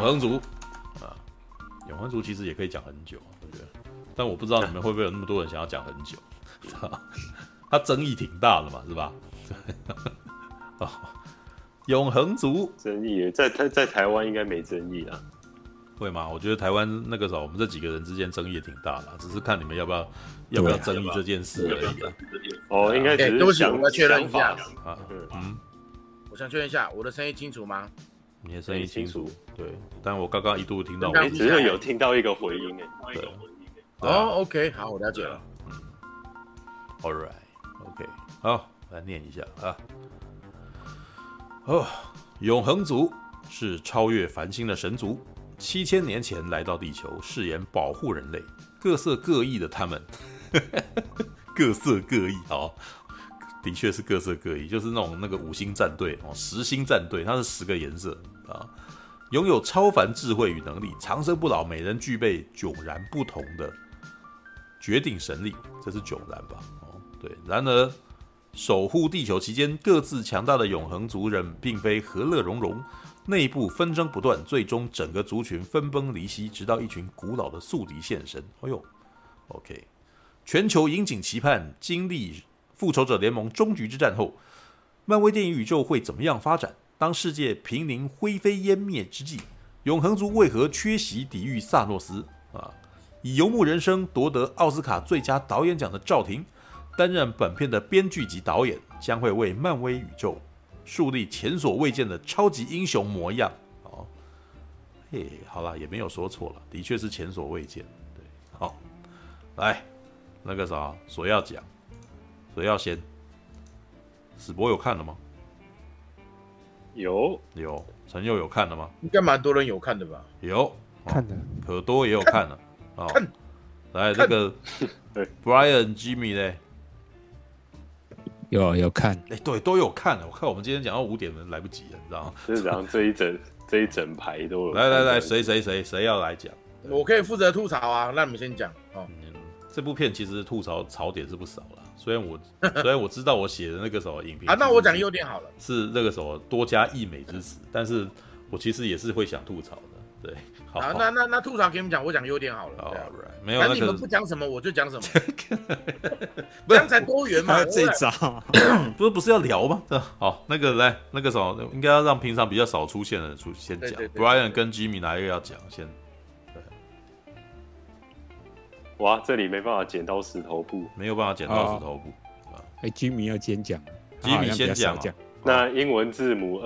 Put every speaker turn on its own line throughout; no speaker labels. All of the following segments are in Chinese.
恒族啊，永恒族其实也可以讲很久，我觉得，但我不知道你们会不会有那么多人想要讲很久。它争议挺大的嘛，是吧？哦，永恒族
争议在台湾应该没争议啦。
会吗？我觉得台湾那个时候我们这几个人之间争议也挺大的，只是看你们要不要争议这件事而已啊。
哦，应该只是
对不起，我要确认一下
啊。
我想确认一下，我的声音清楚吗？
你的声音清楚，对。但我刚刚一度听到，
只是有听到一个回音哎。
对。
哦 ，OK， 好，我了解了。
All right，OK， 好，来念一下啊。哦，永恒族是超越繁星的神族，7000年前来到地球，誓言保护人类。各色各异的他们，各色各异，好，的确是各色各异，就是那个5星战队哦，10星战队，它是10个颜色啊，拥有超凡智慧与能力，长生不老，每人具备迥然不同的决定神力，这是迥然吧？哦，对。然而，守护地球期间，各自强大的永恒族人并非和乐融融，内部纷争不断，最终整个族群分崩离析，直到一群古老的宿敌现身。哎呦 ，OK， 全球引颈期盼，经历复仇者联盟终局之战后，漫威电影宇宙会怎么样发展？当世界濒临灰飞烟灭之际，永恒族为何缺席抵御萨诺斯？啊，以游牧人生夺得奥斯卡最佳导演奖的赵婷，担任本片的编剧及导演，将会为漫威宇宙树立前所未见的超级英雄模样。哦，嘿，好啦，也没有说错了，的确是前所未见。对，好，来，那个啥，谁要讲？谁要先？史博有看了吗？
有，
陈佑有看了吗？
应该蛮多人有看的吧？
有，
看的，
可多也有看了。哦，来这个 Brian Jimmy 呢？
有看，
对，都有看了。我看我们今天讲到5点，来不及了，你知道吗？
就是讲这一整排都有。
来，谁要来讲？
我可以负责吐槽啊，那你们先讲哦。
这部片其实吐槽点是不少啦，虽然我知道我写的那个什么影评
啊，那我讲优点好了，
是那个什么多加溢美之词，但是我其实也是会想吐槽的。对，好，
那吐槽给你们讲，我讲优点好了。
Right, 没有那个，
你们不讲什么我就讲什么，这样才多元嘛。
这招
不是要聊吗？好，那个来那个什么，应该要让平常比较少出现的人先讲。Brian 跟 Jimmy 哪一个要讲先？
哇，这里没办法剪刀石头布，
没有办法剪刀石头布。
Jimmy 要先讲
，Jimmy 先讲。
那英文字母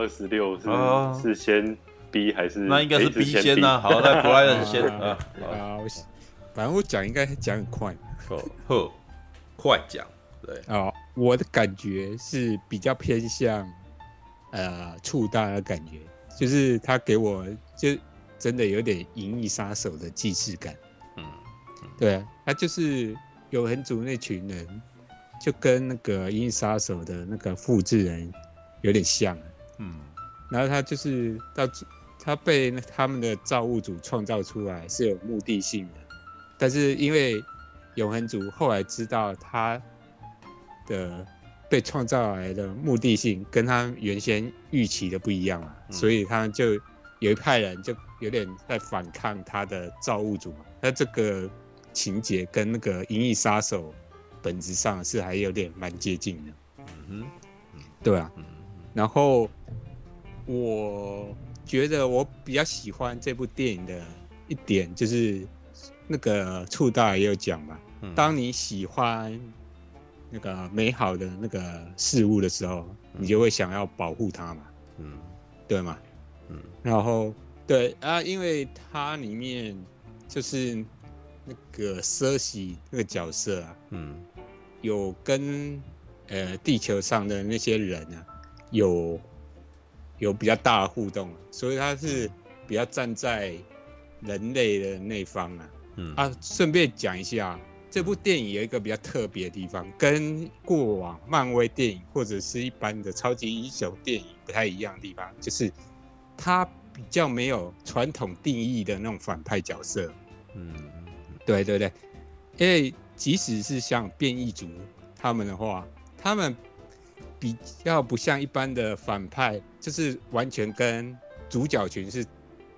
26是先 B 还是？
那应该是 B 先啊。好，那 Brian 先啊。
反正我讲应该讲很快。
呵，快讲。对
啊，我的感觉是比较偏向触大的感觉，就是他给我就真的有点《银翼杀手》的既视感。对啊，他就是永恒族那群人，就跟那个《银翼杀手》的那个复制人有点像。然后他就是他被他们的造物主创造出来是有目的性的，但是因为永恒族后来知道他的被创造来的目的性跟他原先预期的不一样嘛，所以他们就有一派人就有点在反抗他的造物主嘛。那这个情节跟那个《银翼杀手》本质上是还有点蛮接近的。对啊。然后我觉得我比较喜欢这部电影的一点就是那个触大也有讲嘛，当你喜欢那个美好的那个事物的时候，你就会想要保护它嘛。对吗？然后对啊，因为它里面就是那个瑟西那个角色啊，有跟地球上的那些人啊有比较大的互动，所以他是比较站在人类的那方啊。顺便讲一下，这部电影有一个比较特别的地方，跟过往漫威电影或者是一般的超级英雄电影不太一样的地方，就是它比较没有传统定义的那种反派角色。对，因为即使是像变异族他们的话，他们比较不像一般的反派，就是完全跟主角群是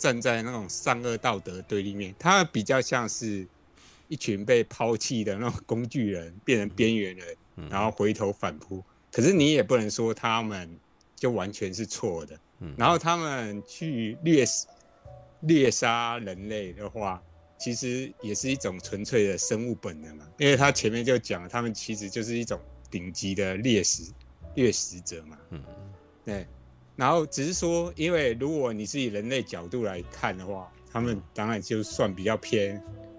站在那种善恶道德对立面，他们比较像是一群被抛弃的那种工具人，变成边缘人，然后回头反扑。可是你也不能说他们就完全是错的。然后他们去猎杀人类的话，其实也是一种纯粹的生物本能嘛，因为他前面就讲了，他们其实就是一种顶级的掠食者嘛。对。然后只是说，因为如果你是以人类角度来看的话，他们当然就算比较偏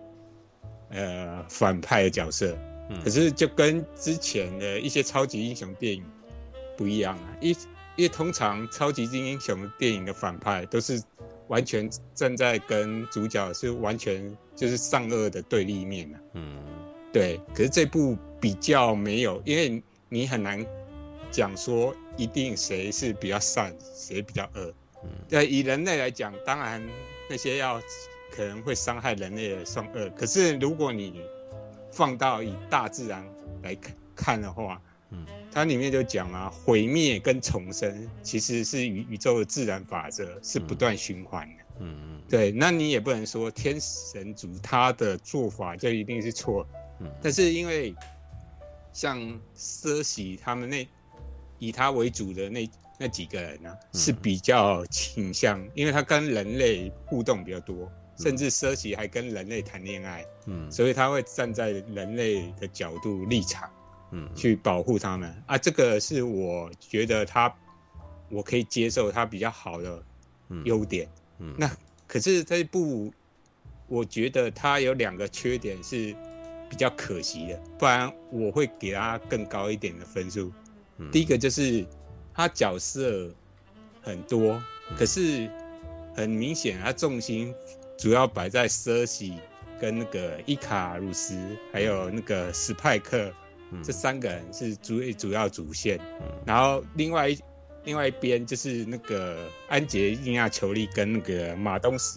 反派的角色。可是就跟之前的一些超级英雄电影不一样啊，因为通常超级英雄电影的反派都是完全站在跟主角是完全就是善恶的对立面啊。对。可是这部比较没有，因为你很难讲说一定谁是比较善，谁比较恶。对，以人类来讲，当然那些可能会伤害人类的算恶。可是如果你放到以大自然来看的话，它里面就讲嘛，毁灭跟重生其实是宇宙的自然法则，是不断循环的。对，那你也不能说天神族他的做法就一定是错。但是因为像瑟西他们以他为主的那几个人啊，是比较倾向，因为他跟人类互动比较多，甚至瑟西还跟人类谈恋爱。所以他会站在人类的角度立场，去保护他们啊。这个是我觉得我可以接受他比较好的优点。那可是这一部，我觉得他有2个缺点是比较可惜的，不然我会给他更高一点的分数。第一个就是他角色很多，可是很明显他重心主要摆在瑟西跟那个伊卡鲁斯还有那个史派克，这3个人是主要主线。然后另外一边就是那个安杰丽娜·裘丽跟那个马东石，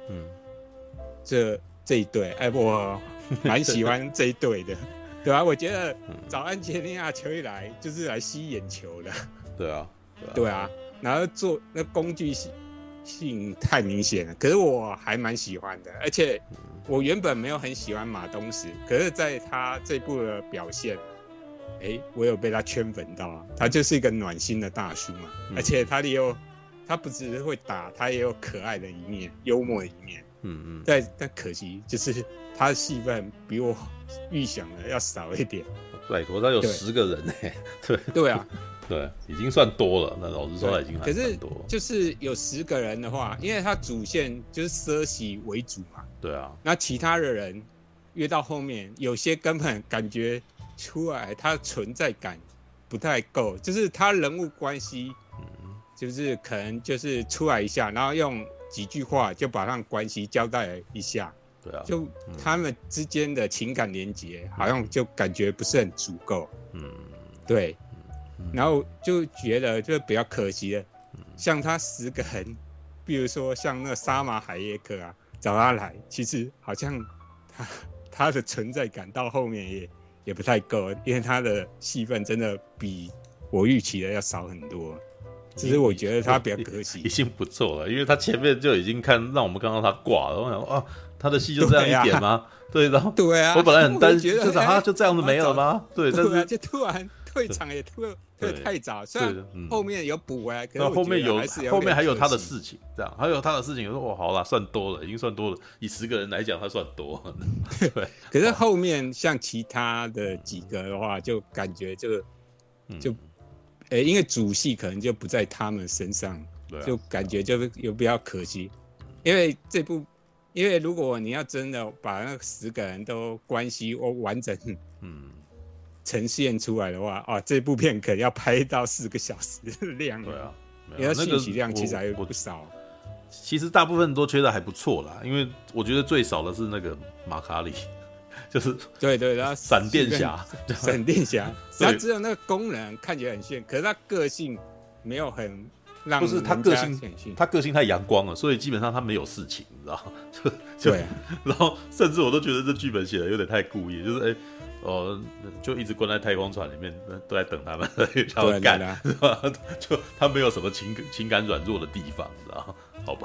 这一对，我蛮喜欢这一对的。对啊，我觉得找安杰丽娜·裘丽来就是来吸眼球的。对啊，然后做那工具性太明显了，可是我还蛮喜欢的。而且我原本没有很喜欢马东石，可是在他这部的表现，我有被他圈粉到啊。他就是一个暖心的大叔嘛，而且他不只是会打，他也有可爱的一面，幽默的一面。但可惜就是他的戏份比我预想的要少一点。
拜托，他有10个人
对啊，
对，已经算多了。那老实说，已经还算多了。
可是就是有10个人的话，因为他主线就是瑟西为主嘛。
对啊。
那其他的人越到后面，有些根本感觉出来他的存在感不太够，就是他人物关系，就是可能就是出来一下，然后用几句话就把他们关系交代了一下。
对啊。
就他们之间的情感连结，好像就感觉不是很足够。对。然后就觉得就比较可惜了。像他10个人，比如说像那沙马海耶克啊，找他来，其实好像他的存在感到后面也不太够，因为他的戏份真的比我预期的要少很多。只是我觉得他比较可惜，
已经不错了，因为他前面就已经让我们看到他挂了。我想说他的戏就这样一点吗？对，然后
对啊，
我本来很担心，就是就这样子没了吗？对，但是
就突然退场也退太早，虽然后面有补回来，可是
后面还有他的
事
情，这样还有他的事情，我说好啦，算多了，已经算多了，以10个人来讲，他算多。对，
可是后面像其他的几个的话，就感觉就因为主戏可能就不在他们身上，就感觉就有比较可惜。因为如果你要真的把那10个人都关系完整呈现出来的话，这部片可能要拍到4个小时的量。
对啊，
因为信息量其实还有不少。
其实大部分都缺的还不错啦，因为我觉得最少的是那个马卡里，就是
对，然后
闪电侠，
他只有那个功能看起来很炫，可是他个性没有很让
不是他个性太阳光了，所以基本上他没有事情，你知道吗？
对，
然后甚至我都觉得这剧本写的有点太故意，就是就一直关在太空船里面，都在等他们他们干，是吧？就他没有什么情感软弱的地方，你知道吗？好吧，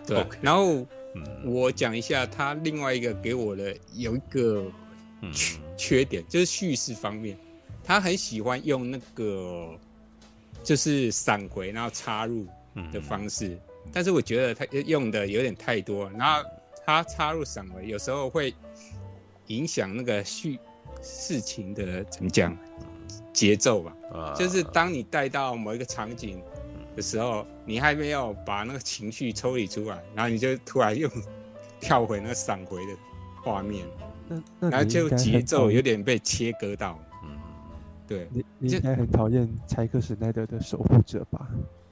对。
OK
然后我讲一下他另外一个给我的有一个缺点，就是叙事方面，他很喜欢用那个就是闪回然后插入的方式，但是我觉得他用的有点太多，然后他插入闪回有时候会影响那个事情的怎么讲节奏吧，就是当你带到某一个场景的时候，你还没有把那个情绪抽离出来，然后你就突然又跳回那个闪回的画面，然后就节奏有点被切割到。对，
你应该很讨厌柴克史奈德的守护者吧？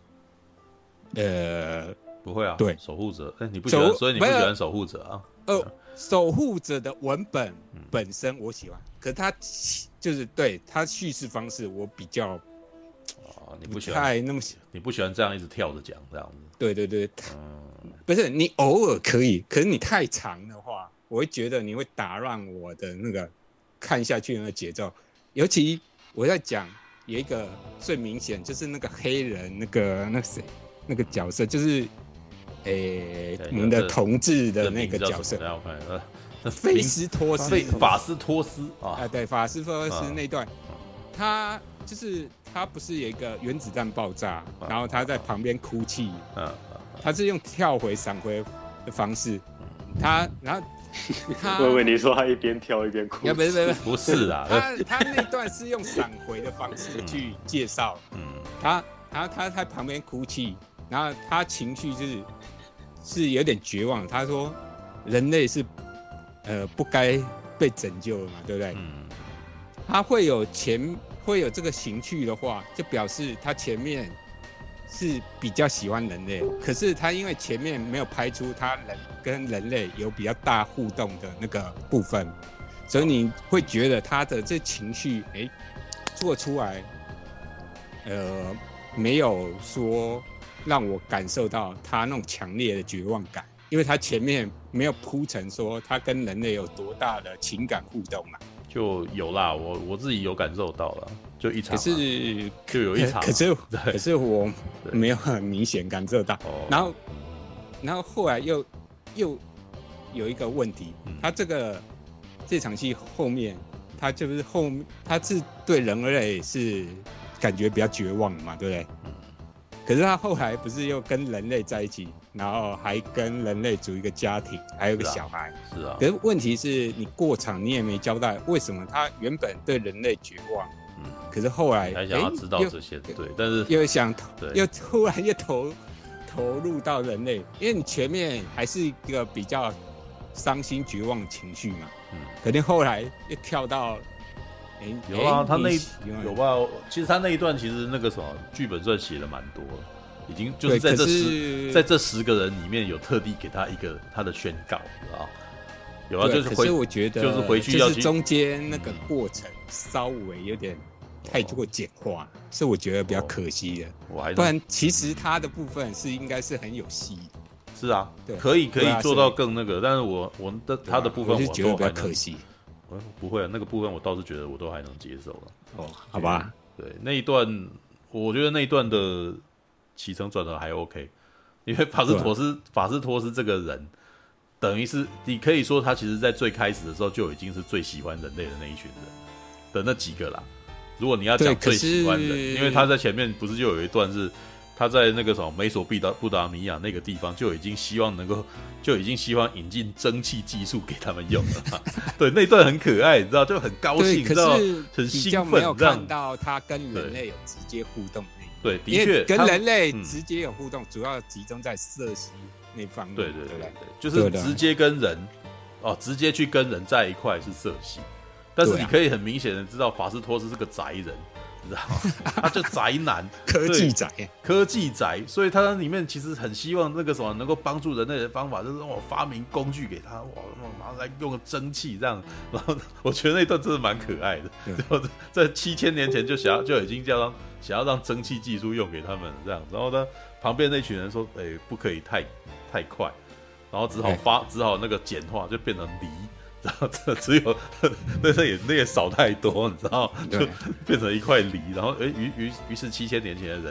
不会啊，
对，
守护者，你不喜欢，所以你不喜欢守护者啊？
守护者的文本本身我喜欢，可是他就是对他叙事方式我比较
你不喜欢
那么，
你不喜欢这样一直跳着讲这样子？
对，不是你偶尔可以，可是你太长的话，我会觉得你会打乱我的那个看下去的那个节奏。尤其我在讲有一个最明显就是那个黑人那个谁那个角色，就是我们的同志的那个角色，菲斯托斯，
法斯托斯啊，
对，法斯托斯那段，他不是有一个原子弹爆炸，然后他在旁边哭泣，他是用跳回闪回的方式，然后他，
我以为你说他一边跳一边哭，
不是啊，
他那段是用闪回的方式去介绍，他在旁边哭泣，然后他情绪是有点绝望，他说人类是不该被拯救的嘛，对不对？他会有这个情绪的话，就表示他前面是比较喜欢人类，可是他因为前面没有拍出他跟人类有比较大互动的那个部分，所以你会觉得他的这情绪做出来，没有说让我感受到他那种强烈的绝望感，因为他前面没有铺陈说他跟人类有多大的情感互动嘛。就
有啦，我自己有感受到了，就一场，
可是
就有一场，
可是我没有很明显感受到。然后后来又有一个问题，他这场戏后面，他就是他是对人类是感觉比较绝望的嘛，对不对？可是他后来不是又跟人类在一起，然后还跟人类组一个家庭，还有个小孩。
是啊。
可是问题是你过场你也没交代，为什么他原本对人类绝望，可是后来
还想要知道这些，对，但是
又突然又投入到人类，因为你前面还是一个比较伤心绝望的情绪嘛，可能后来又跳到。
有啊，他有吧？其实他那一段其实那个什么剧本算写的蛮多了，已经就是在这10个人里面有特地给他一个他的宣告，啊，有啊，就是
可是我觉得
就是回去要
就是中间那个过程稍微有点太过简化，是我觉得比较可惜的。不然其实他的部分应该是很有戏的。
是啊，可以做到更那个，但是他的部分
我就觉得比较可惜。
不会啊，那个部分我倒是觉得我都还能接受了。
好吧。
对，那一段我觉得那一段的起承转合还 OK， 因为法斯托斯这个人，等于是你可以说他其实在最开始的时候就已经是最喜欢人类的那一群人的那几个啦。如果你要讲最喜欢人，因为他在前面不是就有一段是他在那个什么美索不达米亚那个地方就已经希望引进蒸汽技术给他们用了。对，那段很可爱，你知道，就很高兴，你知道，很兴奋。
没有看到他跟人类有直接互动那一面。
对，的确，
跟人类直接有互动，主要集中在瑟西那方面。
对，就是直接跟人直接去跟人在一块是瑟西，但是你可以很明显的知道法斯托斯是个宅人。你知道吗？他就宅男，科技宅，所以他在里面其实很希望那个什么能够帮助人类的方法，就是我发明工具给他，马上来用蒸汽这样。然后我觉得那段真的蛮可爱的，就在7000年前就已经想要让蒸汽技术用给他们这样。然后呢，旁边那群人说：“不可以太快。”然后只好那个简化，就变成离。然后只有那也少太多，你知道，就变成一块梨。然后于是7000年前的人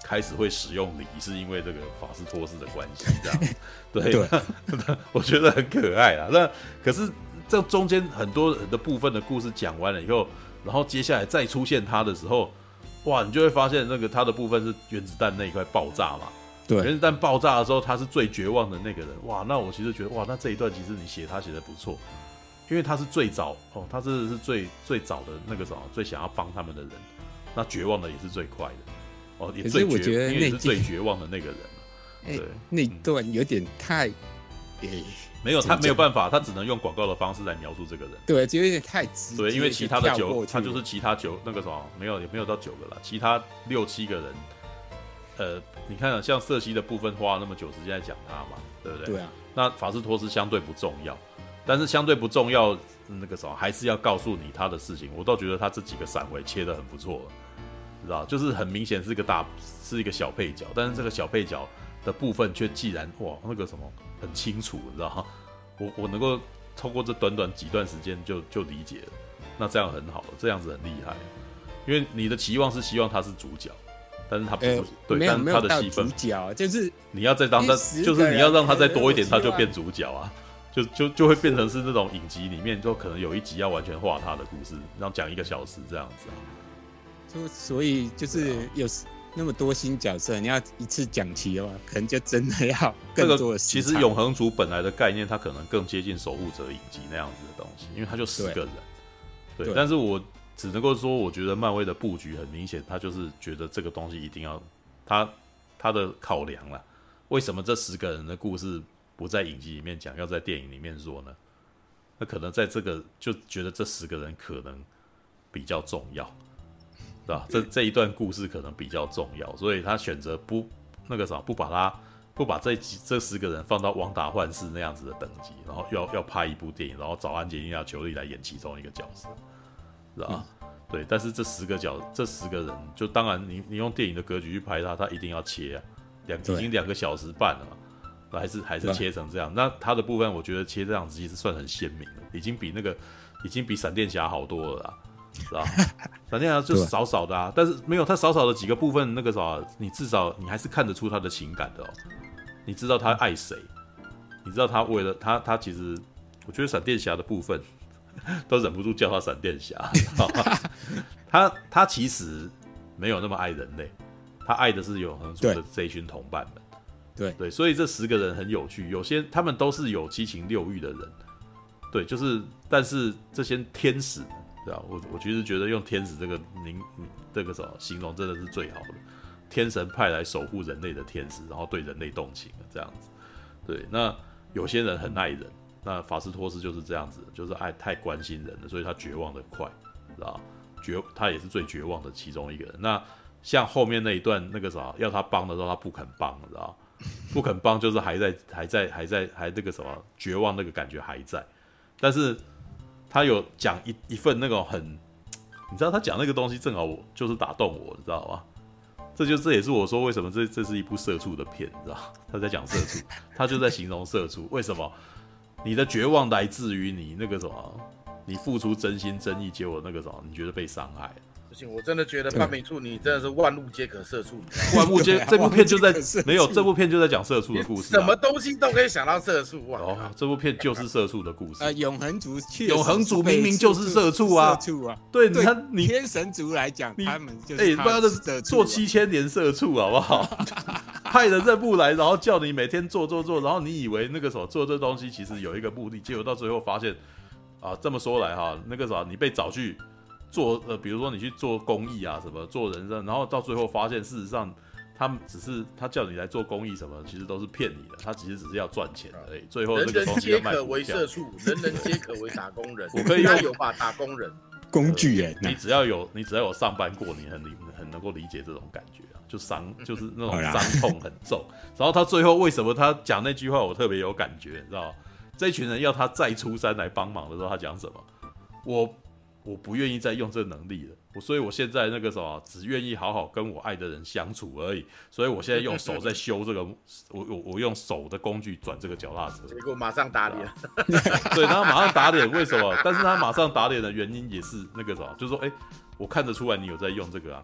开始会使用礼，是因为这个法斯托斯的关系，这样对，我觉得很可爱啦。那可是这中间很多的部分的故事讲完了以后，然后接下来再出现他的时候，哇，你就会发现那个他的部分是原子弹那一块爆炸嘛。
对，
原子弹爆炸的时候，他是最绝望的那个人。哇，那我其实觉得，哇，那这一段其实他写的不错，因为他是最早他真的是最早的那个什么，最想要帮他们的人。那绝望的也是最快的，也最绝，因为也是最绝望的那个人。对，
那段有点太，
没有，他没有办法，他只能用广告的方式来描述这个人。
对，就有点太直接。
对，因为其他的他就是其他那个什么，也没有到9个啦，其他6、7个人，你看像瑟西的部分花了那么久时间在讲他嘛，对不对？
对啊。那
法斯托斯相对不重要，但是相对不重要，那个什么还是要告诉你他的事情。我倒觉得他这几个闪回切得很不错了，知道？就是很明显是一个小配角，但是这个小配角的部分却既然那个什么很清楚，你知道吗？我能够透过这短短几段时间就理解了，那这样很好，这样子很厉害，因为你的期望是希望他是主角。但是他不是对，但是他的戏份
主角就是
你要再让他，就是你要让他再多一点，他就变主角啊，就会变成是那种影集里面，就可能有一集要完全画他的故事，然后讲1个小时这样子啊。
所以就是有那么多新角色，你要一次讲齐的话，可能就真的要更多的时长。
其实永恒族本来的概念，它可能更接近守护者影集那样子的东西，因为它就10个人。对，但是我只能够说，我觉得漫威的布局很明显，他就是觉得这个东西一定要他的考量啦。为什么这10个人的故事不在影集里面讲，要在电影里面说呢？那可能在这个就觉得这10个人可能比较重要，对吧？这一段故事可能比较重要，所以他选择不把这10个人放到旺达幻视那样子的等级，然后要拍一部电影，然后找安吉丽娜·裘丽来演其中一个角色。是吧？对，但是这10个人，就当然你用电影的格局去拍他一定要切啊，已经2个小时半了嘛，还是切成这样。那他的部分，我觉得切这样子其实算很鲜明了，已经比闪电侠好多了啦，是吧？闪电侠就少少的啊，但是没有他少少的几个部分，那个啥，你至少你还是看得出他的情感的哦，你知道他爱谁，你知道他为了他其实，我觉得闪电侠的部分。都忍不住叫他闪电侠，他其实没有那么爱人类，他爱的是永恒族的这一群同伴们。对，所以这10个人很有趣，有些他们都是有7情6欲的人，对，但是这些天使，对吧？我其实觉得用天使这个什么形容真的是最好的，天神派来守护人类的天使，然后对人类动情的这样子。对，那有些人很爱人。那法斯托斯就是这样子，就是太关心人了，所以他绝望的快，知道？他也是最绝望的其中一个人。那像后面那一段那个啥，要他帮的时候，他不肯帮，知道？不肯帮就是还那个什么绝望那个感觉还在。但是他有讲一份那种很，你知道他讲那个东西正好就是打动我，你知道吗？这也是我说为什么这是一部社畜的片，你知道？他在讲社畜，他就在形容社畜，为什么？你的绝望来自于你那个什么，你付出真心真意，结果那个什么，你觉得被伤害。
不行，我真的觉得半美处你真的是万物皆可社畜。
万物皆这部片就在没有这部片就在讲社畜的故事、
什么东西都可以想到社畜啊！
这部片就是社畜的故事。
永恒族
明明就是社畜啊！对，你
天神族来讲，他们就是
做7000年社畜好不好？派了任务来，然后叫你每天做，然后你以为那个什么做这东西其实有一个目的，结果到最后发现啊，这么说来哈，那个啥你被找去做比如说你去做公益啊什么做人生，然后到最后发现事实上他叫你来做公益什么，其实都是骗你的，他其实只是要赚钱而已。最后那个东西要卖股票。人人皆可为社畜，人人皆可为打工人。 我可以
有吧打工人
工具人、
你只要有上班过，你很能够理解这种感觉啊，就是那种伤痛很重。然后他最后为什么他讲那句话，我特别有感觉，你知道吗？这一群人要他再出山来帮忙的时候，他讲什么？我不愿意再用这个能力了，所以我现在那个什么，只愿意好好跟我爱的人相处而已。所以我现在用手在修这个，我用手的工具转这个脚踏车，
结果马上打脸。
对，他马上打脸，为什么？但是他马上打脸的原因也是那个什么，就是说，我看得出来你有在用这个啊，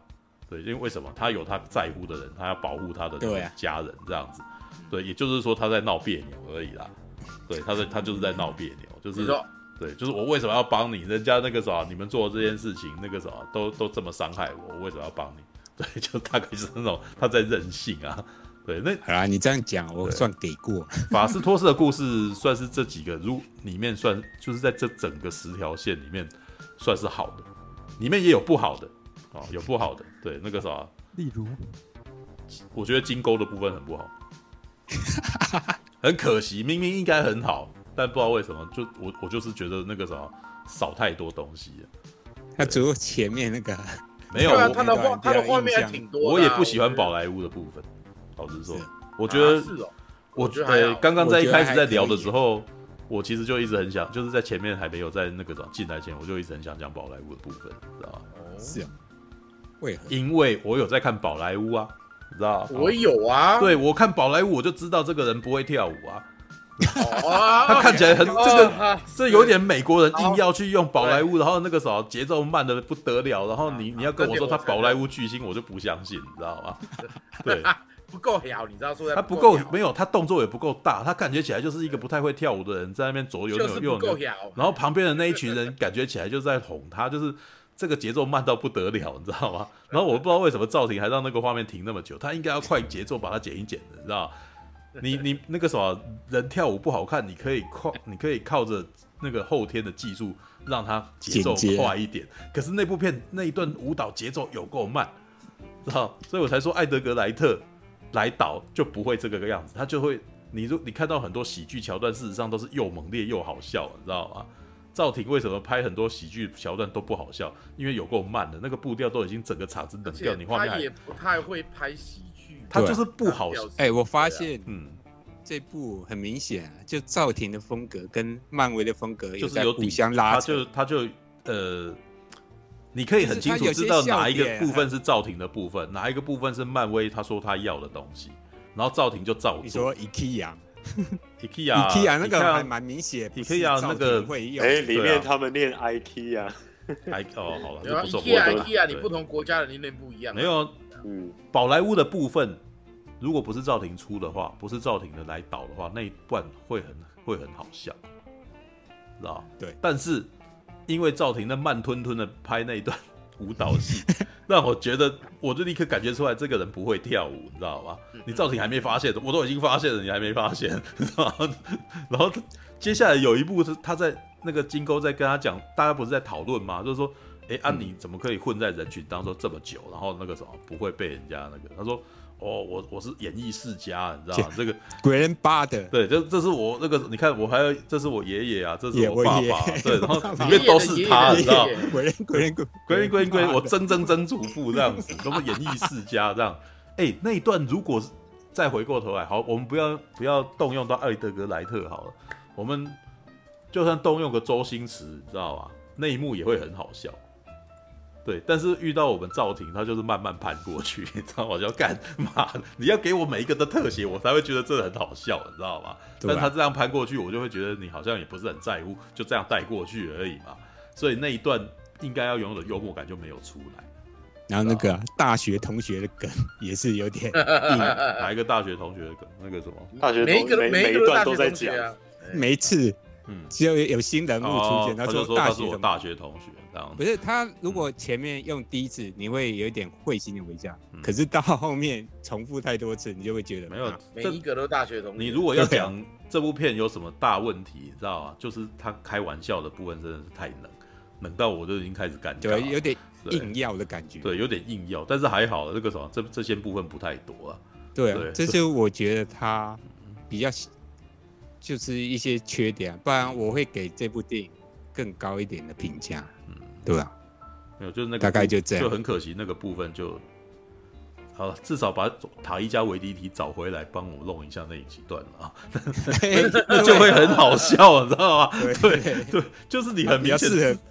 对，因为为什么他有他在乎的人，他要保护他的家人这样子。对，也就是说他在闹别扭而已啦。对，他就是在闹别扭，就是对，就是我为什么要帮你？人家那个啥，你们做这件事情，那个啥都这么伤害我，我为什么要帮你？对，就大概是那种他在任性啊。对，那
好啦，你这样讲我算给过。
法斯托斯的故事算是这几个里面算就是在这整个10条线里面算是好的，里面也有不好的有不好的。对，那个啥，
例如，
我觉得金钩的部分很不好，很可惜，明明应该很好，但不知道为什么，就我就是觉得那个啥少太多东西了。
他只有前面那个
没有，
他的画面还挺多的。
我也不喜欢宝莱坞的部分。老实说，我觉得，我觉得刚刚在一开始在聊的时候，我其实就一直很想，就是在前面还没有在那个进来前，我就一直很想讲宝莱坞的部分，知道吗？
是啊，为何？
因为我有在看宝莱坞啊，你知道吗？
我有啊，
对，我看宝莱坞我就知道这个人不会跳舞啊。他看起来很这有点美国人硬要去用宝莱坞，然后那个什么节奏慢的不得了，然后你要跟我说他宝莱坞巨星，我就不相信，你知道吗？对。
不够屌，你知道说
他不够没有，他动作也不够大，他感觉起来就是一个不太会跳舞的人，在那边左右扭右扭，然后旁边的那一群人感觉起来就在哄他，就是这个节奏慢到不得了，你知道吗？然后我不知道为什么赵婷还让那个画面停那么久，他应该要快节奏把它剪一剪的，你知道吗？你那个什么人跳舞不好看，你可以靠着那个后天的技术让他节奏快一点，可是那部片那一段舞蹈节奏有够慢，知道？所以我才说艾德格莱特来导就不会这个样子，他就会你看到很多喜剧桥段，事实上都是又猛烈又好笑，你知道吗？赵婷为什么拍很多喜剧桥段都不好笑？因为有够慢的，那个步调都已经整个场子冷掉，你画面
他也不太会拍喜剧，
他就是不好笑。
我发现，这部很明显就赵婷的风格跟漫威的风格
就是有
互相拉扯，
他就你可以很清楚知道哪一个部分是赵婷的部分，哪一个部分是漫威他说他要的东西，然后赵婷就照做。
你说 IKEA 那个还蛮明显
，IKEA 那个
里面他们念 IKEA，
好了，就不说
IKEA 你不同国家的你念不一样。
没有，宝莱坞的部分，如果不是赵婷出的话，不是赵婷的来导的话，那一段会很好笑，知道？
对，
但是。因为赵婷那慢吞吞的拍那一段舞蹈戏，让我觉得我就立刻感觉出来这个人不会跳舞，你知道吗？你赵婷还没发现，我都已经发现了，你还没发现，知道吗？然后接下来有一部是他在那个金钩在跟他讲，大家不是在讨论吗？就是说，你怎么可以混在人群当中这么久，然后那个什么不会被人家那个？他说。我是演艺世家，你知道吗？这个
鬼人巴的，
对，这是我那个，你看我还有，这是我爷爷啊，这是我爸爸，对，然后里面都是他，你知道？鬼人，我曾祖父这样子，都是演艺世家这样。那一段如果再回过头来，好，我们不要动用到艾德格莱特好了，我们就算动用个周星驰，你知道吗？那一幕也会很好笑。对，但是遇到我们赵婷，他就是慢慢攀过去，你知道吗？就干嘛？你要给我每一个的特写，我才会觉得这很好笑，你知道吗？但是他这样攀过去，我就会觉得你好像也不是很在乎，就这样带过去而已嘛。所以那一段应该要拥有的幽默感就没有出来。
然后那个大学同学的梗也是有点硬，
哪一个大学同学的梗？那个什么？
大学同学每一段都在讲，
每一次。只有新人物出现，
他说他是我大学同学，这样
不是他。如果前面用第一次，你会有一点会心的微笑，可是到后面重复太多次，你就会觉得
没有，
每一个都大学同学。
你如果要讲这部片有什么大问题，你知道吗？就是他开玩笑的部分真的是太冷到我都已经开始尴尬，
对，有点硬要的感觉，
对，有点硬要，但是还好，那个什么这些部分不太多啊。
对啊，这是我觉得他比较。就是一些缺点，不然我会给这部电影更高一点的评价，对吧？
没有，就是那个
大概就这样，
就很可惜那个部分就好了，至少把塔伊加维迪提找回来帮我弄一下那几段了啊，那就会很好笑，你知道吗？对，就是你很明显，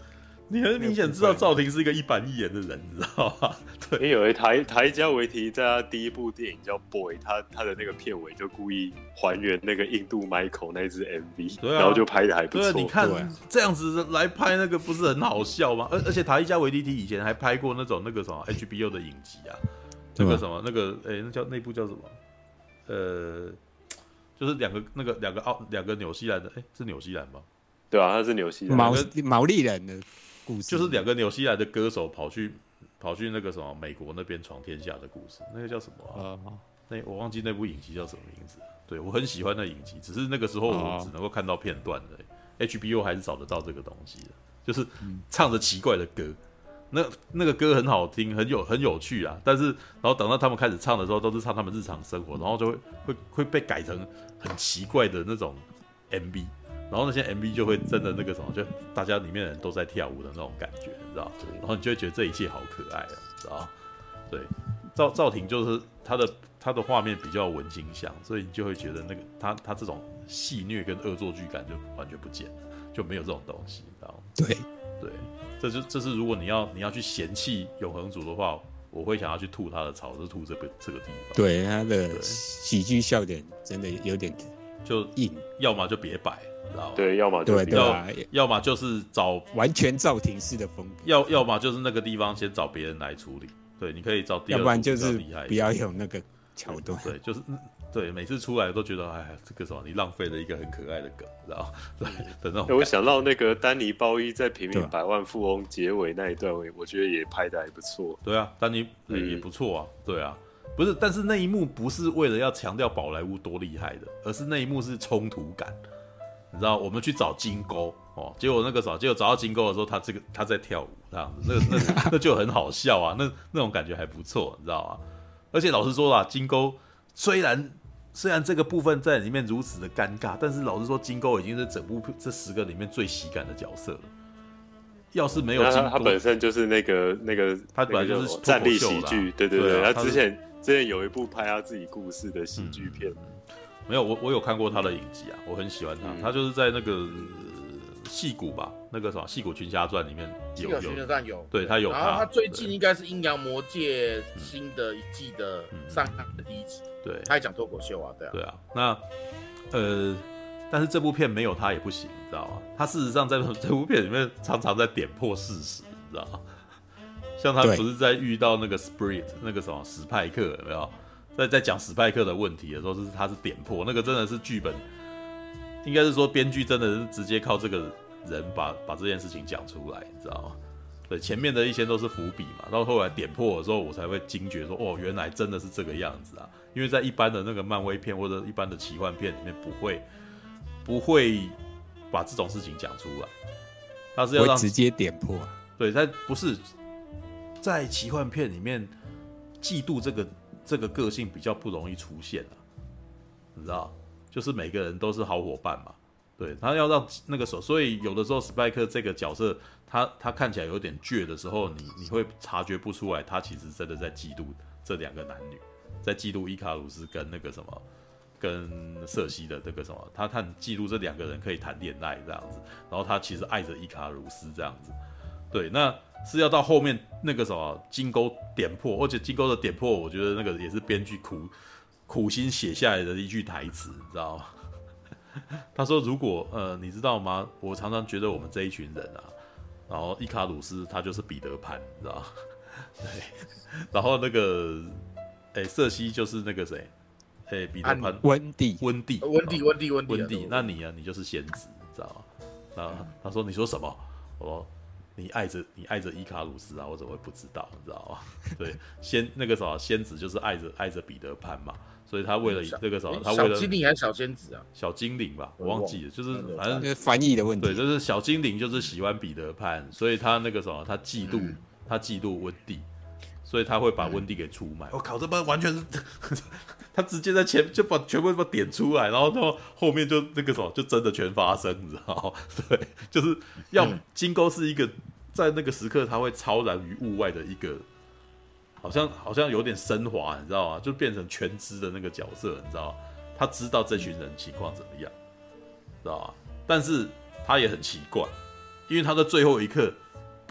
你很明显知道赵婷是一个一板一眼的人，你知道吗？对，
因为有台加维提在他第一部电影叫《Boy》，他的那个片尾就故意还原那个印度 Michael 那支 MV，
对啊，
然后就拍的还不错。
对，你看这样子来拍那个不是很好笑吗？而且塔伊加维蒂以前还拍过那个什么 HBO 的影集啊，那个什么那个那部叫什么？就是两个纽西兰的，是纽西兰吗？
对啊，他是纽西兰
毛利人的故事，
就是2个纽西兰的歌手跑去那个什么美国那边闯天下的故事，那个叫什么啊？我忘记那部影集叫什么名字了。对，我很喜欢那影集，只是那个时候我只能够看到片段的。HBO 还是找得到这个东西的，就是唱着奇怪的歌。那个歌很好听，很有趣啊，但是然后等到他们开始唱的时候，都是唱他们日常生活，然后就会被改成很奇怪的那种 MV， 然后那些 MV 就会真的那个什么，就大家里面的人都在跳舞的那种感觉，你知道？然后你就会觉得这一切好可爱啊，知道？对，赵婷就是她的画面比较文青向，所以你就会觉得那个她这种戏谑跟恶作剧感就完全不见了，就没有这种东西，你知道？对。这是如果你要去嫌弃永恒族的话，我会想要去吐他的槽，是吐这个地方。
对，他的喜剧笑点真的有点
就
硬，
要么就别摆，知道吗？
对，要么就
要么就是找
完全赵婷式的风格，
要么就是那个地方先找别人来处理。对，你可以找第二，
要不然就是不要有那个桥段。
对，就是对，每次出来都觉得，哎，这个什么，你浪费了一个很可爱的梗，知道吗？对的那种。
我想到那个丹尼鲍伊在《平民百万富翁》结尾那一段，我觉得也拍得还不错。
对啊，丹尼也不错啊，对啊，不是，但是那一幕不是为了要强调宝莱坞多厉害的，而是那一幕是冲突感。你知道，我们去找金钩哦，结果找到金钩的时候，他在跳舞，这样子，那就很好笑啊，那种感觉还不错，你知道吗？而且老实说啦，金钩虽然这个部分在里面如此的尴尬，但是老实说，金钩已经是整部这10个里面最喜感的角色了。要是没有金钩，
他本身就是那个，
他本来就是
站立喜剧，对，他之前有一部拍他自己故事的喜剧片。
没有，我有看过他的影集啊，我很喜欢他。他就是在那个戏骨吧，那个什么《戏骨群侠传》里面有，对他有。
然后他最近应该是《阴阳魔界》新的一季的上档的第1集。对，他还讲脱口秀啊，对啊。
对啊，那但是这部片没有他也不行，你知道吗？他事实上在这部片里面常常在点破事实，你知道吗？像他不是在遇到那个 Spirit 那个什么史派克有没有？在讲史派克的问题的时候，他是点破那个真的是剧本，应该是说编剧真的是直接靠这个人把这件事情讲出来，你知道吗？对，前面的一些都是伏笔嘛，到后来点破的时候，我才会惊觉说，哦，原来真的是这个样子啊！因为在一般的那个漫威片或者一般的奇幻片里面，不会把这种事情讲出来，他是要让
直接点破。
对，但不是在奇幻片里面，嫉妒这个个性比较不容易出现啊，你知道，就是每个人都是好伙伴嘛。对，他要让那个所以有的时候史派克这个角色，他看起来有点倔的时候，你会察觉不出来，他其实真的在嫉妒这2个男女，在嫉妒伊卡鲁斯跟那个什么，跟瑟西的那个什么，他嫉妒这2个人可以谈恋爱这样子，然后他其实爱着伊卡鲁斯这样子。对，那是要到后面那个什么金钩点破，而且金钩的点破，我觉得那个也是编剧苦心写下来的一句台词，你知道吗？他说：“如果你知道吗？我常常觉得我们这一群人啊，然后伊卡鲁斯他就是彼得潘，你知道吗？对，然后那个瑟西就是那个谁，彼得潘
温蒂，
那你啊，你就是仙子，你知道吗？然后他说：你说什么？我说。”你爱着伊卡鲁斯啊，我怎么会不知道？你知道吗？对，那个什么仙子就是爱着彼得潘嘛，所以他为了那个什么，他为了
小精灵还是小仙子啊？
小精灵吧，我忘记了，就是反正
翻译的问题。
对，就是小精灵就是喜欢彼得潘，所以他那个什么，他嫉妒温蒂，所以他会把温蒂给出卖。我靠，这完全是他直接在前就把全部都点出来，然后后面就那个什么，就真的全发生，你知道吗？对，就是要金钩是一个在那个时刻他会超然于物外的一个，好像有点升华，你知道吗？就变成全知的那个角色，你知道吗？他知道这群人情况怎么样，知道吗？但是他也很奇怪，因为他在最后一刻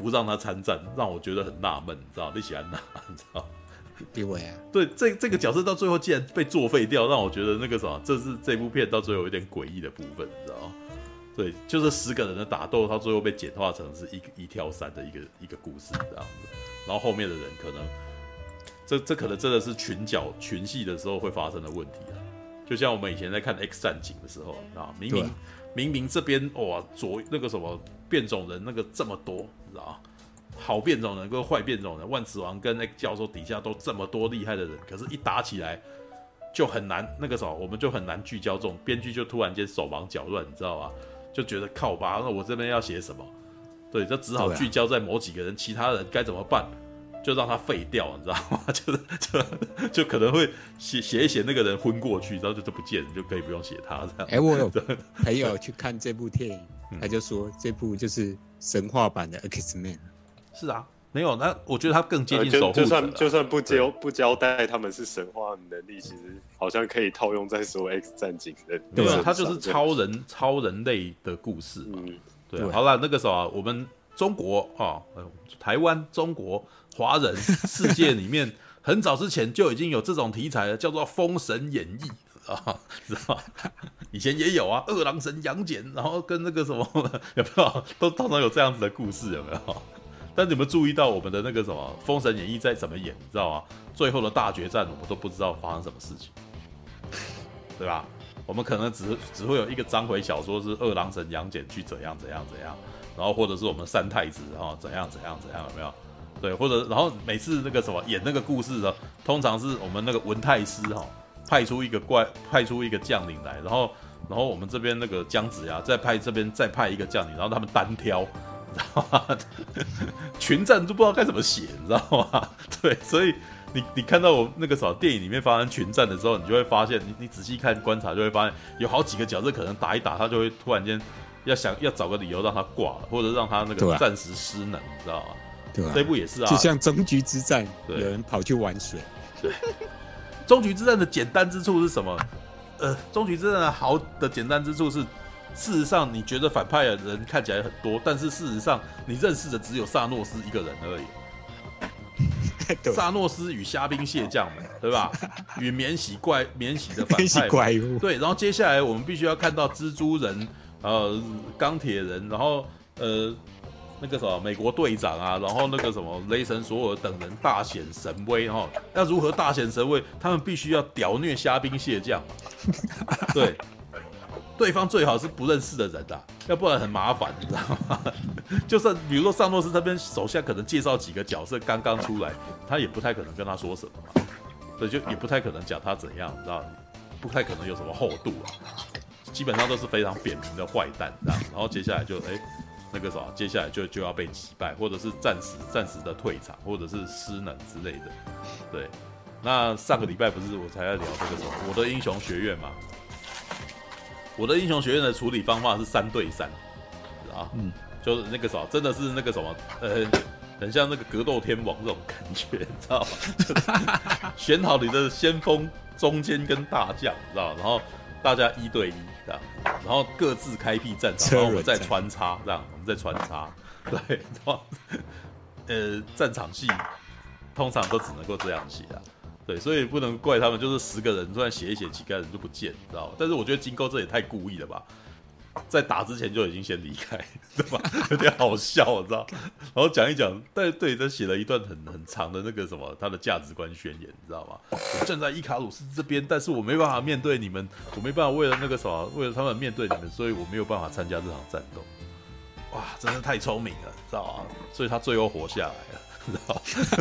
不让他参战，让我觉得很纳闷，你知道？你喜欢哪？你知道？
对我呀，
对，这个角色到最后竟然被作废掉，让我觉得那个什么，这是这部片到最后有点诡异的部分，你知道吗？对，就是10个人的打斗，到最后被简化成是一挑3的一个故事这样子，然后后面的人可能，这可能真的是群戏的时候会发生的问题啊。就像我们以前在看 X 战警的时候啊，明明这边哇那个什么变种人那个这么多，你知道吗？好变种人跟坏变种人，万磁王跟那个教授底下都这么多厉害的人，可是一打起来就很难，那个时候我们就很难聚焦中，编剧就突然间手忙脚乱，你知道吗？就觉得靠吧，那我这边要写什么？对，就只好聚焦在某几个人，其他人该怎么办？就让他废掉，你知道吗？就可能会写一写那个人昏过去，然后就不见了，就可以不用写他这样。
我有朋友去看这部电影，他就说这部就是神话版的 X-Men。
是啊，没有，那我觉得他更接近守护者
就算不交代他们是神话能力，其实好像可以套用在所有 X 战警的。
对啊，他就是超人类的故事嘛。对，好了，那个时候啊，我们中国啊，台湾、中国华人世界里面，很早之前就已经有这种题材了，叫做《封神演义》啊，知道吗？以前也有啊，二郎神杨戬，然后跟那个什么有没有，都常常有这样子的故事，有没有？但你有没有注意到我们的那个什么《封神演义》在怎么演？你知道吗？最后的大决战，我们都不知道发生什么事情，对吧？我们可能只会有一个章回小说，是二郎神杨戬去怎样，然后或者是我们三太子怎样，有没有？对，或者然后每次那个什么演那个故事的，通常是我们那个文太师派出一个将领来，然后我们这边那个姜子牙再派一个将领，然后他们单挑。你知道吗？群战就不知道该怎么写，你知道吗？对，所以你看到我那个什么电影里面发生群战的时候，你就会发现，你仔细看观察就会发现，有好几个角色可能打一打，他就会突然间要找个理由让他挂了，或者让他那个暂时失能，你知道吗？
对啊，
这部也是啊，
就像终局之战，有人跑去玩水。
对，终局之战的简单之处是什么？终局之战的好的简单之处是。事实上，你觉得反派的人看起来很多，但是事实上，你认识的只有萨诺斯一个人而已。萨诺斯与虾兵蟹将们，对吧？与免洗的反派
怪物。
对，然后接下来我们必须要看到蜘蛛人、钢铁人，然后那个什么美国队长啊，然后那个什么雷神索尔等人大显神威哈。要如何大显神威？他们必须要屌虐虾兵蟹将嘛。对。对方最好是不认识的人啊，要不然很麻烦，你知道吗？就算比如说萨诺斯这边手下可能介绍几个角色刚刚出来，他也不太可能跟他说什么嘛，所以就也不太可能讲他怎样，你知道吗？不太可能有什么厚度啊，基本上都是非常扁平的坏蛋这样。然后接下来就那个什么，接下来就要被击败，或者是暂时的退场，或者是失能之类的。对，那上个礼拜不是我才在聊这个什么我的英雄学院嘛？我的英雄学院的处理方法是3对3，啊，就是那个什么，真的是那个什么，很像那个格斗天王这种感觉，你知道吗？就是选好你的先锋、中间跟大将，你知道吗？然后大家1对1这样，然后各自开辟战场，然后我们再穿插，这样我们再穿插，对，然后战场戏通常都只能够这样写啊。对，所以不能怪他们，就是10个人突然写一写，几个人就不见，你知道吗？但是我觉得金钩这也太故意了吧，在打之前就已经先离开，对吧？有点好笑，你知道？然后讲一讲，对，他写了一段很长的那个什么他的价值观宣言，你知道吗？我站在伊卡鲁斯这边，但是我没办法面对你们，我没办法为了那个什么，为了他们面对你们，所以我没有办法参加这场战斗。哇，真的太聪明了，你知道吗？所以他最后活下来了。知道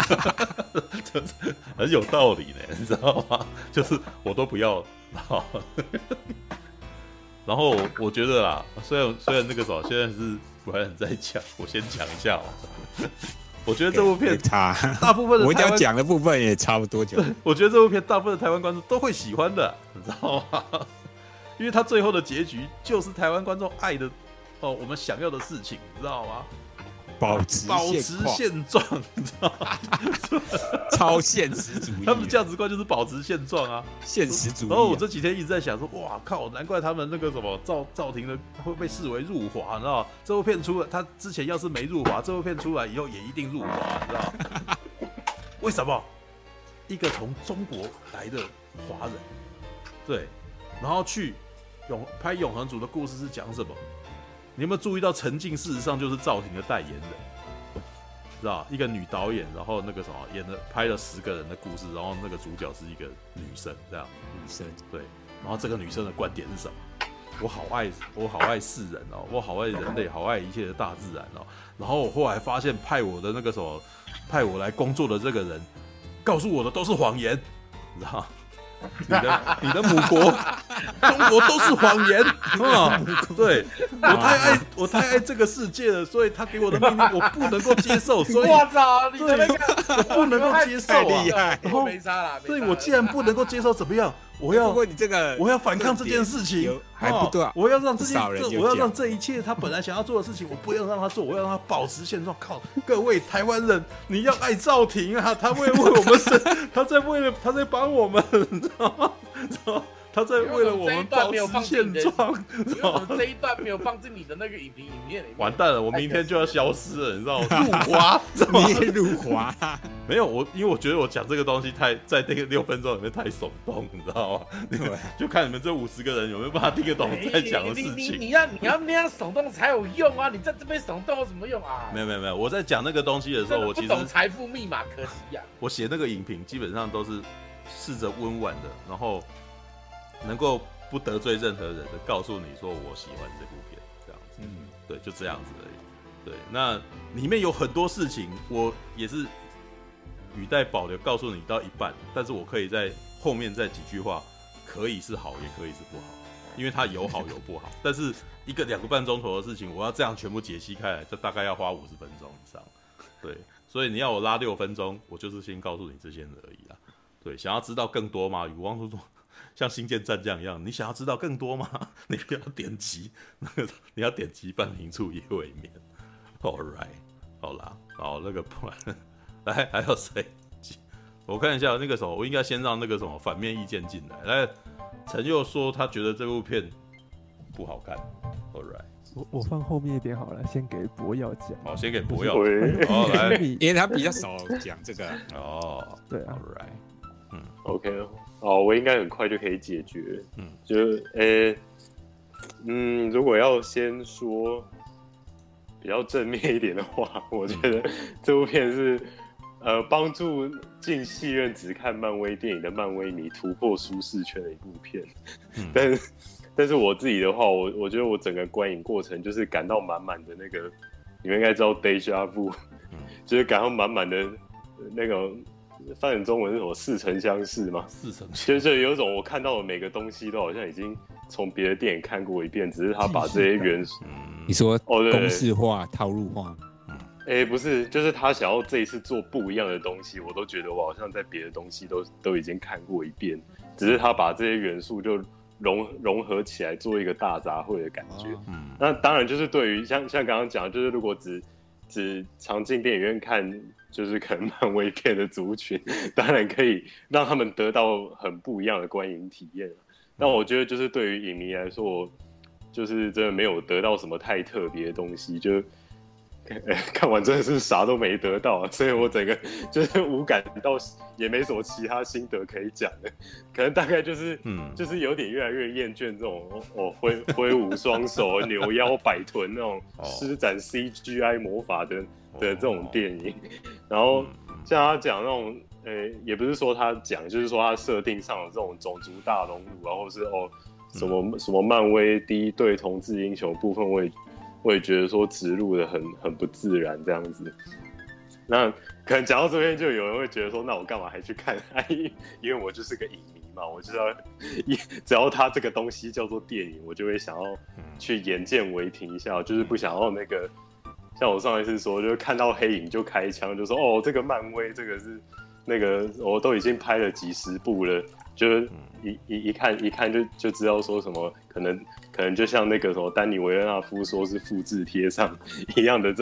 很有道理呢，你知道吗？就是我都不要，然后我觉得啦，虽然那个什么，现在是我还很在讲，我先讲一下我觉得这部片大部分的
我要讲的部分也差不多讲。
我觉得这部片大部分的台湾观众都会喜欢的，你知道吗？因为他最后的结局就是台湾观众爱的我们想要的事情，你知道吗？
保持
现状，你知道吗？
超现实主义。
他们价值观就是保持现状啊，
现实主义。
然后我这几天一直在想说，哇靠，难怪他们那个什么赵婷的会被视为入华，你知道吗？这部片出来，他之前要是没入华，这部片出来以后也一定入华，你知道吗？为什么？一个从中国来的华人，对，然后去拍《永恒族》的故事是讲什么？你有没有注意到陈静事实上就是赵婷的代言人，知道？一个女导演，然后那个什么拍了10个人的故事，然后那个主角是一个女生，这样
女生
对，然后这个女生的观点是什么？我好爱世人哦，我好爱人类，好爱一切的大自然哦。然后我后来发现派我的那个什么，派我来工作的这个人，告诉我的都是谎言，你知道？你的母国中国都是谎言啊！对，我太爱这个世界了，所以他给我的命令我不能够接受，所以
我操，你的那个
我不能够接受啊！
然后没差啦，
对，我既然不能够接受，怎么样？我要反抗这件事情，
还不对，
我要让这一切他本来想要做的事情，我不要让他做，我要让他保持现状。靠，各位台湾人，你要爱赵婷啊！他为我们他在帮我们，你知道吗？他在为了我们保持现状。
你为什么这一段没有放进你的那个影片里面？
完蛋了，我明天就要消失了，你知道吗？入华，
你也入华？
没有因为我觉得我讲这个东西在那个6分钟里面太耸动，你知道吗？就看你们这50个人有没有办法听得懂我在讲的事情。
你要那样耸动才有用啊！你在这边耸动有什么用啊？
没有，我在讲那个东西的时候，我其实
不懂财富密码，可惜啊。
我写那个影评基本上都是试着温婉的，然后能够不得罪任何人的告诉你说我喜欢这部片，这样子，对，就这样子而已。对，那里面有很多事情，我也是语带保留告诉你到一半，但是我可以在后面再几句话，可以是好，也可以是不好，因为它有好有不好。但是一个2个半钟头的事情，我要这样全部解析开来，这大概要花50分钟以上。对，所以你要我拉6分钟，我就是先告诉你这些人而已啦。对，想要知道更多吗？与汪叔叔像星舰战将一样，你想要知道更多吗？你不要点击你要点击半瓶醋野尾面。All right， 好啦，好那个不然，来还有谁？我看一下那个什么，我应该先让那个什么反面意见进来。来，陈佑说他觉得这部片不好看。All right，
我放后面一点好了，先给博耀讲。
好，先给博耀讲。哦，来，
因为他比较少讲这个。
哦，
对啊。
All right，
OK， 我应该很快就可以解决。如果要先说比较正面一点的话，我觉得这部片是帮助进戏院只看漫威电影的漫威迷突破舒适圈的一部片。但是我自己的话，我觉得我整个观影过程就是感到满满的那个，你们应该知道 déjà vu，就是感到满满的那个翻译中文是什么似曾相识吗？
似曾相识，
就是有一种我看到的每个东西都好像已经从别的电影看过一遍，只是他把这些元素，
你说公式化、套路化。
不是，就是他想要这一次做不一样的东西，我都觉得我好像在别的东西都已经看过一遍，只是他把这些元素就融合起来做一个大杂烩的感觉。那当然就是对于像刚刚讲，就是如果只常进电影院看，就是可能漫威片的族群，当然可以让他们得到很不一样的观影体验。但我觉得就是对于影迷来说，我就是真的没有得到什么太特别的东西，就看完真的是啥都没得到，所以我整个就是无感到，也没什么其他心得可以讲的，可能大概就是就是有点越来越厌倦这种挥舞双手、扭腰摆臀那种施展 CGI 魔法的这种电影。然后像他讲那种，也不是说他讲，就是说他设定上的这种种族大熔炉啊，或是什么漫威第一对同志英雄部分，我也觉得说植入的很不自然这样子。那可能讲到这边，就有人会觉得说，那我干嘛还去看？因为我就是个影迷嘛，我就要只要他这个东西叫做电影，我就会想要去眼见为凭一下，就是不想要那个像我上一次说，就是看到黑影就开枪，就说这个漫威这个是那个我都已经拍了几十部了，就是一看就知道说什么可能就像那个什么丹尼维恩纳夫说是复制贴上一样的这种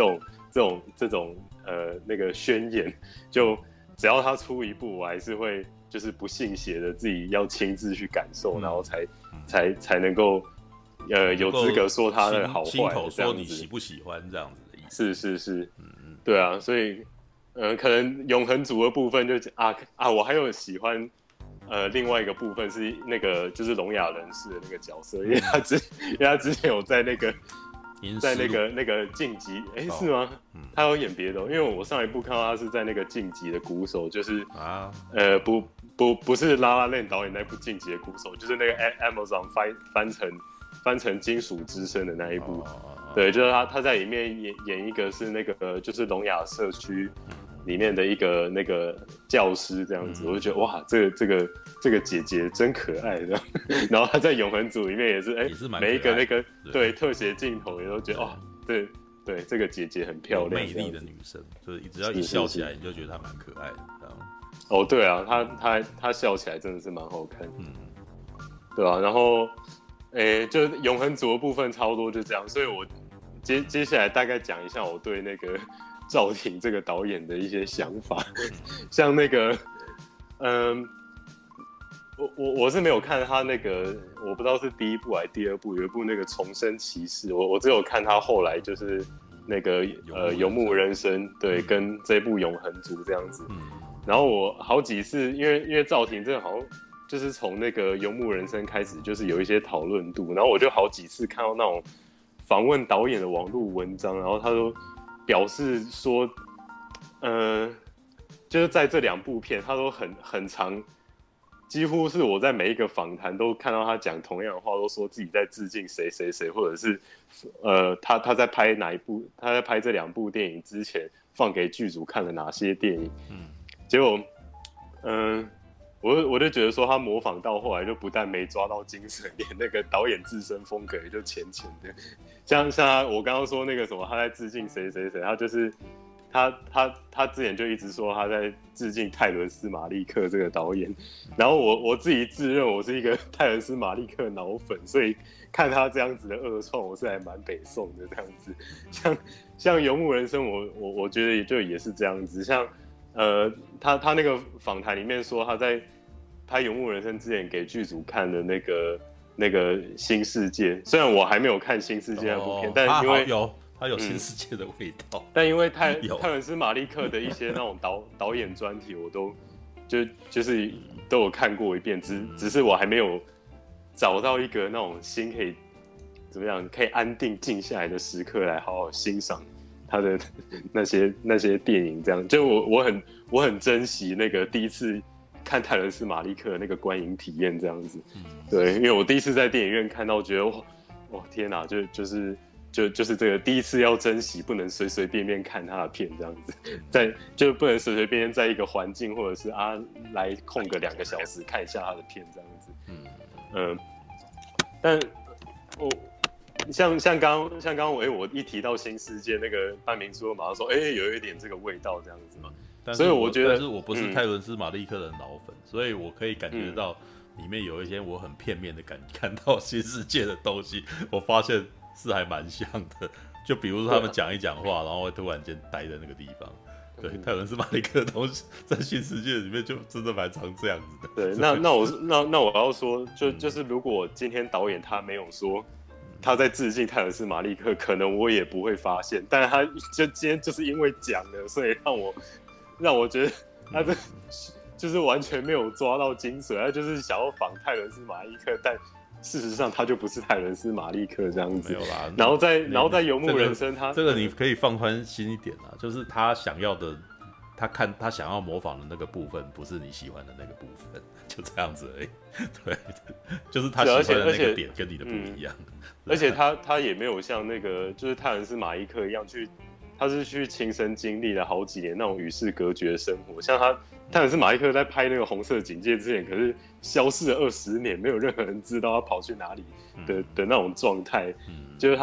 这种那个宣言，就只要他出一部，我还是会就是不信邪的自己要亲自去感受，然后才能够有资格说他的好坏，
亲口说你喜不喜欢这样子的意
思。是，对啊，所以可能永恒族的部分就我还有喜欢另外一个部分是那个就是聋哑人士的那个角色，因为他之前有在那个晋级，是吗？他有演别的，因为我上一部看到他是在那个晋级的鼓手，就是不是拉拉链导演那部晋级的鼓手，就是那个 Amazon 翻成金属之声的那一部，对，就是他在里面演一个是那个就是聋哑社区里面的一个那个教师这样子，我就觉得哇，这个姐姐真可爱的。然后他在永恒组里面也是每一个那个对特写镜头也都觉得对，这个姐姐很漂亮，
魅力的女生，就是只要一笑起来，你就觉得她蛮可爱的，这样。
哦，对啊，她笑起来真的是蛮好看，对啊，然后就永恒组的部分差不多就这样，所以我接下来大概讲一下我对那个赵婷这个导演的一些想法，像那个我是没有看他那个，我不知道是第一部还是第二部，有一部那个《重生骑士》，我只有看他后来就是那个游牧人生，对，跟这部永恒族这样子。然后我好几次，因为赵婷真的好像就是从那个游牧人生开始，就是有一些讨论度，然后我就好几次看到那种访问导演的网络文章，然后他都表示说，就是在这两部片，他都很长。几乎是我在每一个访谈都看到他讲同样的话，都说自己在致敬谁谁谁，或者是他在拍哪一部，他在拍这两部电影之前放给剧组看了哪些电影。结果我就觉得说他模仿到后来就不但没抓到精神，连那个导演自身风格也就浅浅的。像我刚刚说那个什么，他在致敬谁谁谁，他就是他之前就一直说他在致敬泰伦斯·马利克这个导演，然后我自己自认我是一个泰伦斯·马利克脑粉，所以看他这样子的恶创，我是还蛮北宋的这样子。像《游牧人生》我觉得也是这样子，像他那个访谈里面说他在拍《游牧人生》之前给剧组看的那个《新世界》，虽然我还没有看《新世界》那部片，但因为
它有新世界的味道，
但因为泰伦斯·马利克的一些那种导演专题，我都就是都有看过一遍，只是我还没有找到一个那种心可以怎么样，可以安定静下来的时刻来好好欣赏他的那些电影。这样，就我很珍惜那个第一次看泰伦斯·马利克的那个观影体验，这样子。对，因为我第一次在电影院看到，觉得哇天哪，就是这个第一次要珍惜，不能随随便便看他的片这样子，就不能随随便便在一个环境或者是来空个2个小时看一下他的片这样子。但像刚我一提到新世界那个半明叔马上说，有一点这个味道这样子嘛。所以我觉得，
但是我不是泰伦斯·马利克的脑粉，所以我可以感觉到里面有一些我很片面的看到新世界的东西，我发现是还蛮像的。就比如说他们讲一讲话，然后会突然间待在那个地方。对，泰伦斯·马利克的东西在新世界里面就真的蛮常这样子的。
对，那我要说，就是如果今天导演他没有说他在致敬泰伦斯·马利克，可能我也不会发现。但是他就今天就是因为讲了，所以让我觉得他这就是完全没有抓到精髓，他就是想要仿泰伦斯·马利克，但事实上他就不是泰伦斯·马利克这样子。
没有啦，
然后在游牧人生
这个你可以放宽心一点啦，就是他想要的，他想要模仿的那个部分，不是你喜欢的那个部分，就这样子而已。对，就是他喜欢的那个点跟你的不一样。
而且他也没有像那个就是泰伦斯·马利克一样他是去亲身经历了好几年那种与世隔绝的生活，像泰伦斯·马利克在拍那个《红色警戒》之前，可是消失了20年，没有任何人知道他跑去哪里的那种状态。就是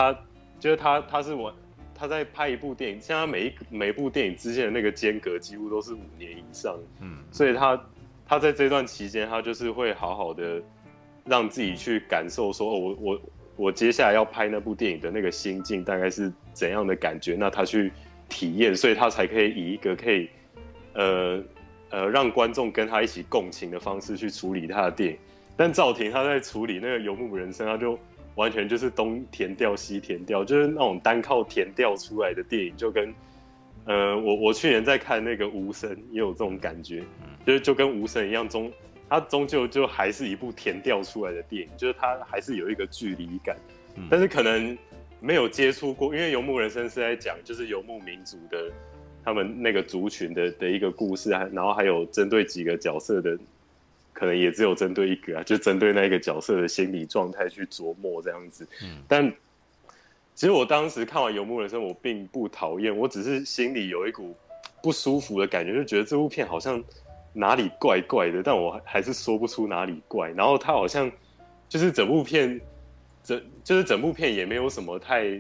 他在拍一部电影，像他每一部电影之间的那个间隔几乎都是5年以上。所以他在这段期间，他就是会好好的让自己去感受说，我接下来要拍那部电影的那个心境大概是怎样的感觉，那他去体验，所以他才可以以一个可以让观众跟他一起共情的方式去处理他的电影。但赵婷他在处理那个游牧人生，他就完全就是东填调西填调，就是那种单靠填调出来的电影，就跟我去年在看那个无声也有这种感觉，就跟无声一样，它终究就还是一部填调出来的电影，就是它还是有一个距离感，但是可能没有接触过，因为游牧人生是在讲就是游牧民族的他们那个族群的一个故事，然后还有针对几个角色的。可能也只有针对一个就针对那一个角色的心理状态去琢磨这样子。但其实我当时看完《游牧人生》，我并不讨厌，我只是心里有一股不舒服的感觉，就觉得这部片好像哪里怪怪的，但我还是说不出哪里怪。然后它好像就是整部片也没有什么太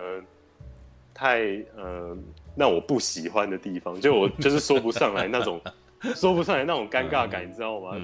让我不喜欢的地方，就我就是说不上来那种。说不上来那种尴尬感，你知道吗？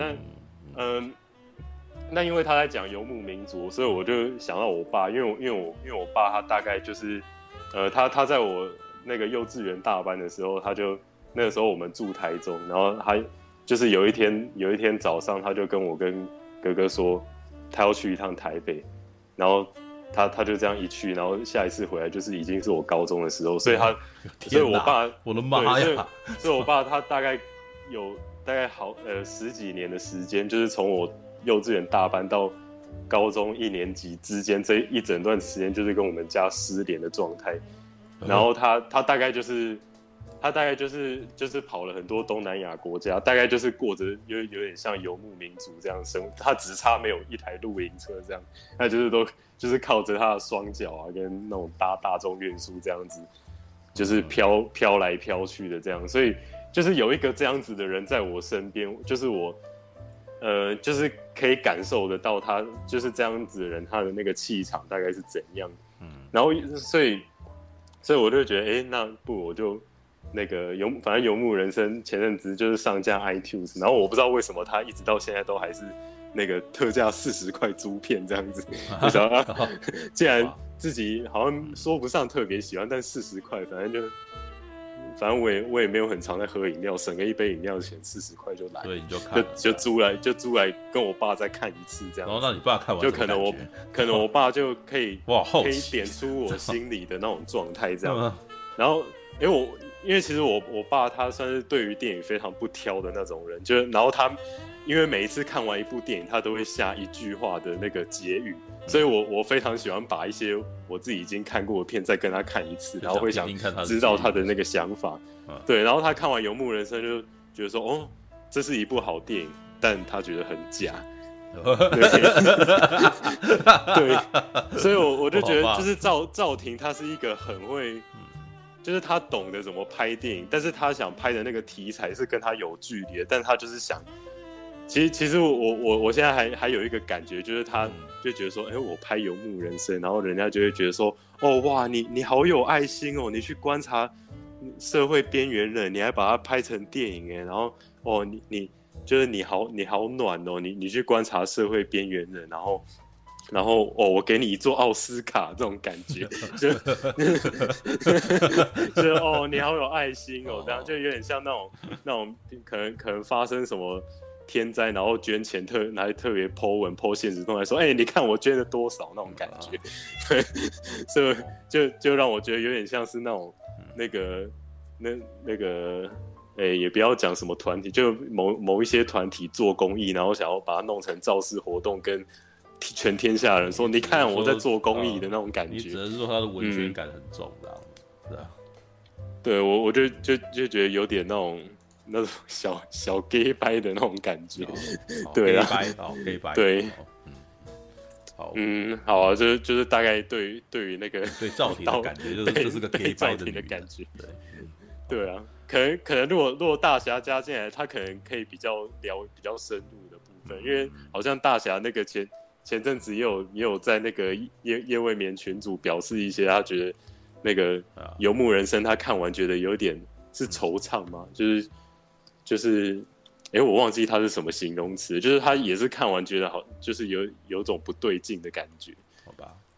但因为他在讲游牧民族，所以我就想到我爸，因为我爸他大概就是他在我那个幼稚园大班的时候，那个时候我们住台中，然后他就是有一天早上，他就跟我跟哥哥说他要去一趟台北，然后他就这样一去，然后下一次回来就是已经是我高中的时候，所以我爸，
我的妈呀！
所以我爸他大概十几年的时间，就是从我幼稚园大班到高中1年级之间这一整段时间，就是跟我们家失联的状态。然后他大概就是跑了很多东南亚国家，大概就是过着有点像游牧民族这样生活。他只差没有一台露营车这样，他就是靠着他的双脚啊，跟那种搭大众运输这样子，就是飘来飘去的这样，所以。就是有一个这样子的人在我身边，就是我，就是可以感受得到他就是这样子的人，他的那个气场大概是怎样。然后所以我就觉得，那不如我就那个反正游牧人生前阵子就是上架 iTunes， 然后我不知道为什么他一直到现在都还是那个特价40块租片这样子。我想既然自己好像说不上特别喜欢，但40块，反正我也没有很常在喝饮料，省个一杯饮料钱40块就来，
对，你就看
就租来跟我爸再看一次这样。
然后让你爸看完，
就可能我爸就可以点出我心里的那种状态这样。然后因为其实我爸他算是对于电影非常不挑的那种人，然后他因为每一次看完一部电影，他都会下一句话的那个结语。所以我非常喜欢把一些我自己已经看过的片再跟他看一次，然后会想知道他的那个想法。对，然后他看完《游牧人生》就觉得说，这是一部好电影，但他觉得很假。对，所以我就觉得就是赵婷他是一个很会，就是他懂得怎么拍电影，但是他想拍的那个题材是跟他有距离的，但他就是想。其实我现在还有一个感觉，就是他就觉得说，我拍《游牧人生》，然后人家就会觉得说，哇，你好有爱心哦，你去观察社会边缘人，你还把它拍成电影然后你就是你好暖哦，你去观察社会边缘人，然后我给你一座奥斯卡这种感觉，就你好有爱心哦，这样就有点像那种可能发生什么。天灾，然后捐钱还特别 po 文 po 现实动态说，你看我捐了多少那种感觉，对，所以就让我觉得有点像是那种那个也不要讲什么团体，就某一些团体做公益，然后想要把它弄成造势活动，跟全天下人说，你看我在做公益的那种感觉。
你只能说他的文学感很重的，是啊。
对，我就觉得有点那种小 gay 掰的那种感觉，对啊
，gay 掰，
对，好啊，就是大概对于那个
对赵婷的感觉，就是这是个 gay 掰的
感觉，对啊，可能如果大侠加进来，他可能可以比较深入的部分，因为好像大侠那个前阵子也有在那个夜未眠群组表示一些他觉得那个游牧人生他看完觉得有点是惆怅嘛，就是，我忘记他是什么形容词，就是他也是看完觉得好，就是有种不对劲的感觉。
好吧，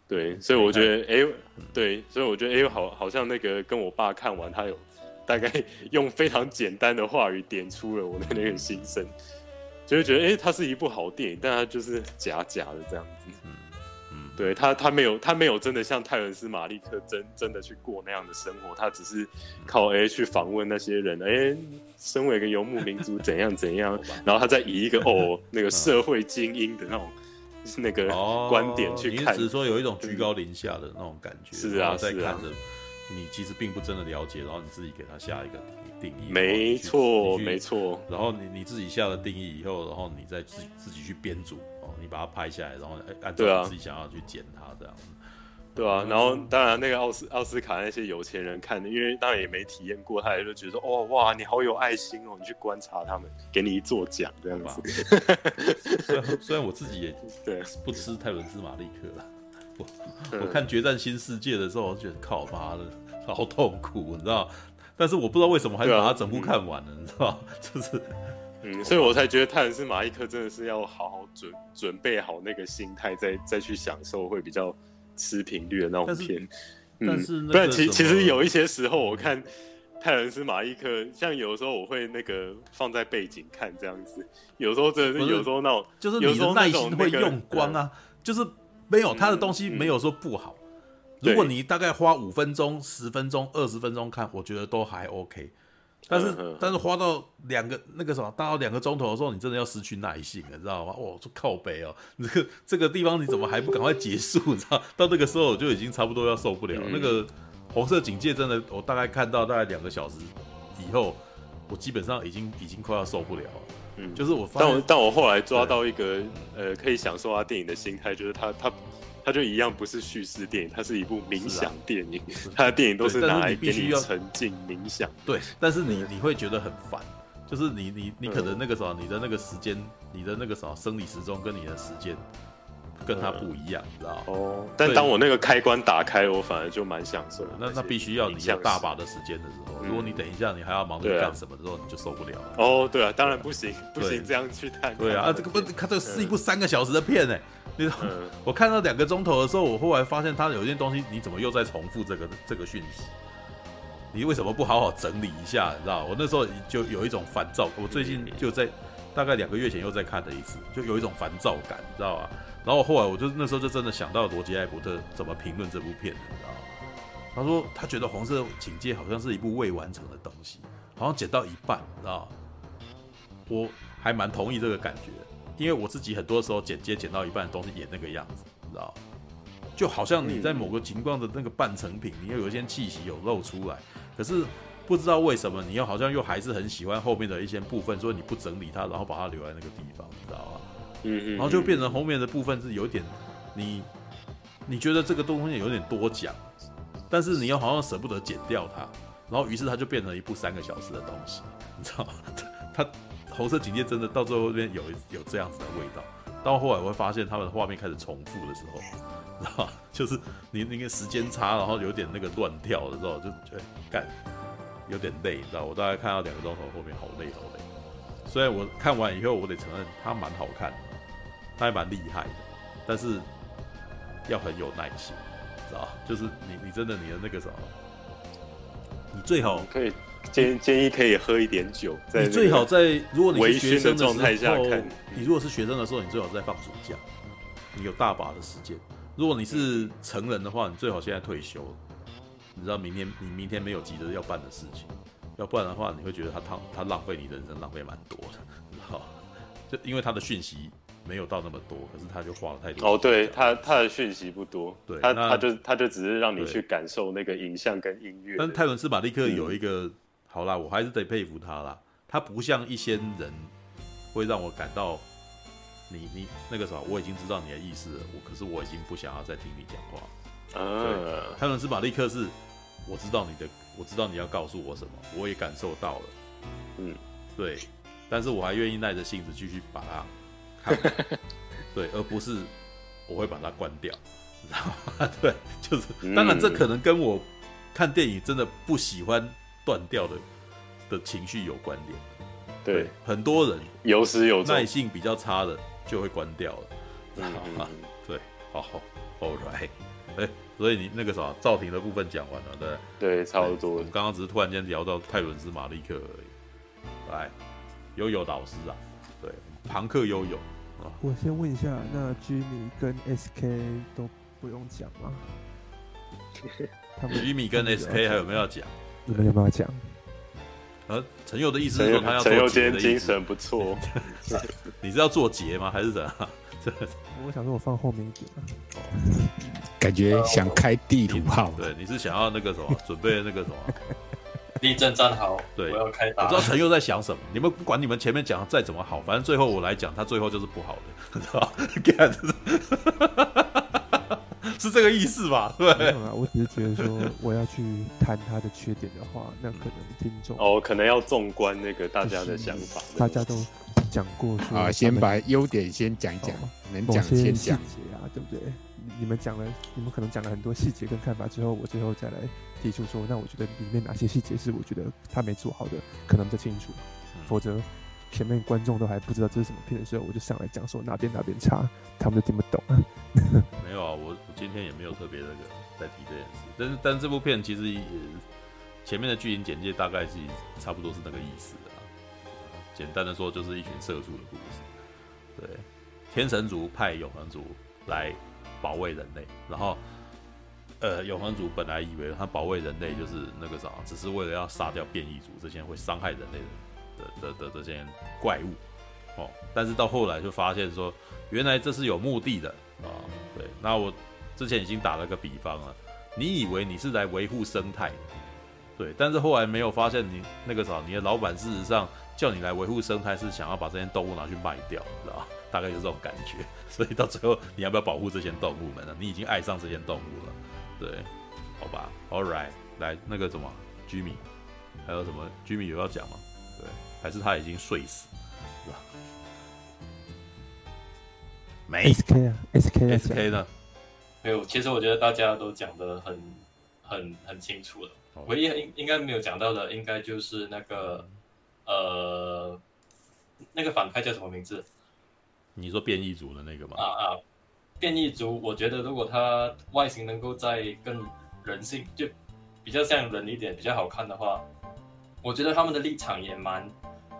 对，所以我觉得，对，所以我觉得，好像那个跟我爸看完，他有大概用非常简单的话语点出了我的那个心声，就会觉得，它是一部好电影，但它就是假的这样子。对，他没有真的像泰伦斯马利克真的去过那样的生活，他只是靠去访问那些人，身为一个游牧民族怎样，然后他再以一个那个社会精英的那个观点去看，
你只是说有一种居高临下的那种感觉，
是啊，
在看着你其实并不真的了解，然后你自己给他下一个定义，
没错，
然后你自己下了定义以后，然后你再自己去编组。你把它拍下来，然后按照你自己想要去剪它，这样。
对啊，然后当然那个奥斯卡那些有钱人看的，因为当然也没体验过，他也就觉得说，哇，你好有爱心哦，你去观察他们，给你一座奖这样
子。虽然我自己也不吃泰伦斯马利克啦，我看《决战新世界》的时候，我就觉得靠妈的好痛苦，你知道？但是我不知道为什么还是把它整部看完了，你知道？就是。
所以我才觉得泰伦斯马利克真的是要好好准备好那个心态，再去享受会比较吃频率的那种片。
但是
不然其实有一些时候我看泰伦斯马利克，像有的时候我会那个放在背景看这样子，有时候真的是有时候那种
就是你的耐心会用光啊，就是没有他的东西没有说不好。如果你大概花5分钟、10分钟、20分钟看，我觉得都还 OK。但是花到到2个钟头的时候，你真的要失去耐性了，知道吗？我说靠北哦，这个地方你怎么还不赶快结束？你知道，到那个时候我就已经差不多要受不了。那个红色警戒真的，我大概看到大概2个小时以后，我基本上已经快要受不了了。就是我发现，
但我后来抓到一个可以享受他电影的心态，就是他就一样不是叙事电影，它是一部冥想电影。他的电影都是拿来给你沉浸冥想。
对，但是你会觉得很烦，就是你可能那个你的那个时间，你的那个生理时钟跟你的时间跟它不一样，你知道吗？
但当我那个开关打开，我反而就蛮享受的。
那必须要你有大把的时间的时候，如果你等一下你还要忙着干什么的时候，你就受不了了。
对啊，当然不行这样去看。
对啊，它这是一部3个小时的片哎。我看到2个钟头的时候，我后来发现它有一件东西，你怎么又在重复这个讯息？你为什么不好好整理一下？你知道，我那时候就有一种烦躁。我最近就在大概2个月前又再看了一次，就有一种烦躁感，你知道吧？然后后来我就那时候就真的想到罗杰·艾伯特怎么评论这部片的，你知道吗？他说他觉得《红色警戒》好像是一部未完成的东西，好像剪到一半，你知道吗？我还蛮同意这个感觉的。因为我自己很多时候剪到一半的东西也那个样子，你知道，就好像你在某个情况的那个半成品，你又有一些气息有露出来，可是不知道为什么你又好像又还是很喜欢后面的一些部分，所以你不整理它，然后把它留在那个地方，你知道吗？然后就变成后面的部分是有点你觉得这个东西有点多讲，但是你又好像舍不得剪掉它，然后于是它就变成一部3个小时的东西，你知道吗？它红色警戒真的到最后边有这样子的味道，到后来我会发现他们的画面开始重复的时候，知道吗？就是你那个时间差，然后有点那个乱跳的时候，就觉得干有点累，你知道？我大概看到2个钟头后面好累。虽然我看完以后，我得承认它蛮好看的，它还蛮厉害的，但是要很有耐心，知道？就是你真的你的那个什么，你最好
可以。建议可以喝一点酒，
你最好在如果你是学生的
状态下看。
你如果是学生的时候，你最好在放暑假，你有大把的时间。如果你是成人的话，你最好现在退休了，你知道你明天没有急着要办的事情，要不然的话，你会觉得他浪费你人生，浪费蛮多的，你知道？就因为他的讯息没有到那么多，可是他就花了太多。
对，他的讯息不多，
对，
他就只是让你去感受那个影像跟音乐。
但泰伦斯马利克有一个。好啦，我还是得佩服他啦。他不像一些人会让我感到你那个啥，我已经知道你的意思了，可是我已经不想要再听你讲话。泰伦斯马利克是我知道你要告诉我什么，我也感受到了。对，但是我还愿意耐着性子继续把它看完。对，而不是我会把它关掉，你知道吗？对，就是当然这可能跟我看电影真的不喜欢断掉的情绪有关联。对，很多人
有始有终，
耐性比较差的就会关掉了。对，好 ，all right。 所以你那个啥赵婷的部分讲完了，对？
对，差不多。
我们刚刚只是突然间聊到泰伦斯马利克而已。来，悠悠老师啊，对，庞克悠悠。
我先问一下，那 Jimmy 跟 SK 都不用讲吗？
Jimmy 跟 SK 还有没有要讲？
你们有没有讲？
陈佑的意思是说他要做
陈佑今
结的意思。
天精神不错。
你是要做结吗？还是怎样？
我想说我放后面一点啊。
感觉想开地图炮。
对，你是想要那个什么，准备那个什么？
立正站好，
对，
我要开打。
我知道陈佑在想什么，你们不管你们前面讲的再怎么好，反正最后我来讲，他最后就是不好的，知道吧？是这个意思吧？对。
没有啦，我只是觉得说，我要去谈他的缺点的话，那可能听众
可能要纵观那个大家的想法。
大家都讲过说
啊，先把优点先讲一讲，能讲先讲。
细节啊，对不对？你们可能讲了很多细节跟看法之后，我最后再来提出说，那我觉得里面哪些细节是我觉得他没做好的，可能比较清楚，否则前面观众都还不知道这是什么片的时候，我就上来讲说哪边差，他们就听不懂。
没有啊，我今天也没有特别在提这件事，但是这部片其实前面的剧情简介大概是差不多是那个意思的啦。简单的说，就是一群社畜的故事。对，天神族派永恒族来保卫人类，然后永恒族本来以为他保卫人类就是那个啥，只是为了要杀掉变异族这些会伤害人类的这些怪物但是到后来就发现说，原来这是有目的的对，那我之前已经打了个比方了，你以为你是来维护生态的，对，但是后来没有发现你那个啥，你的老板事实上叫你来维护生态是想要把这些动物拿去卖掉，知道吧？大概就是这种感觉，所以到最后你要不要保护这些动物们呢？你已经爱上这些动物了，对，好吧 ，All right， 来那个什么 Jimmy， 还有什么 Jimmy 有要讲吗？对，还是他已经睡死，是吧？没
SK 啊
，SK 呢？
没有，其实我觉得大家都讲得很清楚了。唯一应该没有讲到的，应该就是那个那个反派叫什么名字？
你说变异族的那个吗？
变异族，我觉得如果他外形能够再更人性，就比较像人一点，比较好看的话，我觉得他们的立场也蛮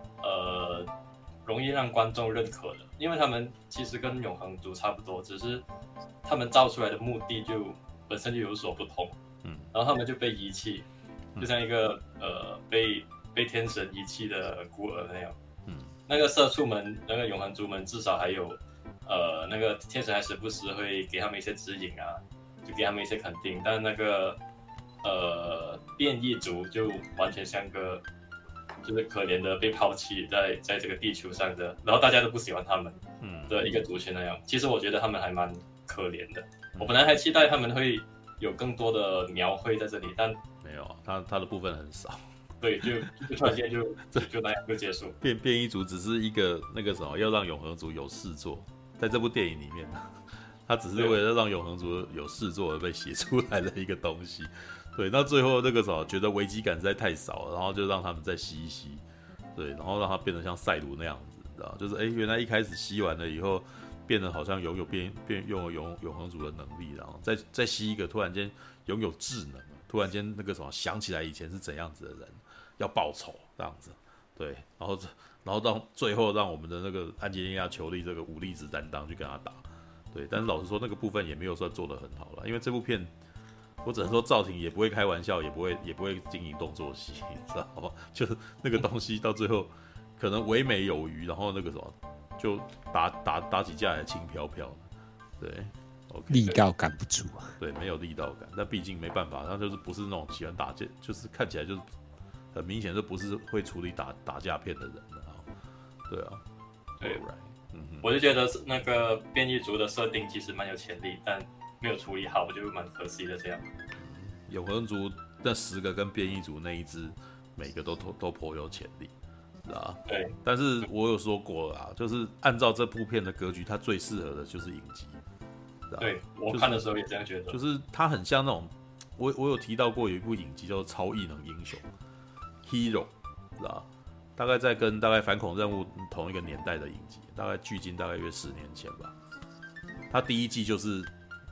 容易让观众认可的，因为他们其实跟永恒族差不多，只是他们造出来的目的就本身就有所不同，然后他们就被遗弃，就像一个被天神遗弃的孤儿那样，那个社畜们，那个永恒族们至少还有那个天神还时不时会给他们一些指引啊，就给他们一些肯定，但那个变异族就完全像个就是可怜的被抛弃在这个地球上的，然后大家都不喜欢他们的一个族群那样。其实我觉得他们还蛮可怜的。我本来还期待他们会有更多的描绘在这里，但
没有，他的部分很少。
对，就突然间就那样就结束。
变异族只是一个那个什么，要让永恒族有事做，在这部电影里面，他只是为了让永恒族有事做而被写出来的一个东西。对，那最后那个什么，觉得危机感实在太少了，然后就让他们再吸一吸，对，然后让它变得像赛鲁那样子，知道？就是原来一开始吸完了以后，变得好像拥有永恒族的能力，然后再吸一个，突然间拥有智能，突然间那个什么想起来以前是怎样子的人，要报仇这样子，对，然后到最后让我们的那个安吉丽娜·裘丽这个武力值担当去跟他打，对，但是老实说那个部分也没有算做得很好了，因为这部片。我只能说赵婷也不会开玩笑，也不会经营动作戏，你知道吗？就是那个东西到最后可能唯美有余，然后那个什么就打起架来轻飘飘的，对 ，OK，
力道感不足啊，
对，没有力道感，但毕竟没办法，他就是不是那种喜欢打架，就是看起来就是很明显就不是会处理打架片的人对啊，
对，我就觉得那个变异族的设定其实蛮有潜力，但没有处理好，就蛮可惜的这样。
永恒族那10个跟变异族那一只，每个都颇有潜力，是吧？
对。但
是我有说过啦，就是按照这部片的格局，它最适合的就是影集。
对，我看的时候也这样觉得。
就是它很像那种，我有提到过有一部影集叫做《超异能英雄》（Hero）， 是吧？大概在跟大概反恐任务同一个年代的影集，大概距今大概约10年前吧。它第一季就是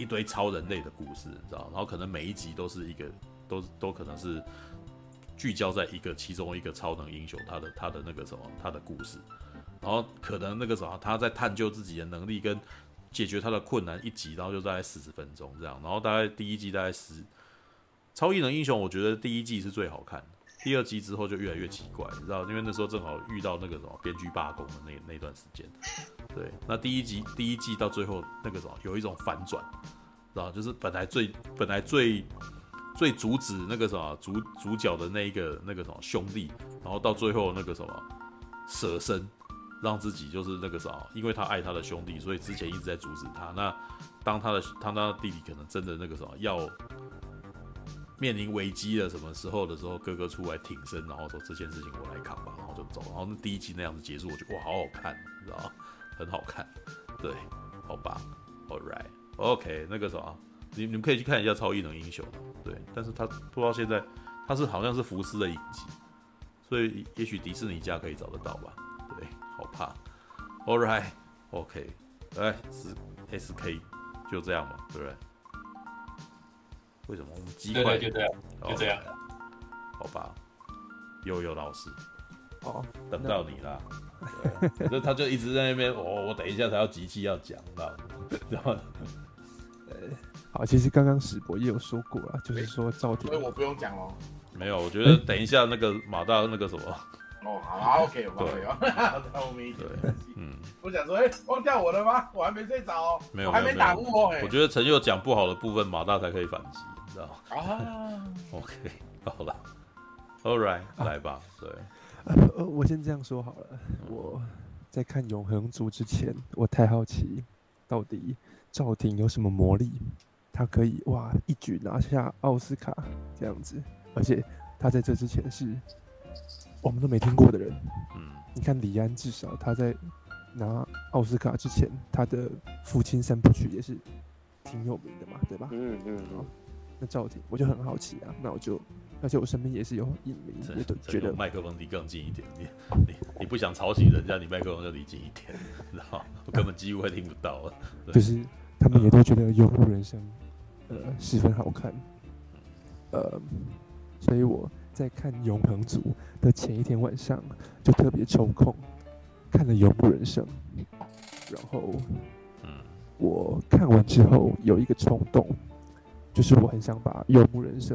一堆超人类的故事，你知道，然后可能每一集都是一个，都可能是聚焦在其中一个超能英雄他的那个什么他的故事，然后可能那个什么他在探究自己的能力跟解决他的困难一集，然后就大概40分钟这样，然后大概第一季大概超异能英雄，我觉得第一季是最好看的，第二季之后就越来越奇怪，你知道，因为那时候正好遇到那个什么编剧罢工的那段时间，对，那第一季到最后那个什么有一种反转，知道，就是本来最阻止那个什么主角的那个什么兄弟，然后到最后那个什么舍身。让自己就是那个啥，因为他爱他的兄弟，所以之前一直在阻止他。那当他弟弟可能真的那个什么要面临危机了什么时候的时候，哥哥出来挺身，然后说这件事情我来扛吧，然后就走。然后那第一集那样子结束，我觉得哇，好好看，你知道吗？很好看，对，好吧 ，All right，OK， 那个什么，你们可以去看一下《超异能英雄》，对，但是他不知道现在他好像是福斯的影集，所以也许迪士尼家可以找得到吧。对，好怕。All right， OK， 来是 SK， 就这样嘛，对不对？为什么我们鸡块？
对，就这样。
好吧，悠悠老师，
哦，
等到你啦。对，他就一直在那边，我等一下才要集气要讲，知道吗？
好，其实刚刚史博也有说过了，就是说赵婷，
所以我不用讲哦。
没有，我觉得等一下那个马大那个什么。
哦，好啦 ，OK， 我可以哦，那我们一起。我想说，忘掉我了吗？我还没睡着哦，
没有，
我还没打呼哦。
我觉得陈佑讲不好的部分，马大才可以反击，你知道吗？
啊
，OK， 好了 ，All right， 来吧，对。
我先这样说好了，我在看《永恒族》之前，我太好奇，到底赵婷有什么魔力，他可以一举拿下奥斯卡这样子，而且他在这之前是我们都没听过的人。你看李安，至少他在拿奥斯卡之前，他的父亲3部曲也是挺有名的嘛，对吧？那赵婷，我就很好奇啊，而且我身边也是有影迷，也都觉得
麦克风离更近一点，你不想吵醒人家，你麦克风就离近一点，知道？我根本几乎会听不到了。
就是他们也都觉得《游牧人生》十分好看，所以我在看《永恒族》的前一天晚上就特别抽空看了《游牧人生》，然后我看完之后有一个冲动，就是我很想把《游牧人生》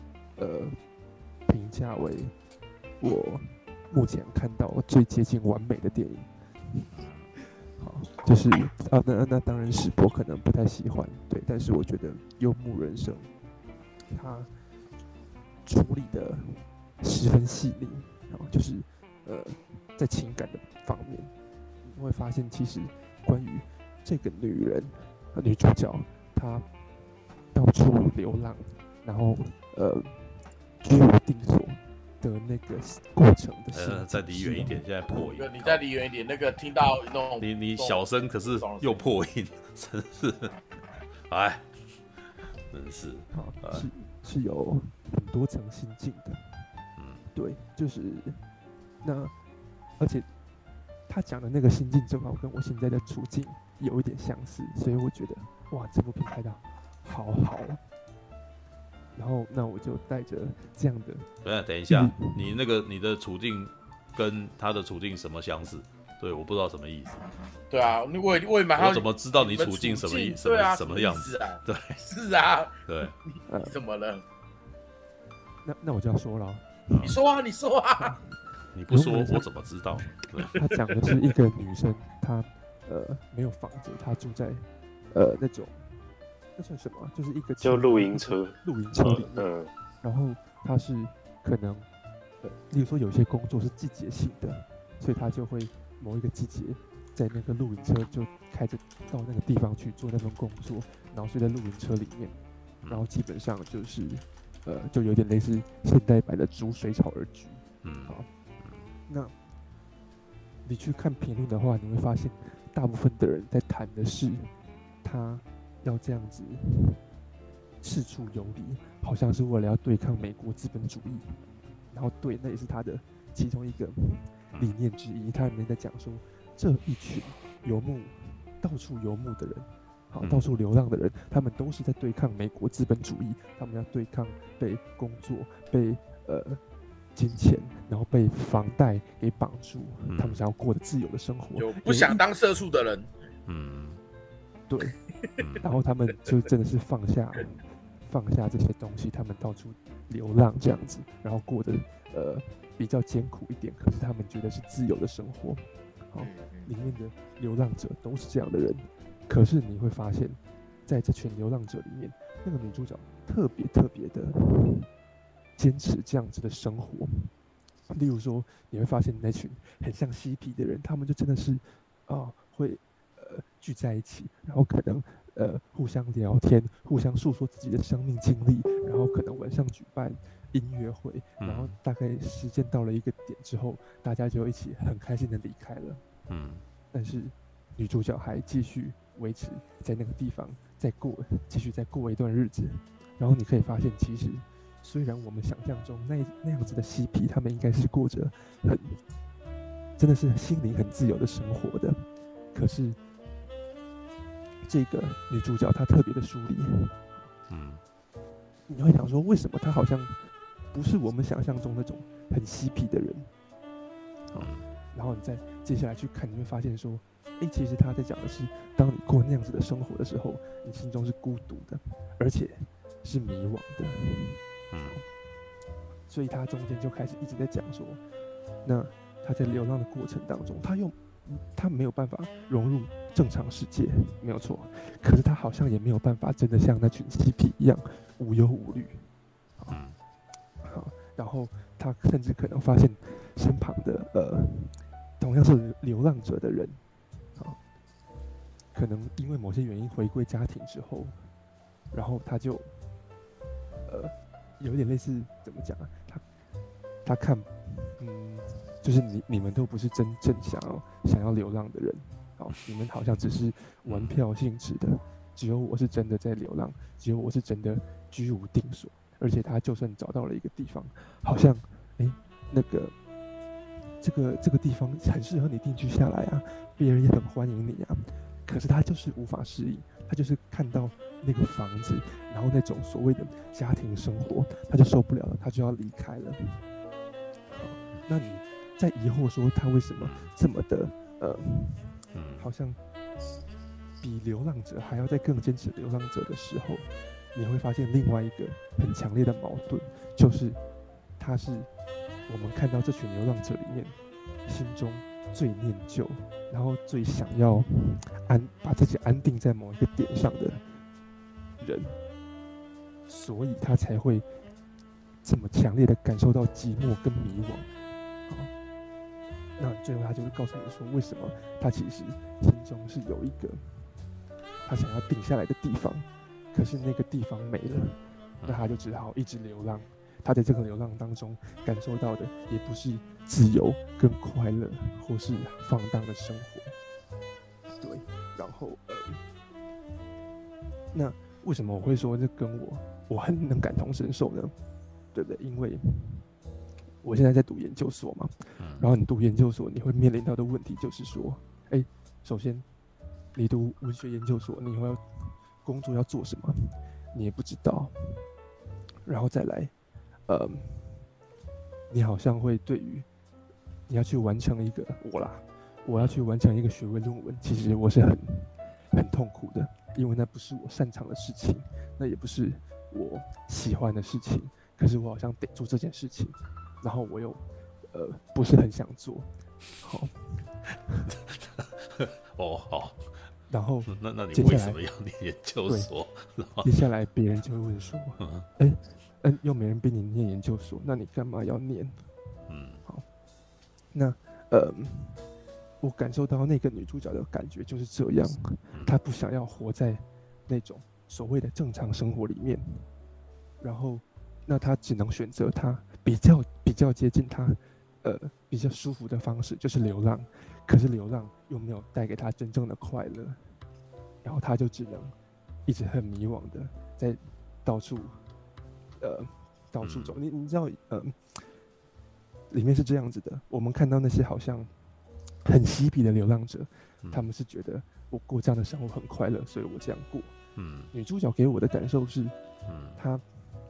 评价为我目前看到最接近完美的电影。好，就是那当然史博可能不太喜欢，对，但是我觉得《游牧人生》它处理的十分细腻，然后就是在情感的方面，你会发现其实关于这个女主角，她到处流浪，然后居无定所的那个过程的
再离远一点，现在破音。
你再离远一点，那个听到那种
你小声，可是又破音，真是，哎，真是，
是有很多层心境的，对，就是那，而且他讲的那个心境正好跟我现在的处境有一点相似，所以我觉得哇，这部片拍的好好。然后，那我就带着这样的。
等一下，你的处境跟他的处境什么相似？对，我不知道什么意思。
对啊，我也蛮好奇，
我怎么知道你处境什么样子
啊？
对，
是啊，
对，
你怎么了？
那我就要说了。
你说啊，你说啊。
你不说我怎么知道？
他讲的是一个女生，她没有房子，她住在那种。那算什么？就是一个
就露营车
里面，然后他是可能，例如说有些工作是季节性的，所以他就会某一个季节在那个露营车就开着到那个地方去做那份工作，然后睡在露营车里面，然后基本上就是就有点类似现代版的逐水草而居。好，那你去看评论的话，你会发现大部分的人在谈的是他要这样子四处游离，好像是为了要对抗美国资本主义。然后对，那也是他的其中一个理念之一。他里面在讲说，这一群到处游牧的人， 好，到处流浪的人，他们都是在对抗美国资本主义，他们要对抗被工作、被金钱，然后被房贷给绑住，他们想要过得自由的生活，
有不想当社畜的人，
对，然后他们就真的是放下这些东西，他们到处流浪这样子，然后过得比较艰苦一点，可是他们觉得是自由的生活。好，里面的流浪者都是这样的人，可是你会发现，在这群流浪者里面，那个女主角特别的坚持这样子的生活。例如说，你会发现那群很像嬉皮的人，他们就真的是会聚在一起，然后可能互相聊天，互相诉说自己的生命经历，然后可能晚上举办音乐会，然后大概时间到了一个点之后，大家就一起很开心的离开了。但是女主角还继续维持在那个地方继续再过一段日子。然后你可以发现，其实虽然我们想象中那样子的嬉皮，他们应该是过着真的是心灵很自由的生活的，可是这个女主角她特别的疏离。你会想说，为什么她好像不是我们想象中那种很嬉皮的人？然后你再接下来去看，你会发现说，其实她在讲的是，当你过那样子的生活的时候，你心中是孤独的，而且是迷惘的。所以她中间就开始一直在讲说，那她在流浪的过程当中，她没有办法融入正常世界，没有错。可是她好像也没有办法真的像那群嬉皮一样无忧无虑。好，然后她甚至可能发现身旁的同样是流浪者的人，可能因为某些原因回归家庭之后，然后她就有点类似怎么讲啊？她看，就是你们都不是真正想要流浪的人，你们好像只是玩票性质的，只有我是真的在流浪，只有我是真的居无定所，而且他就算找到了一个地方，好像那个这个地方很适合你定居下来啊，别人也很欢迎你啊，可是他就是无法适应，他就是看到那个房子，然后那种所谓的家庭生活，他就受不了了，他就要离开了。好，那你在疑惑说他为什么这么的好像比流浪者还要再更坚持流浪者的时候，你会发现另外一个很强烈的矛盾，就是他是我们看到这群流浪者里面心中最念旧，然后最想要把自己安定在某一个点上的人，所以他才会这么强烈的感受到寂寞跟迷惘。那最后他就会告诉你说，为什么他其实心中是有一个他想要定下来的地方，可是那个地方没了，那他就只好一直流浪。他在这个流浪当中感受到的也不是自由跟快乐，或是放荡的生活。对，然后那为什么我会说这跟我很能感同身受呢？对不对？因为我现在在读研究所嘛，然后你读研究所，你会面临到的问题就是说，首先你读文学研究所，你以后要工作要做什么，你也不知道，然后再来，你好像会对于你要去完成一个我要去完成一个学位论文，其实我是很痛苦的，因为那不是我擅长的事情，那也不是我喜欢的事情，可是我好像得做这件事情，然后我又不是很想做，好，
好，
然后
那你为什么要念研究所？
接下来别人就会问说，又没人逼你念研究所，那你干嘛要念？好，那我感受到那个女主角的感觉就是这样，她不想要活在那种所谓的正常生活里面，然后那她只能选择她比较接近她比较舒服的方式，就是流浪。可是流浪又没有带给她真正的快乐，然后她就只能一直很迷惘的在到处走。你知道里面是这样子的，我们看到那些好像很嬉皮的流浪者，他们是觉得我过这样的生活很快乐，所以我这样过。女主角给我的感受是，她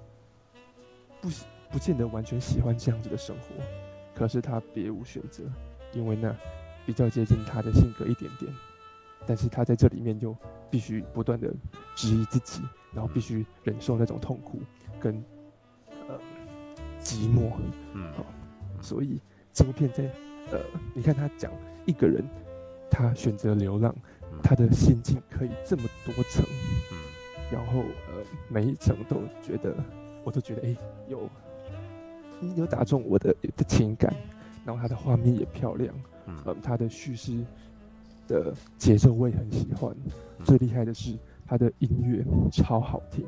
不见得完全喜欢这样子的生活，可是她别无选择，因为那比较接近她的性格一点点。但是她在这里面就必须不断的质疑自己，然后必须忍受那种痛苦跟寂寞。所以这部片在你看他讲一个人，他选择流浪，他的心境可以这么多层，然后每一层我都觉得有打中我的情感，然后他的画面也漂亮，他的叙事的节奏我也很喜欢，最厉害的是他的音乐超好听，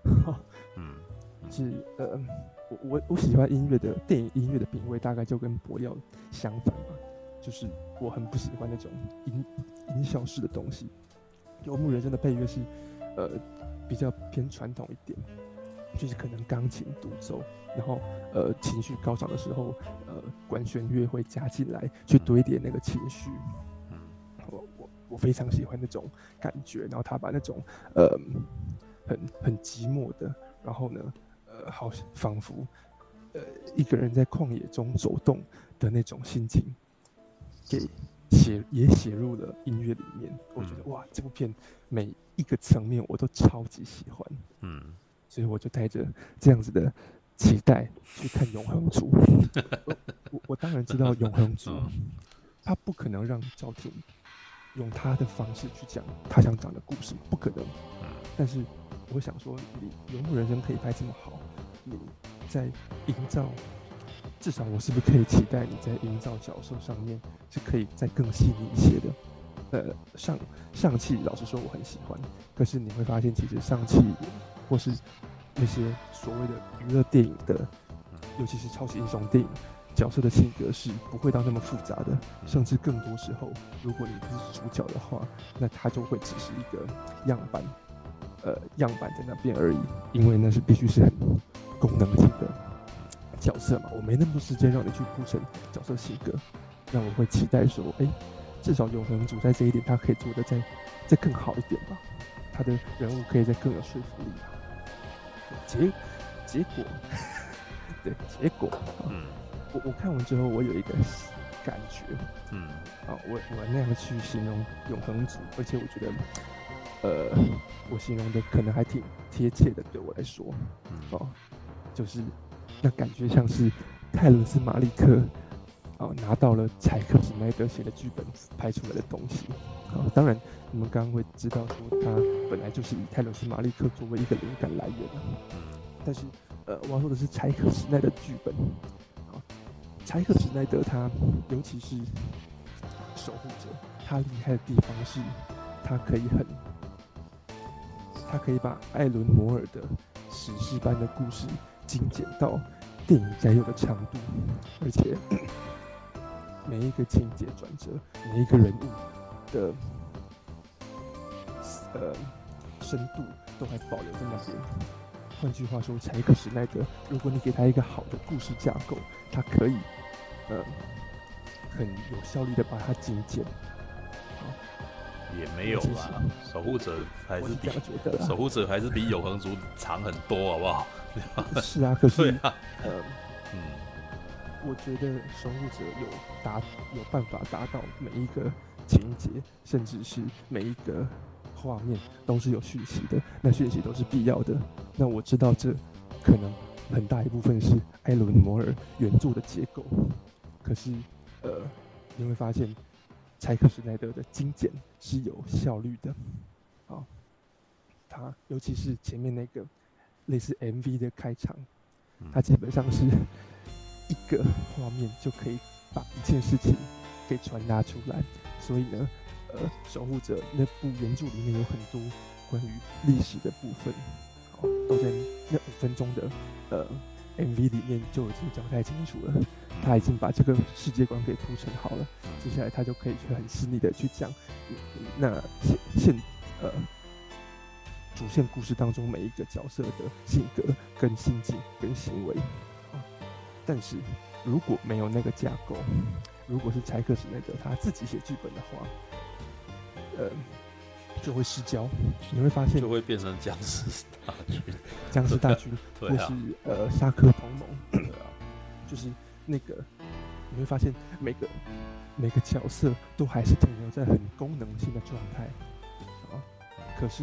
是我喜欢电影音乐的品味大概就跟柏耀相反吧，就是我很不喜欢那种音效式的东西。游牧人生的配乐是比较偏传统一点，就是可能钢琴独奏，然后情绪高涨的时候管弦乐会加进来去堆叠那个情绪。我非常喜欢那种感觉，然后他把那种很寂寞的，然后呢好仿佛一个人在旷野中走动的那种心情，也写入了音乐里面。我觉得哇，这部片每一个层面我都超级喜欢，所以我就带着这样子的期待去看《永恒族》。我当然知道《永恒族》他不可能让赵婷用他的方式去讲他想讲的故事，不可能。但是我会想说，你《游牧人生》可以拍这么好，你在营造，至少我是不是可以期待你在营造角色上面是可以再更细腻一些的？上汽老实说我很喜欢，可是你会发现其实上汽或是那些所谓的娱乐电影的，尤其是超级英雄电影，角色的性格是不会到那么复杂的，甚至更多时候，如果你不是主角的话，那他就会只是一个样板在那边而已，因为那是必须是很功能性的角色嘛，我没那么多时间让你去铺陈角色性格，那我会期待说，至少永恒族在这一点他可以做的再更好一点吧，他的人物可以再更有说服力吧。结果，对，结果，我看完之后，我有一个感觉，我那样去形容永恒族，而且我觉得，我形容的可能还挺贴切的，对我来说，就是那感觉像是泰伦斯·马利克，拿到了柴可夫斯基写的剧本拍出来的东西，当然你们刚刚会知道说他本来就是以泰伦斯·马利克作为一个灵感来源，但是我要说的是柴可夫斯基的剧本。柴可夫斯基他，尤其是守护者，他厉害的地方是，他可以把艾伦·摩尔的史诗般的故事精简到电影该有的长度，而且每一个情节转折，每一个人物的深度都还保留在那边。换句话说，柴可夫斯基如果你给他一个好的故事架构，他可以很有效率的把它精简。
也没有啦，守护者还是比永恒族长很多，好不好？
是啊，可是我觉得守护者有办法达到每一个情节，甚至是每一个画面都是有讯息的，那讯息都是必要的。那我知道这可能很大一部分是艾伦·摩尔原著的结构，可是你会发现柴可夫斯基的精简是有效率的，他尤其是前面那个类似 MV 的开场，它基本上是一个画面就可以把一件事情给传达出来，所以呢，守护者那部原著里面有很多关于历史的部分，都在那5分钟的MV 里面就已经交代清楚了。他已经把这个世界观给铺陈好了，接下来他就可以去很细腻的去讲那主线故事当中每一个角色的性格、跟心境、跟行为。但是如果没有那个架构， 如果是柴克史奈德他自己写剧本的话，就会失焦，你会发现
就会变成僵尸大军，
僵尸大军，
对啊，
或是沙克同盟，对啊，就是那个你会发现每个角色都还是停留在很功能性的状态啊，可是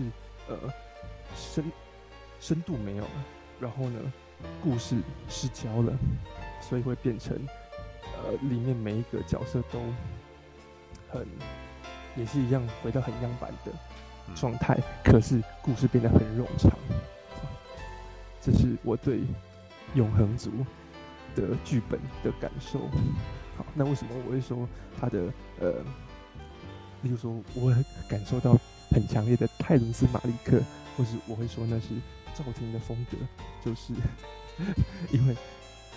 深度没有了，然后呢，故事失焦了，所以会变成里面每一个角色都也是一样回到很样板的状态，可是故事变得很冗长，这是我对永恒族的剧本的感受。好，那为什么我会说他的例如说我会感受到很强烈的泰伦斯·马利克，或是我会说那是赵婷的风格，就是因为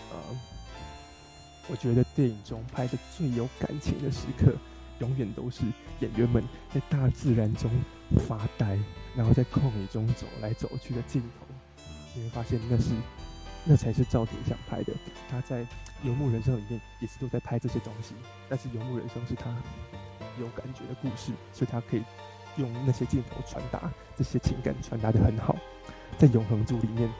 我觉得电影中拍的最有感情的时刻，永远都是演员们在大自然中发呆，然后在旷野中走来走去的镜头。你会发现那才是赵婷想拍的。他在《游牧人生》里面也是都在拍这些东西，但是《游牧人生》是他有感觉的故事，所以他可以用那些镜头传达这些情感，传达得很好。在《永恒族》里面，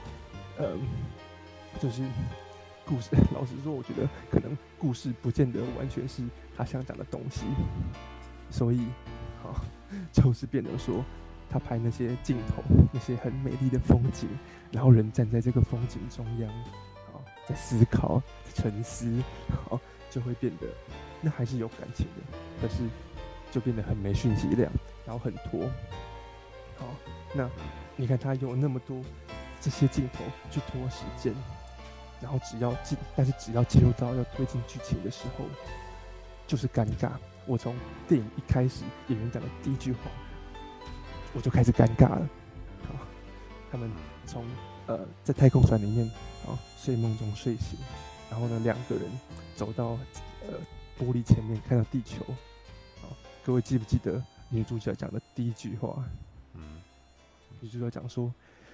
就是故事，老实说，我觉得可能故事不见得完全是他想讲的东西，所以就是变得说，他拍那些镜头，那些很美丽的风景，然后人站在这个风景中央，在思考、沉思，就会变得那还是有感情的，可是就变得很没讯息量，然后很拖。好，那你看他有那么多这些镜头去拖时间。然后但是只要进入到要推进剧情的时候，就是尴尬。我从电影一开始演员讲的第一句话，我就开始尴尬了。他们从在太空船里面睡梦中睡醒，然后呢两个人走到玻璃前面看到地球。各位记不记得女主角讲的第一句话？女主角讲说。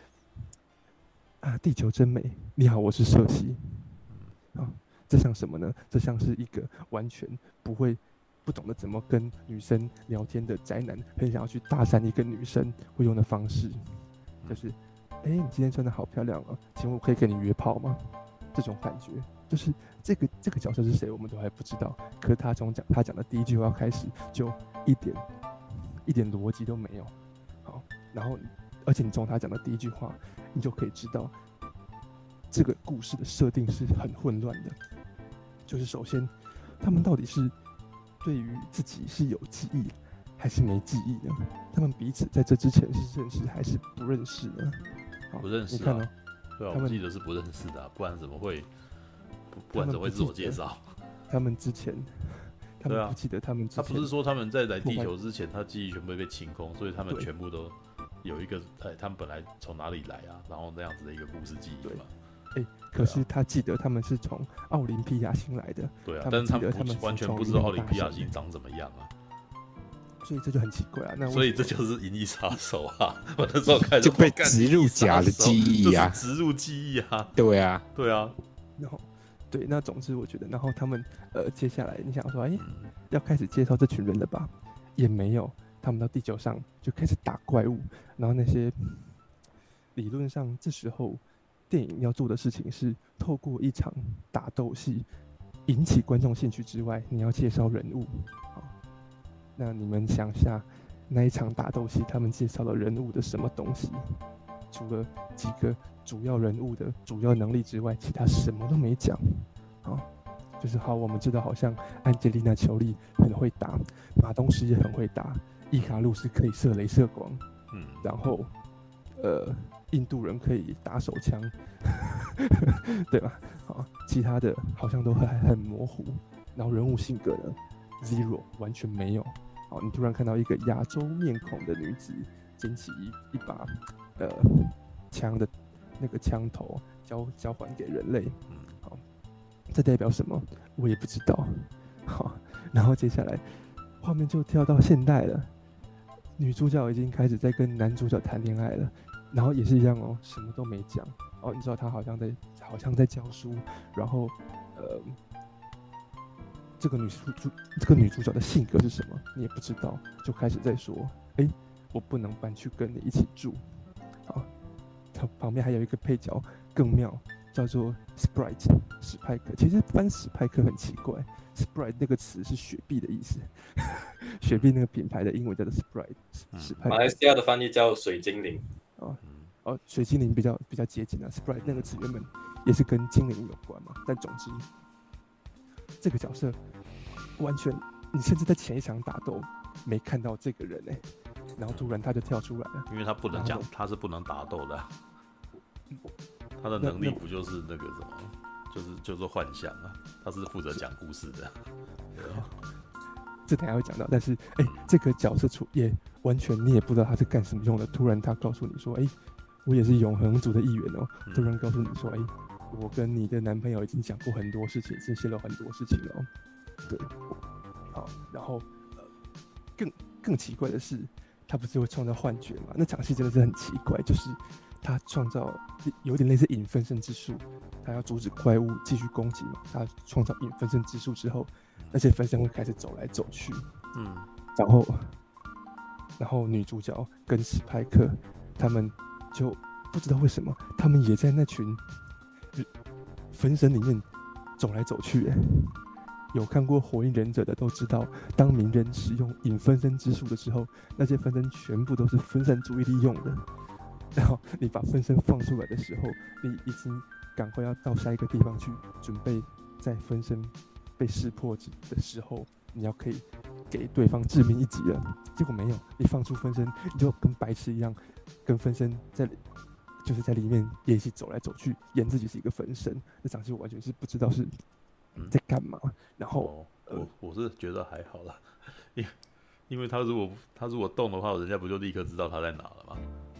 地球真美！你好，我是瑟西。这像什么呢？这像是一个完全不懂得怎么跟女生聊天的宅男，很想要去搭讪一个女生会用的方式，就是你今天穿得好漂亮啊，请问我可以跟你约炮吗？这种感觉，就是这个角色是谁，我们都还不知道。可是他从他讲的第一句话开始，就一点逻辑都没有。好，然后。而且你从他讲的第一句话，你就可以知道这个故事的设定是很混乱的。就是首先，他们到底是对于自己是有记忆还是没记忆呢？他们彼此在这之前是认识还是不认识呢？
不认识啊，
你看
对啊，我记得是不认识的不然怎么会自我介绍？
他们之前。他们不记得他们之前。
他不是说他们在来地球之前，他记忆全部被清空，所以他们全部都。有一个他们本来从哪里来啊？然后那样子的一个故事记忆嘛。
可是他记得他们是从奥林匹亚星来的。
对啊，但是他们完全不知道奥林匹亚星长怎么样啊。
所以这就很奇怪啊。
所以这就是银翼杀手啊！我那时候开始
就被植入假的记忆啊，
植入记忆啊。
对啊，
对啊。
然后，那总之我觉得，然后他们接下来你想说，要开始介绍这群人了吧？也没有。他们到地球上就开始打怪物，然后那些理论上这时候电影要做的事情是透过一场打斗戏引起观众兴趣之外，你要介绍人物。那你们想下那一场打斗戏，他们介绍了人物的什么东西？除了几个主要人物的主要能力之外，其他什么都没讲。就是我们知道好像安吉丽娜·裘丽很会打，马东石也很会打。伊卡路斯可以射雷射光，然后印度人可以打手枪，对吧？其他的好像都很模糊。然后人物性格呢 ，zero 完全没有。你突然看到一个亚洲面孔的女子捡起一把枪的那个枪头交还给人类，这代表什么？我也不知道。然后接下来画面就跳到现代了。女主角已经开始在跟男主角谈恋爱了，然后也是一样什么都没讲。你知道她好像在教书，然后这个女主角的性格是什么，你也不知道，就开始在说，我不能搬去跟你一起住。好，它旁边还有一个配角更妙，叫做 Sprite 史派克。其实翻史派克很奇怪 ，Sprite 那个词是雪碧的意思，雪碧那个品牌的英文叫做 Sprite 史派克。
马来西亚的翻译叫水精灵。
水精灵比较接近啊。Sprite 那个词原本也是跟精灵有关嘛，但总之，这个角色完全，你甚至在前一场打斗没看到这个人然后突然他就跳出来了，
因为他不能讲，他是不能打斗的他的能力不就是那个什么，就是幻想啊，他是负责讲故事的。
这等一下会讲到，但是这个角色也完全你也不知道他是干什么用的，突然他告诉你说，我也是永恒族的一员哦，突然告诉你说，我跟你的男朋友已经讲过很多事情，是泄露很多事情了哦。对，好，然后更奇怪的是，他不是会创造幻觉吗？那场戏真的是很奇怪，就是他创造有点类似引分身之术，他要阻止怪物继续攻击嘛。他创造引分身之术之后，那些分身会开始走来走去，然后女主角跟史派克他们就不知道为什么，他们也在那群分身里面走来走去。有看过《火影忍者》的都知道，当鸣人使用引分身之术的时候，那些分身全部都是分散注意力用的。然后你把分身放出来的时候，你已经赶快要到下一个地方去，准备在分身被识破的时候，你要可以给对方致命一击了。结果没有，你放出分身，你就跟白痴一样，跟分身就是在里面也一起走来走去，演自己是一个分身。那场戏我完全是不知道是在干嘛。然后
我是觉得还好啦，因为他如果动的话，人家不就立刻知道他在哪了吗？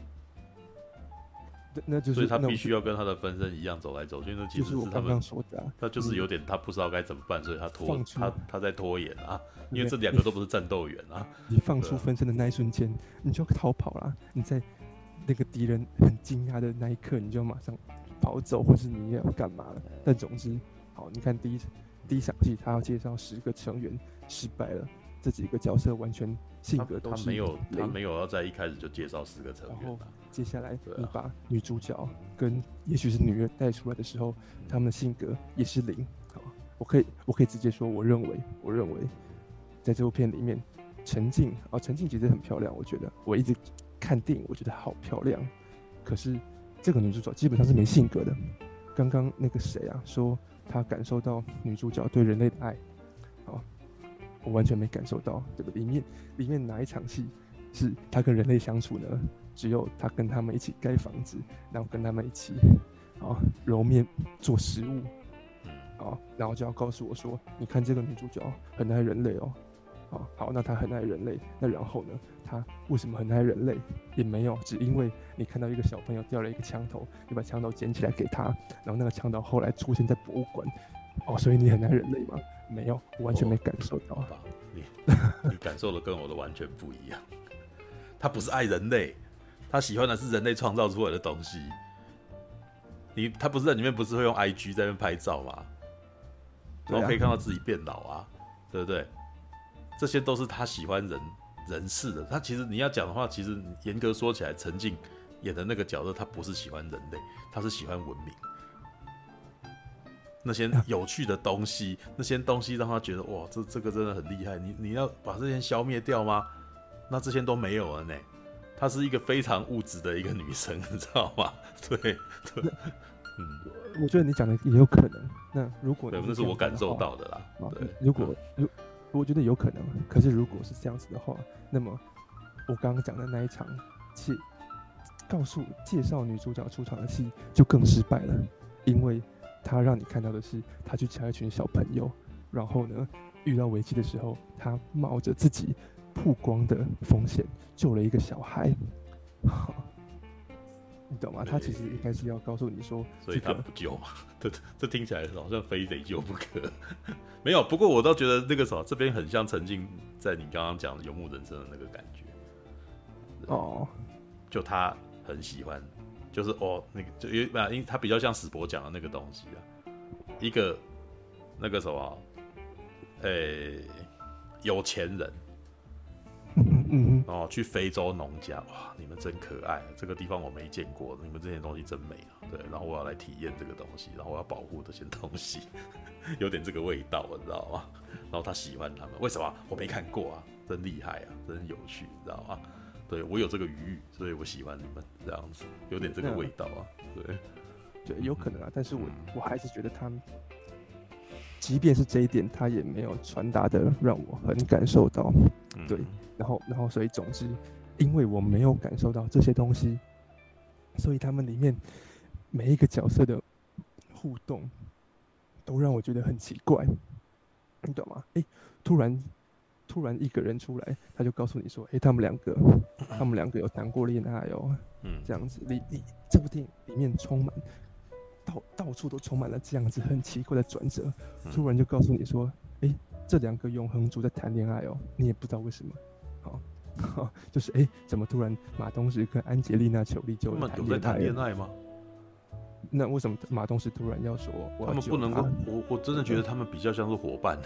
那就是，
所以他必须要跟他的分身一样走来走去。那其实是他们
说的
他就是有点他不知道该怎么办，所以他在拖延啊。因为这两个都不是战斗员啊。
你放出分身的那一瞬间，你就逃跑啦。你在那个敌人很惊讶的那一刻，你就马上跑走，或是你要干嘛了？但总之，好，你看第一场戏，他要介绍10个成员，失败了。这几个角色完全性格都是
他没有要在一开始就介绍10个成员。然后
接下来你把女主角跟也许是女人带出来的时候，他们的性格也是0。好，我可以直接说，我认为在这部片里面，陈静其实很漂亮，我觉得我一直看电影，我觉得好漂亮。可是这个女主角基本上是没性格的。刚刚那个谁啊说他感受到女主角对人类的爱，好，我完全没感受到。对吧？里面哪一场戏是他跟人类相处呢？只有他跟他们一起盖房子，然后跟他们一起揉面做食物，然后就要告诉我说，你看这个女主角很爱人类哦。好，那她很爱人类，那然后呢？她为什么很爱人类？也没有，只因为你看到一个小朋友掉了一个枪头，你把枪头捡起来给他，然后那个枪头后来出现在博物馆，所以你很爱人类吗？没有，我完全没感受到。
你感受的跟我的完全不一样。他不是爱人类，他喜欢的是人类创造出来的东西。他不是在里面不是会用 IG 在那边拍照吗？然后可以看到自己变老啊，对不对？这些都是他喜欢人事的。他其实你要讲的话，其实严格说起来，陈静演的那个角色，他不是喜欢人类，他是喜欢文明。那些有趣的东西，那些东西让他觉得哇，这个真的很厉害。你要把这些消灭掉吗？那这些都没有了呢。她是一个非常物质的一个女生，你知道吗？对，
我觉得你讲的也有可能。那如果
对，那是我感受到的啦。对，
我觉得有可能。可是如果是这样子的话，那么我刚刚讲的那一场介绍女主角出场的戏就更失败了，因为他让你看到的是他去教一群小朋友，然后呢遇到危机的时候，他冒着自己曝光的风险救了一个小孩。你懂吗？他其实应该是要告诉你说，
所以他不救嘛。这听起来好像非得救不可。没有，不过我倒觉得那个什么，这边很像陈静在你刚刚讲的游牧人生的那个感觉。就他很喜欢，就是那个就因为他比较像史博讲的那个东西啊，一个那个什么， 有钱人。去非洲农家，哇，你们真可爱，这个地方我没见过，你们这些东西真美啊，对，然后我要来体验这个东西，然后我要保护这些东西，有点这个味道，你知道吗？然后他喜欢他们，为什么？我没看过啊，真厉害啊，真有趣，你知道吗？对我有这个余裕，所以我喜欢你们这样子，有点这个味道啊，
对，有可能啊，但是我还是觉得他们，即便是这一点，他也没有传达的让我很感受到，对。然后，所以总之，因为我没有感受到这些东西，所以他们里面每一个角色的互动都让我觉得很奇怪，你懂吗？突然一个人出来，他就告诉你说，他们两个有谈过恋爱哦，这样子，这部电影里面充满到处都充满了这样子很奇怪的转折，突然就告诉你说，这两个永恒族在谈恋爱哦，你也不知道为什么。就是怎么突然马东石跟安吉丽娜·裘丽就
在谈恋爱吗？
那为什么马东石突然要说我要救他？
他们不能够，我真的觉得他们比较像是伙伴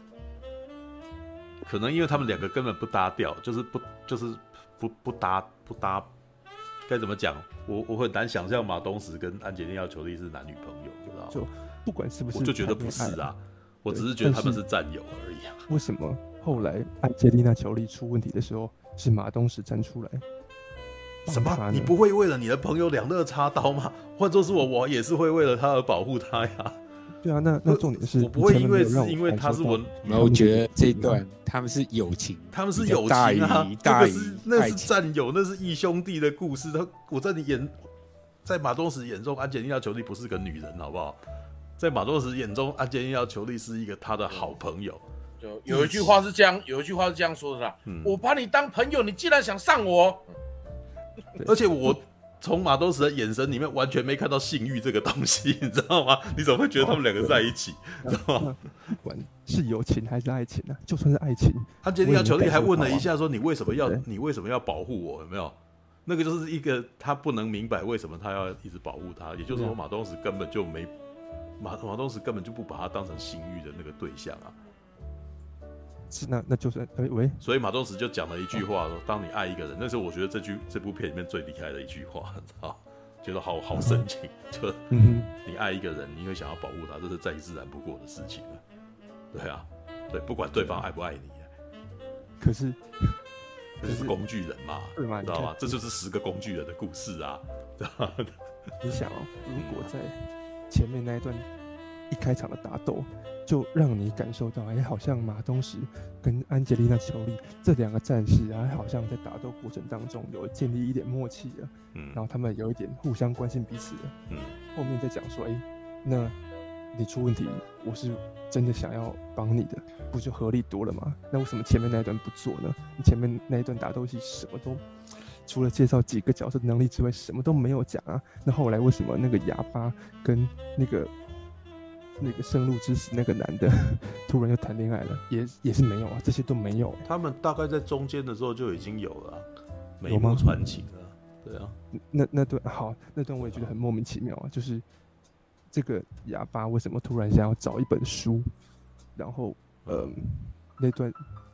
可能因为他们两个根本不搭调，就是不搭，该怎么讲？我很难想象马东石跟安吉丽娜·裘丽是男女朋友，知道吗？
就不管是不是，
我就觉得不是啊，我只是觉得他们是战友而已啊。
为什么后来安吉丽娜·裘丽出问题的时候是马东石站出来？
什么？你不会为了你的朋友两肋插刀吗？换作是我也是会为了他而保护他呀。
对啊，那重点是，
我不会因为他是我，
然后我觉得这一段他们是友情，
他们是友情啊，那是战友，那是义兄弟的故事。在马东石眼中，安吉丽娜·裘丽不是个女人，好不好？在马东石眼中，安吉丽娜·裘丽是一个他的好朋友。
有一句话是这样说的啦，我把你当朋友，你竟然想上我。
而且我从马东石的眼神里面完全没看到性欲这个东西，你知道吗？你怎么会觉得他们两个在一起？知道吗？
不管是友情还是爱情啊，就算是爱情，
安吉丽娜·裘丽还问了一下说：“你为什么要保护我？有没有？”那个就是一个他不能明白为什么他要一直保护他，也就是说马东石根本就没马东石根本就不把他当成性欲的那个对象啊。
是那就算喂，
所以马东石就讲了一句话说：“当你爱一个人，那是我觉得这部片里面最厉害的一句话，你知道？觉得好深情，就你爱一个人，你会想要保护他，这是再自然不过的事情了。对啊，对，不管对方爱不爱你，
可是
这就是工具人嘛，
对吗？
知道吗？这就是10个工具人的故事啊，对吧？
你想哦，如果在前面那一段一开场的打斗，就让你感受到，好像马东石跟安吉丽娜·裘丽这两个战士啊，好像在打斗过程当中有建立一点默契了，然后他们有一点互相关心彼此了，后面再讲说，那你出问题，我是真的想要帮你的，不就合理多了吗？那为什么前面那一段不做呢？你前面那一段打斗戏什么都，除了介绍几个角色的能力之外，什么都没有讲啊。那后来为什么那个哑巴跟那个圣路之死那个男的突然就谈恋爱了？也是没有啊，这些都没有。
他们大概在中间的时候就已经有了眉目传情了。对啊，
那段好，那段我也觉得很莫名其妙啊，就是这个哑巴为什么突然想要找一本书，然后那段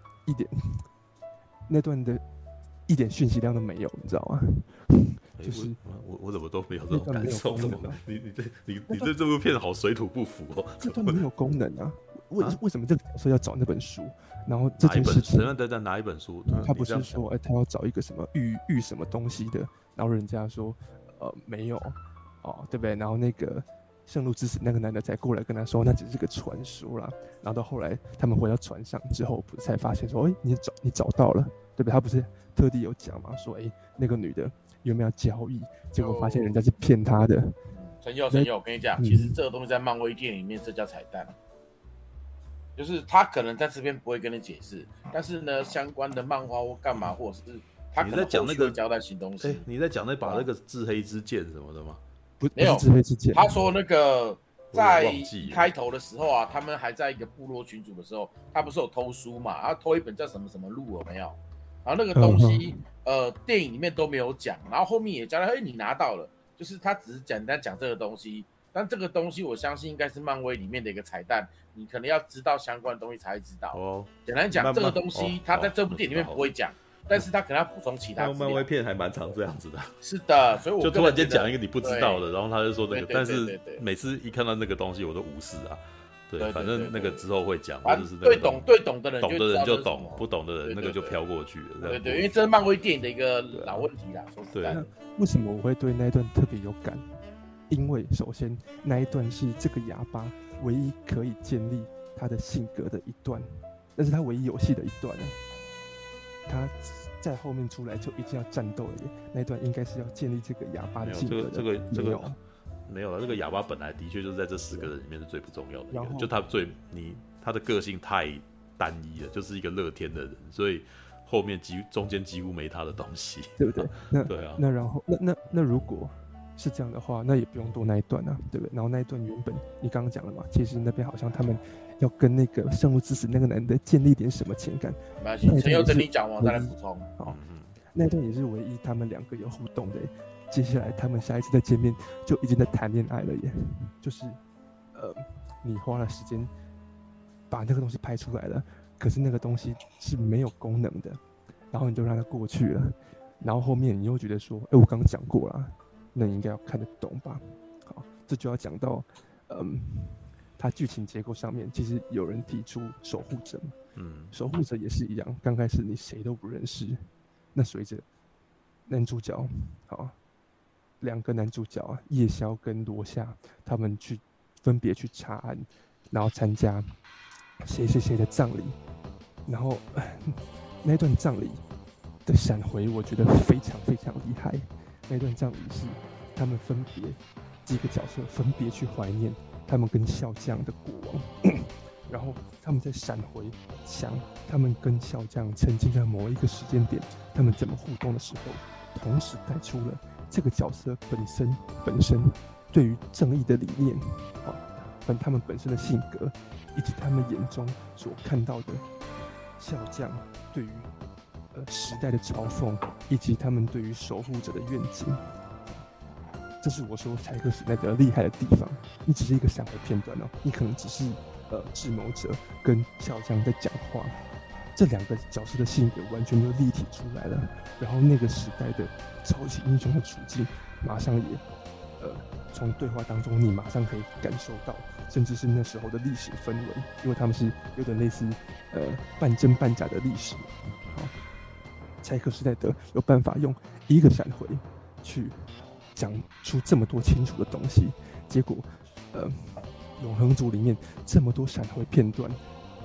的一点讯息量都没有，你知道吗？就是
我怎么都没有这种感受？你对这部片好水土不服哦。
这段没有功能啊！为什么这个角色要找那本书？然后这件事情，
等哪一本书？
他不是说他要找一个什么玉什么东西的，然后人家说没有哦，对不对？然后那个圣路之死那个男的才过来跟他说，那只是个传说啦。然后到后来他们回到船上之后，才发现说，你找到了，对不对？他不是特地有讲嘛，说那个女的有没有交易？结果发现人家是骗他的。
陈佑，我跟你讲，其实这个东西在漫威电影里面这叫彩蛋，就是他可能在这边不会跟你解释，但是呢，相关的漫画或干嘛，或者是他可能后续会交代新东西。
你在讲把那个至黑之剑什么的吗？
没有，至黑之剑。
他说那个在开头的时候啊，他们还在一个部落群组的时候，他不是有偷书嘛？他偷一本叫什么什么录有没有？然后那个东西，电影里面都没有讲，然后后面也讲了，你拿到了，就是他只是简单讲这个东西， 但这个东西我相信应该是漫威里面的一个彩蛋，你可能要知道相关的东西才会知道。
哦，
简单讲，这个东西它在这部电影里面不会讲，但是他可能要补充其他资料。
漫威片还蛮常这样子的。
是的，所以我
就突然间讲一个你不知道的，然后他就说那个，
对
但是每次一看到那个东西我都无视啊。对，反正那个之后会讲，或者是
对懂的人，
懂的人就懂，不懂的人那个就飘过去了。
对，因为这是漫威电影的一个老问题啦。说实在的，
为什么我会对那一段特别有感？因为首先那一段是这个哑巴唯一可以建立他的性格的一段，但是他唯一有戏的一段呢，他在后面出来就一定要战斗了耶。那一段应该是要建立这个哑巴的性格的。这个
没有了，这个哑巴本来的确就是在这4个人里面是最不重要的一个，就他的个性太单一了，就是一个乐天的人，所以后面中间几乎没他的东西，
对不对？
对啊。
那然后那如果是这样的话，那也不用多那一段啊，对不对？然后那一段原本你刚刚讲了嘛，其实那边好像他们要跟那个生物之死那个男的建立点什么情感。
没关系，陈佑等你讲完再来补充。
好，那一段也是唯一他们2个有互动的。接下来他们下一次再见面就已经在谈恋爱了耶，就是你花了时间把那个东西拍出来了，可是那个东西是没有功能的，然后你就让它过去了，然后后面你又觉得说，我刚刚讲过了，那你应该要看得懂吧？好，这就要讲到它剧情结构上面，其实有人提出守护者嘛，守护者也是一样，刚开始你谁都不认识，那随着男主角好。2个男主角啊，夜宵跟罗夏，他们分别去查案，然后参加谁的葬礼，然后那段葬礼的闪回，我觉得非常非常厉害。那段葬礼是他们分别几个角色分别去怀念他们跟笑匠的过往，然后他们在闪回想他们跟笑匠曾经在某一个时间点他们怎么互动的时候，同时带出了这个角色本身对于正义的理念，他们本身的性格，以及他们眼中所看到的笑匠对于时代的嘲讽，以及他们对于守护者的愿景。这是我说柴可士奈德厉害的地方。你只是一个闪回片段哦，你可能只是智谋者跟笑匠在讲话。这2个角色的性格完全就立体出来了，然后那个时代的超级英雄的处境，马上也从对话当中你马上可以感受到，甚至是那时候的历史氛围，因为他们是有点类似半真半假的历史。好，柴可士奈德有办法用一个闪回去讲出这么多清楚的东西，结果永恒族里面这么多闪回片段。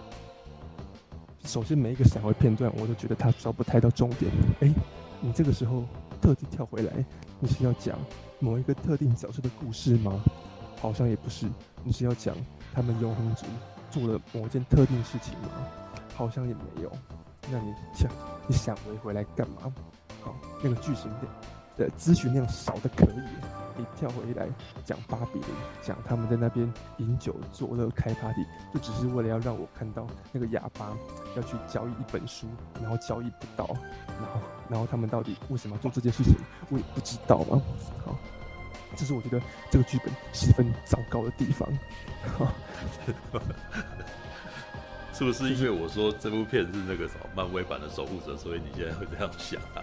首先每一个闪回片段我都觉得他抓不太到重点。你这个时候特地跳回来，你是要讲某一个特定角色的故事吗？好像也不是。你是要讲他们永恒族做了某件特定事情吗？好像也没有。那你想回来干嘛？好，那个剧情的资讯量少的可以。你跳回来讲巴比伦，讲他们在那边饮酒作乐开 party， 就只是为了要让我看到那个哑巴要去交易一本书，然后交易不到，然后他们到底为什么要做这件事情，我也不知道嘛。好，这是我觉得这个剧本十分糟糕的地方。
是不是因为我说这部片是那个什么漫威版的守护者，所以你现在会这样想啊？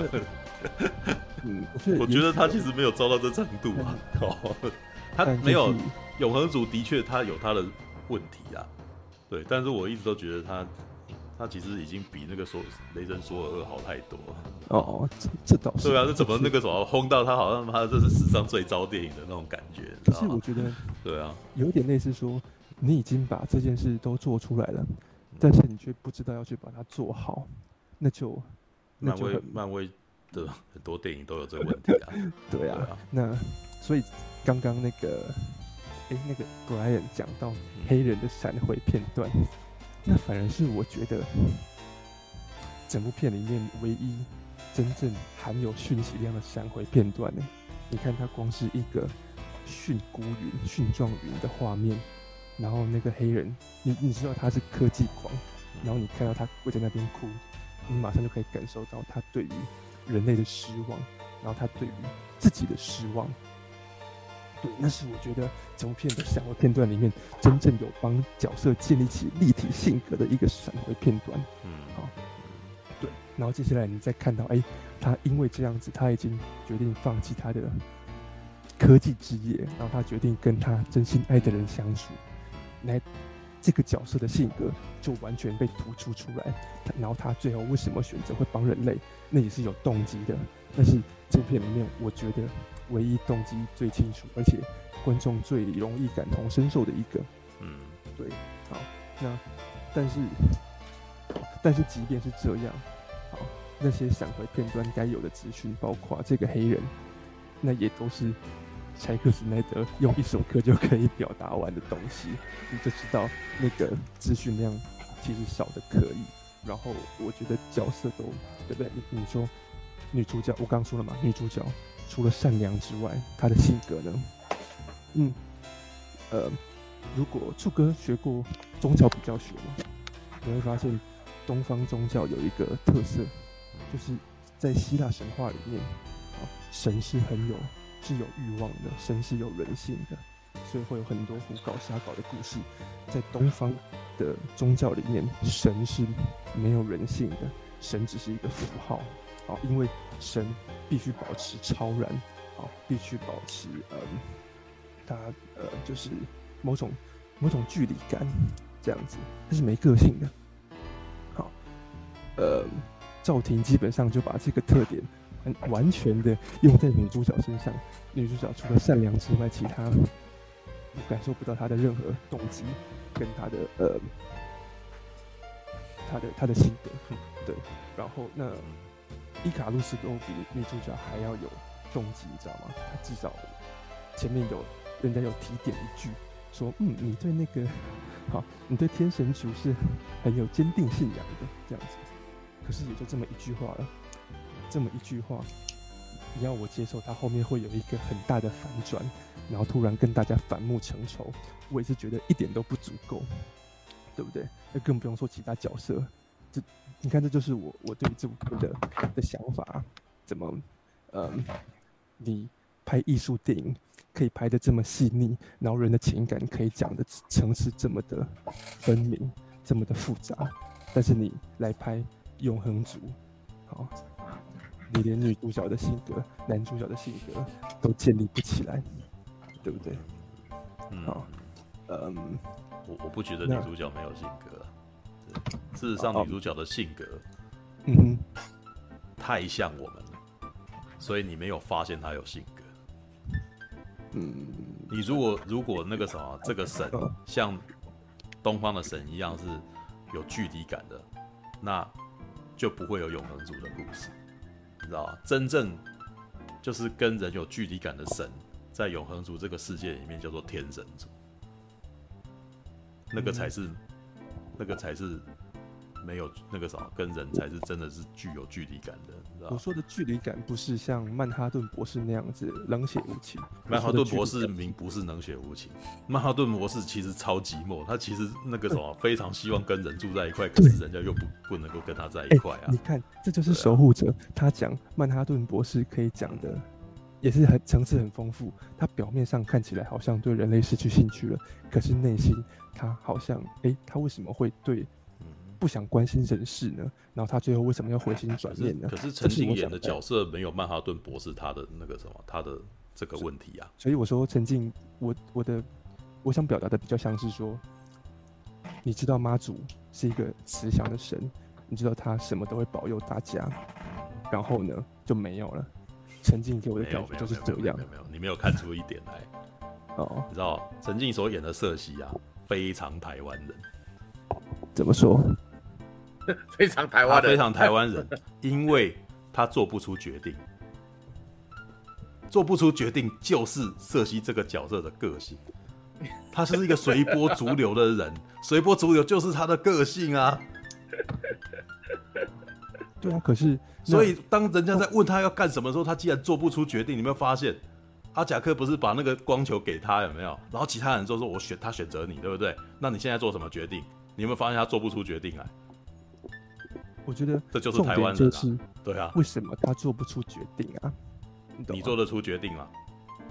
我觉得他其实没有糟到这程度啊。他没有永恒族的确他有他的问题啊，对，但是我一直都觉得他其实已经比那个雷神索尔2好太多了。
哦，这倒是。
对啊，这怎么那个什么轰到他好像他这是史上最糟电影的那种感觉？
可是我觉得，
对啊，
有点类似说。你已经把这件事都做出来了，但是你却不知道要去把它做好，那就
漫威的很多电影都有这个问题啊。
对啊，那所以刚刚那个 Brian 讲到黑人的闪回片段，那反而是我觉得整部片里面唯一真正含有讯息量的闪回片段呢。你看，它光是一个蕈状云的画面。然后那个黑人，你知道他是科技狂，然后你看到他跪在那边哭，你马上就可以感受到他对于人类的失望，然后他对于自己的失望。 对，那是我觉得整部片的闪回片段里面真正有帮角色建立起立体性格的一个闪回片段。好，对，然后接下来你再看到，他因为这样子，他已经决定放弃他的科技之业，然后他决定跟他真心爱的人相处，这个角色的性格就完全被突出出来。然后他最后为什么选择会帮人类，那也是有动机的。那是这部片里面我觉得唯一动机最清楚，而且观众最容易感同身受的一个。对，好，那但是即便是这样，好，那些闪回片段该有的资讯，包括这个黑人，那也都是柴克斯奈德用一首歌就可以表达完的东西，你就知道那个资讯量其实少的可以。然后我觉得角色都对不对？你说女主角，我刚说了嘛，女主角除了善良之外，她的性格呢？如果柱哥学过宗教比较学嘛，你会发现东方宗教有一个特色，就是在希腊神话里面，神是有欲望的，神是有人性的，所以会有很多胡搞瞎搞的故事。在东方的宗教里面，神是没有人性的，神只是一个符号，因为神必须保持超然，必须保持他就是某种距离感，这样子，它是没个性的。好，赵婷基本上就把这个特点完全的用在女主角身上。女主角除了善良之外，其他我感受不到她的任何动机跟她的性格。对，然后那伊卡路斯都比女主角还要有动机，你知道吗？她至少前面人家有提点一句说，你对那个你对天神族是很有坚定信仰的这样子。可是也就这么一句话了，这么一句话，你要我接受它后面会有一个很大的反转，然后突然跟大家反目成仇，我也是觉得一点都不足够，对不对？那更不用说其他角色。你看，这就是我对这部片的想法。怎么你拍艺术电影可以拍得这么细腻，然后人的情感可以讲的层次这么的分明，这么的复杂，但是你来拍永恒族，好，你连女主角的性格、男主角的性格都建立不起来，对不对？好，
我不觉得女主角没有性格。事实上，女主角的性格，太像我们了，所以你没有发现她有性格。你如果那个什么，这个神像东方的神一样是有距离感的，那就不会有永恒族的故事，你知道吗？真正就是跟人有距离感的神，在永恒族这个世界里面叫做天神族，那个才是没有那个啥，跟人才是真的是具有距离感的，你知道吗？
我说的距离感不是像曼哈顿博士那样子冷血无情。
曼哈顿博士明不是冷血无情，曼哈顿博士其实超寂寞，他其实那个什么非常希望跟人住在一块，可是人家又不能够跟他在一块啊。
你看，这就是守护者，他讲曼哈顿博士可以讲的也是层次很丰富。他表面上看起来好像对人类失去兴趣了，可是内心他好像他为什么会对不想关心人事呢？然后他最后为什么要回心转念呢？
可是陈静演的角色没有曼哈顿博士他的那个什么，他的这个问题啊。
所以我说陈静，我想表达的比较像是说，你知道妈祖是一个慈祥的神，你知道他什么都会保佑大家，然后呢就没有了。陈静给我的感觉就是这样。
没有，你没有看出一点来。你知道陈静所演的瑟西啊，非常台湾人。
怎么说？
非常台湾人，
他非常台湾人，因为他做不出决定，做不出决定就是瑟西这个角色的个性。他是一个随波逐流的人，随波逐流就是他的个性啊。
对啊，可是
所以当人家在问他要干什么的时候，他既然做不出决定，你有没有发现？阿贾克不是把那个光球给他有没有？然后其他人就说他选择你，对不对？那你现在做什么决定？你有没有发现他做不出决定来？
我觉得
这就是台湾人
啊。对啊，为什么他做不出决定啊？
你做得出决定吗？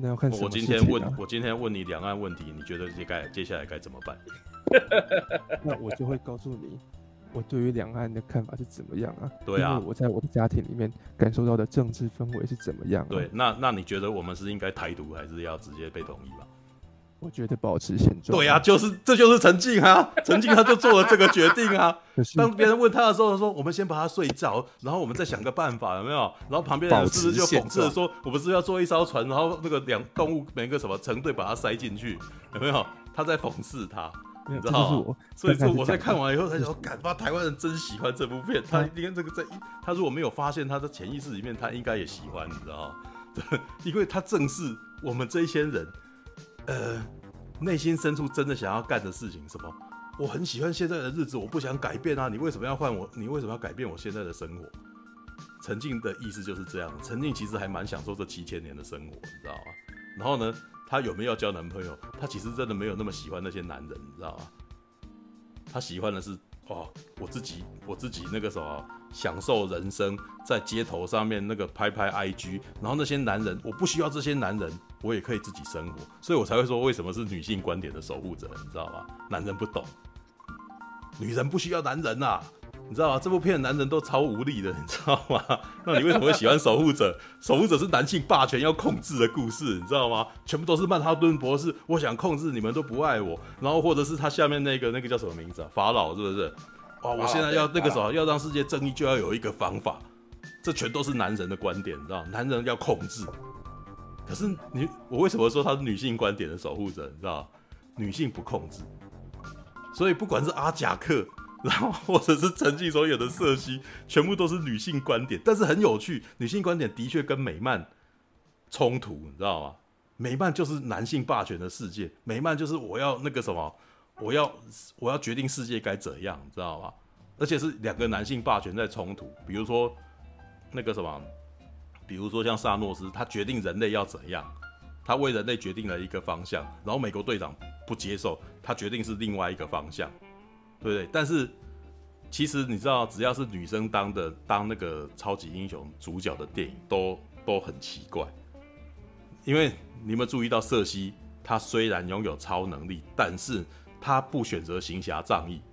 那要看什么
我今天问你两岸问题，你觉得接下来该怎么办？
那我就会告诉你，我对于两岸的看法是怎么样啊？
对啊，
因为我在我的家庭里面感受到的政治氛围是怎么样、啊？
对，那你觉得我们是应该台独，还是要直接被统一吧？
我觉得保持现状。
对啊，这就是陈进啊，陈进他就做了这个决定啊。当别人问他的时候，说我们先把他睡着，然后我们再想个办法，有没有？然后旁边的人是不是就讽刺的说，我们是要做一艘船，然后那个动物每个什么成对把它塞进去，有没有？他在讽刺他。你知道吗？所以说我在看完以后才想说，干吧，台湾人真喜欢这部片。他你看这个他如果没有发现，他的潜意识里面他应该也喜欢，你知道吗？对，因为他正是我们这一些人，内心深处真的想要干的事情。什么？我很喜欢现在的日子，我不想改变啊！你为什么要换我？你为什么要改变我现在的生活？陈静的意思就是这样。陈静其实还蛮享受这7000年的生活，你知道吗？然后呢？她有没有交男朋友？她其实真的没有那么喜欢那些男人，你知道吗？她喜欢的是我自己那个什么，享受人生，在街头上面那个拍 IG， 然后那些男人，我不需要这些男人，我也可以自己生活，所以我才会说为什么是女性观点的守护者，你知道吗？男人不懂，女人不需要男人啊。你知道吗？这部片的男人都超无力的，你知道吗？那你为什么会喜欢守护者？守护者是男性霸权要控制的故事，你知道吗？全部都是曼哈顿博士，我想控制你们都不爱我，然后或者是他下面那个叫什么名字啊？法老是不是？哇！我现在要那个什么，要让世界正义，就要有一个方法，这全都是男人的观点，你知道吗？男人要控制。可是我为什么说他是女性观点的守护者？你知道吗？女性不控制，所以不管是阿贾克。然后或者是陈静所有的色系，全部都是女性观点，但是很有趣，女性观点的确跟美漫冲突，你知道吗？美漫就是男性霸权的世界，美漫就是我要那个什么，我要决定世界该怎样，你知道吗？而且是两个男性霸权在冲突，比如说那个什么，比如说像萨诺斯，他决定人类要怎样，他为人类决定了一个方向，然后美国队长不接受，他决定是另外一个方向。对不对？但是其实你知道，只要是女生当那个超级英雄主角的电影，都很奇怪。因为你有没有注意到，瑟西她虽然拥有超能力，但是她不选择行侠仗义。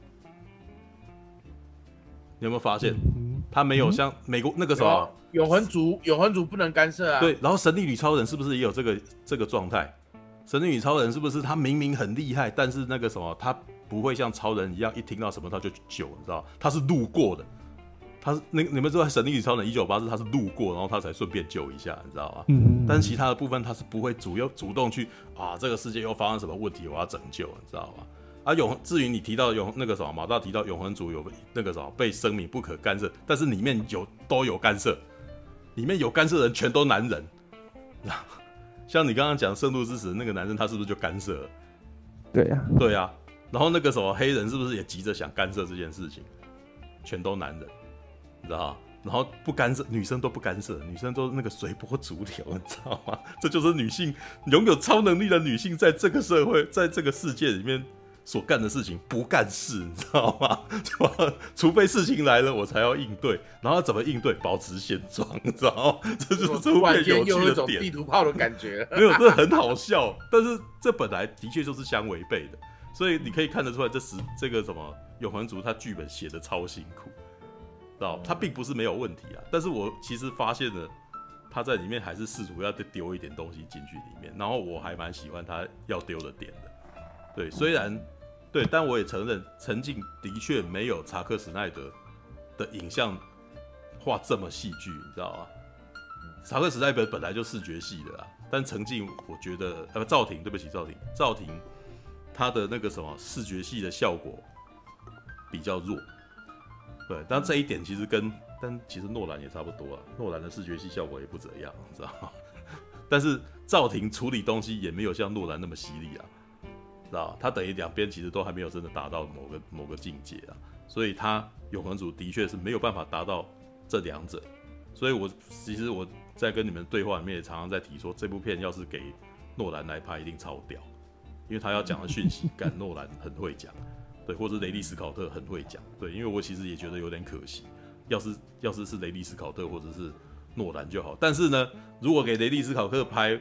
你有没有发现？她没有像美国那个什么
永恒族不能干涉啊。
对，然后神力女超人是不是也有这个状态？神力女超人是不是她明明很厉害，但是那个什么她不会像超人一样，一听到什么他就去救，你知道？他是路过的，他是你们知道《神力女超人1984》他是路过，然后他才顺便救一下，你知道吗？但是其他的部分他是不会主动去这个世界又发生什么问题，我要拯救，你知道吗？至于你提到那个什么马大提到永恒族有那个什么被声明不可干涉，但是里面都有干涉，里面有干涉的人全都男人，像你刚刚讲圣路之死那个男生，他是不是就干涉了？对啊。然后那个什么黑人是不是也急着想干涉这件事情？全都男人，你知道吗？然后不干涉，女生都不干涉，女生都那个随波逐流，你知道吗？这就是女性拥有超能力的女性在这个社会，在这个世界里面所干的事情，不干事，你知道吗？除非事情来了，我才要应对。然后怎么应对？保持现状，你知道吗？这就是这部片有趣的点。有一种
地图炮的感觉，
没有，这很好笑。但是这本来的确就是相违背的。所以你可以看得出来，这个什么永恒族，他剧本写的超辛苦，知道？他并不是没有问题啊，但是我其实发现了，他在里面还是试图要丢一点东西进去里面，然后我还蛮喜欢他要丢的点的。对，虽然对，但我也承认陈静的确没有查克·史奈德的影像画这么戏剧，你知道吗？查克·史奈德本来就视觉系的啦，但陈静我觉得赵婷，对不起，赵婷。他的那个什么视觉系的效果比较弱，对，但这一点其实但其实诺兰也差不多啊，诺兰的视觉系效果也不怎样，你知道吗？但是赵婷处理东西也没有像诺兰那么犀利啊，知道吗？他等于两边其实都还没有真的达到某个境界啊，所以他永恒族的确是没有办法达到这两者，所以其实我在跟你们对话里面也常常在提说，这部片要是给诺兰来拍，一定超屌。因为他要讲的讯息，干诺兰很会讲，对，或者雷利·斯考特很会讲，对，因为我其实也觉得有点可惜，要是雷利·斯考特或者是诺兰就好，但是呢，如果给雷利·斯考特拍，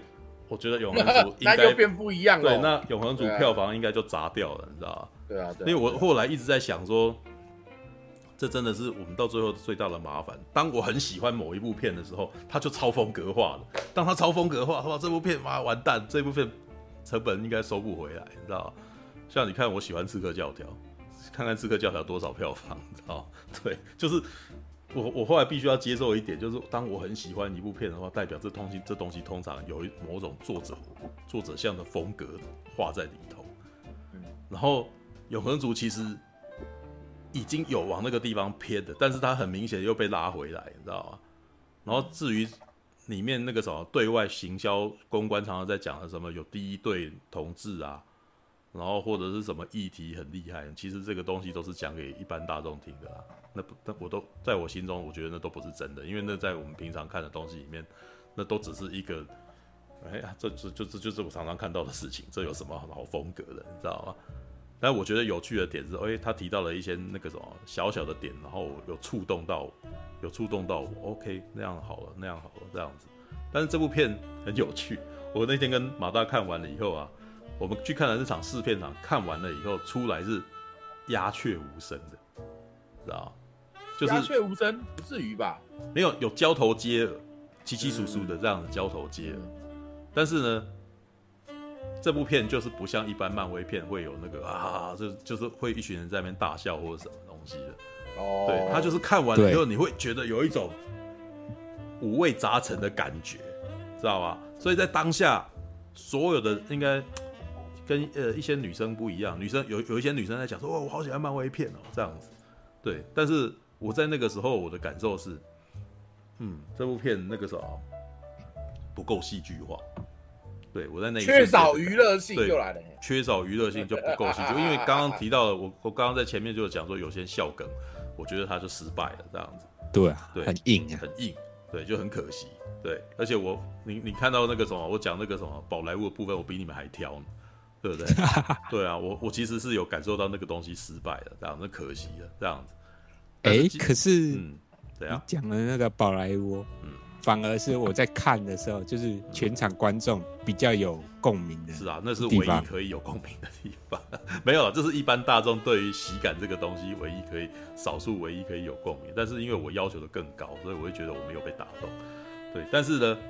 我觉得永恒族应该
那又变不一样了。
对，那永恒族票房应该就砸掉了，你知道吗？
对啊，
因为我后来一直在想说，这真的是我们到最后最大的麻烦。当我很喜欢某一部片的时候，它就超风格化了。当它超风格化，哇，这部片妈完蛋，这部片成本应该收不回来，你知道吗？像你看，我喜欢《刺客教条》，看看《刺客教条》多少票房，你知道吗？对，就是我后来必须要接受一点，就是当我很喜欢一部片的话，代表这东西通常有某种作者像的风格画在里头。然后永恒族其实已经有往那个地方偏的，但是它很明显又被拉回来，你知道吗？然后至于里面那个什么对外行销公关常常在讲的什么有第一对同志啊，然后或者是什么议题很厉害，其实这个东西都是讲给一般大众听的啦。那我都在我心中，我觉得那都不是真的，因为那在我们平常看的东西里面，那都只是一个，这就是我常常看到的事情，这有什么好风格的，你知道吗？但我觉得有趣的点是，他提到了一些那个什么小小的点，然后有触动到我 ，OK， 那样好了，这样子。但是这部片很有趣，我那天跟马大看完了以后啊，我们去看了这场试片场，看完了以后出来是鸦雀无声的，知道吗？就是
鸦雀无声，不至于吧？
没有交头接耳，稀稀疏疏的这样子交头接耳。但是呢，这部片就是不像一般漫威片会有那个就是会一群人在那边大笑或者什么东西的。
哦，
对，他就是看完了以后，你会觉得有一种五味杂陈的感觉，知道吧？所以在当下，所有的应该跟一些女生不一样，女生有一些女生在讲说，我好喜欢漫威片哦，这样子。对，但是我在那个时候我的感受是，这部片那个时候不够戏剧化。对，我在那一
缺少娱乐性就来了，
缺少娱乐性就不够戏剧，因为刚刚提到了，我刚刚在前面就有讲说有些笑梗，我觉得他就失败了这样子。
对啊，
对，
很硬啊，
很硬，对，就很可惜。对，而且你看到那个什么，我讲那个什么宝莱坞的部分，我比你们还挑呢，对不对？对啊，我其实是有感受到那个东西失败了，这样，那可惜了，这样子。
可是
怎样？
讲了那个宝莱坞，反而是我在看的时候，就是全场观众比较有共鸣的。
是啊，那是唯一可以有共鸣的地方。没有了，这是一般大众对于喜感这个东西少数唯一可以有共鸣。但是因为我要求的更高，所以我会觉得我没有被打动。对，但是呢，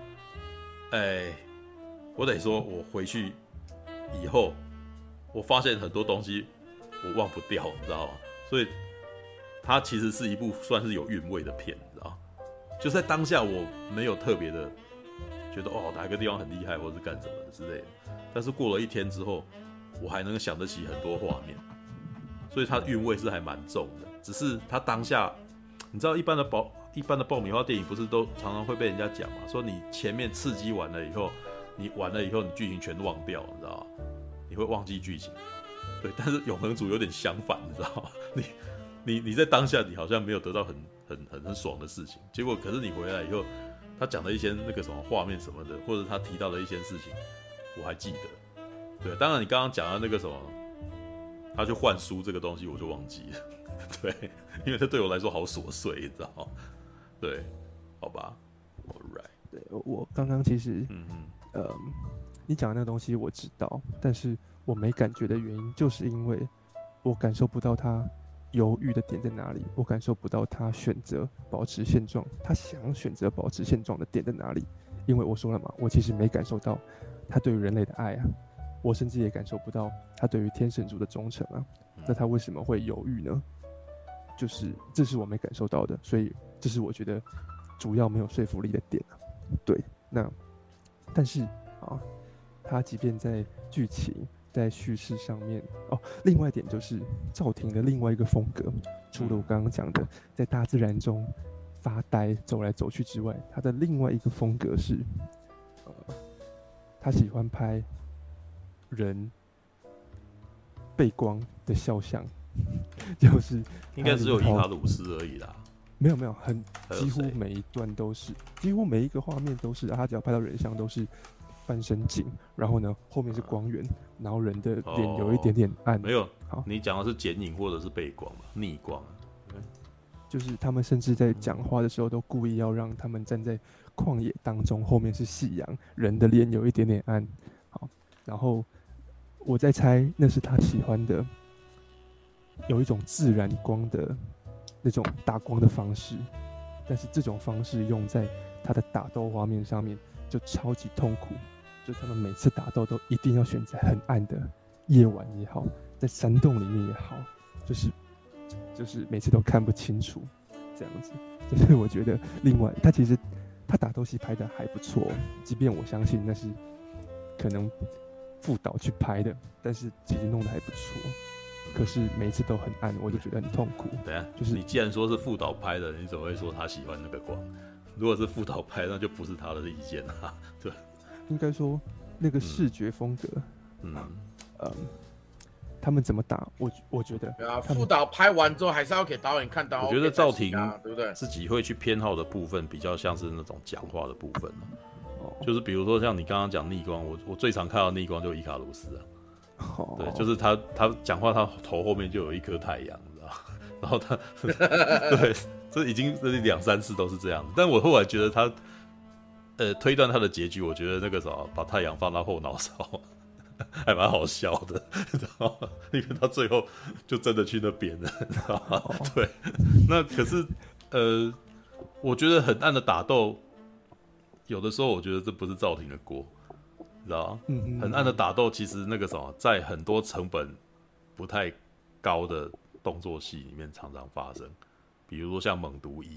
我得说，我回去以后，我发现很多东西我忘不掉，你知道吗？所以它其实是一部算是有韵味的片，你知道吗？就在当下，我没有特别的觉得哪个地方很厉害，或是干什么的之类的。但是过了一天之后，我还能想得起很多画面，所以它韵味是还蛮重的。只是它当下，你知道一般的爆米花电影不是都常常会被人家讲嘛，说你前面刺激完了以后，你剧情全忘掉，你知道吗？你会忘记剧情。对，但是永恒族有点相反，你知道吗？你在当下你好像没有得到很爽的事情，结果可是你回来以后，他讲的一些那个什么画面什么的，或者他提到的一些事情，我还记得。对，当然你刚刚讲的那个什么，他去换书这个东西我就忘记了，对，因为这对我来说好琐碎，你知道吗？对，好吧 ，All right。
对，我刚刚其实，你讲的那个东西我知道，但是我没感觉的原因，就是因为我感受不到他犹豫的点在哪里，我感受不到他选择保持现状，他想选择保持现状的点在哪里。因为我说了嘛，我其实没感受到他对于人类的爱啊，我甚至也感受不到他对于天神族的忠诚啊。那他为什么会犹豫呢？就是这是我没感受到的，所以这是我觉得主要没有说服力的点啊。对，那但是啊，他即便在剧情在叙事上面另外一点就是赵婷的另外一个风格，除了我刚刚讲的在大自然中发呆走来走去之外，他的另外一个风格是他喜欢拍人背光的肖像，就是
应该只有伊卡鲁斯而已啦。
没有，几乎每一段都是，几乎每一个画面都是，他只要拍到人像都是半身镜，然后呢后面是光源，然后人的脸有一点点暗。
没有，好，你讲的是剪影或者是背光吧？逆光。
就是他们甚至在讲话的时候都故意要让他们站在旷野当中，后面是夕阳，人的脸有一点点暗。好，然后我在猜那是他喜欢的，有一种自然光的那种打光的方式，但是这种方式用在他的打斗画面上面就超级痛苦，就他们每次打斗都一定要选在很暗的夜晚也好，在山洞里面也好，就是每次都看不清楚，这样子。就是我觉得，另外他其实他打斗戏拍的还不错，即便我相信那是可能副导去拍的，但是其实弄得还不错。可是每一次都很暗，我就觉得很痛苦。
等一下，
就是
你既然说是副导拍的，你怎么会说他喜欢那个光？如果是副导拍，那就不是他的意见啊。对，
应该说那个视觉风格，他们怎么打，我觉得，
对啊，副导拍完之后还是要给导演看到。
我觉得赵婷
对不对？
自己会去偏好的部分，比较像是那种讲话的部分就是比如说像你刚刚讲逆光，我最常看到逆光就是伊卡鲁斯啊。对，就是他讲话，他头后面就有一颗太阳，你知道？然后他，对，这已经2-3次都是这样。但我后来觉得他，推断他的结局，我觉得那个啥，把太阳放到后脑勺，还蛮好笑的，知道吗？因为他最后就真的去那边了，知道吗？对，那可是我觉得很暗的打斗，有的时候我觉得这不是赵婷的锅。知道吗？很暗的打斗，其实那个什么，在很多成本不太高的动作戏里面常常发生，比如说像《猛毒1》。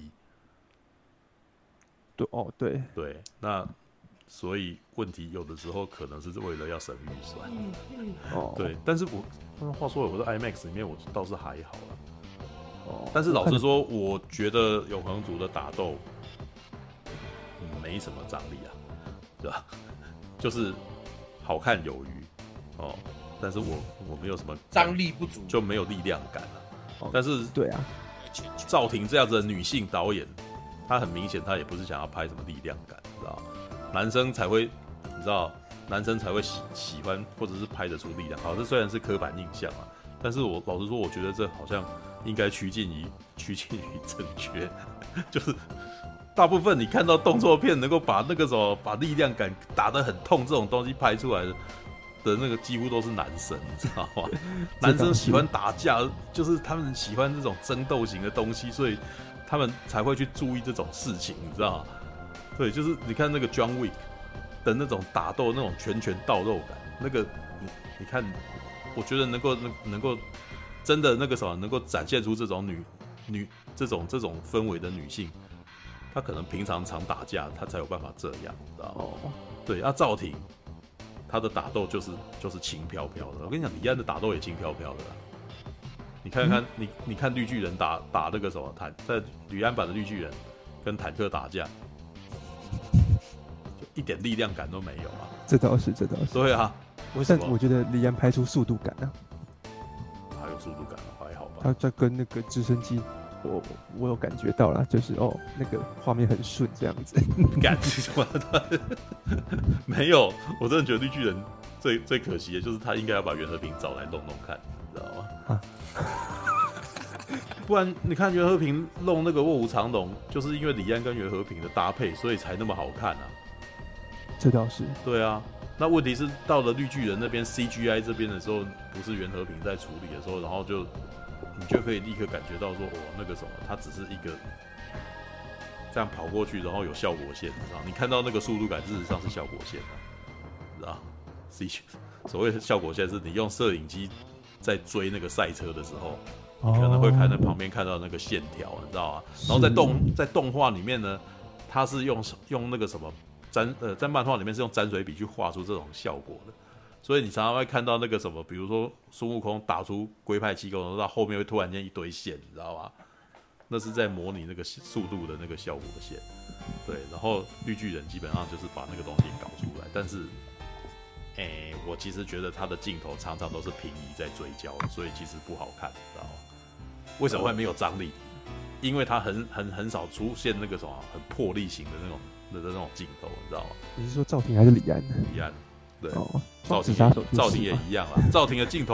对，
对，那所以问题有的时候可能是为了要省预算。对，但是话说我在 IMAX 里面我倒是还好啦。但是老实说，我觉得永恒族的打斗没什么张力啊，对吧？就是好看有余但是我没有什么
张力不足，
就没有力量感但是
对啊，
赵婷这样子的女性导演，她很明显她也不是想要拍什么力量感，知道？男生才会，你知道，男生才会喜欢或者是拍得出力量。好，这虽然是刻板印象啊，但是我老实说，我觉得这好像应该趋近于正确，就是。大部分你看到动作片能够把那个什么把力量感打得很痛这种东西拍出来的那个几乎都是男生，你知道吗？男生喜欢打架，就是他们喜欢这种争斗型的东西，所以他们才会去注意这种事情，你知道吗？对，就是你看那个 John Wick 的那种打斗那种拳到肉感，那个你看，我觉得能够真的那个什么能够展现出这种女这种氛围的女性。他可能平常常打架，他才有办法这样，知道吗？对，赵婷，他的打斗就是轻飘飘的。我跟你讲，李安的打斗也轻飘飘的啦。你看看，你看绿巨人打那个什么在李安版的绿巨人跟坦克打架，就一点力量感都没有啊。
这倒是。
对啊，为什么？
但我觉得李安拍出速度感啊，
还有速度感还好吧？
他在跟那个直升机。我有感觉到啦，就是那个画面很顺这样子。
感觉什么的？没有，我真的觉得绿巨人最可惜的就是他应该要把袁和平找来弄看，你知道吗？不然你看袁和平弄那个卧虎藏龙，就是因为李安跟袁和平的搭配，所以才那么好看啊。
这倒是。
对啊，那问题是到了绿巨人那边 CGI 这边的时候，不是袁和平在处理的时候，然后你就可以立刻感觉到说，那个什么，它只是一个这样跑过去，然后有效果线，你知道？你看到那个速度感，事实上是效果线，你知道？所谓的效果线是你用摄影机在追那个赛车的时候，你可能会看到旁边看到那个线条，你知道吗？然后在动画里面呢，它是用那个什么在漫画里面是用沾水笔去画出这种效果的。所以你常常会看到那个什么，比如说孙悟空打出龟派气功，然后到后面会突然间一堆线，你知道吗？那是在模拟那个速度的那个效果线。对，然后绿巨人基本上就是把那个东西搞出来，但是，我其实觉得他的镜头常常都是平移在追焦，所以其实不好看，你知道吗？为什么会没有张力？因为他很少出现那个什么很魄力型的那种镜头，你知道吗？
你是说赵婷还是李安？
李安。对，
赵婷
也一样啦。赵婷的镜头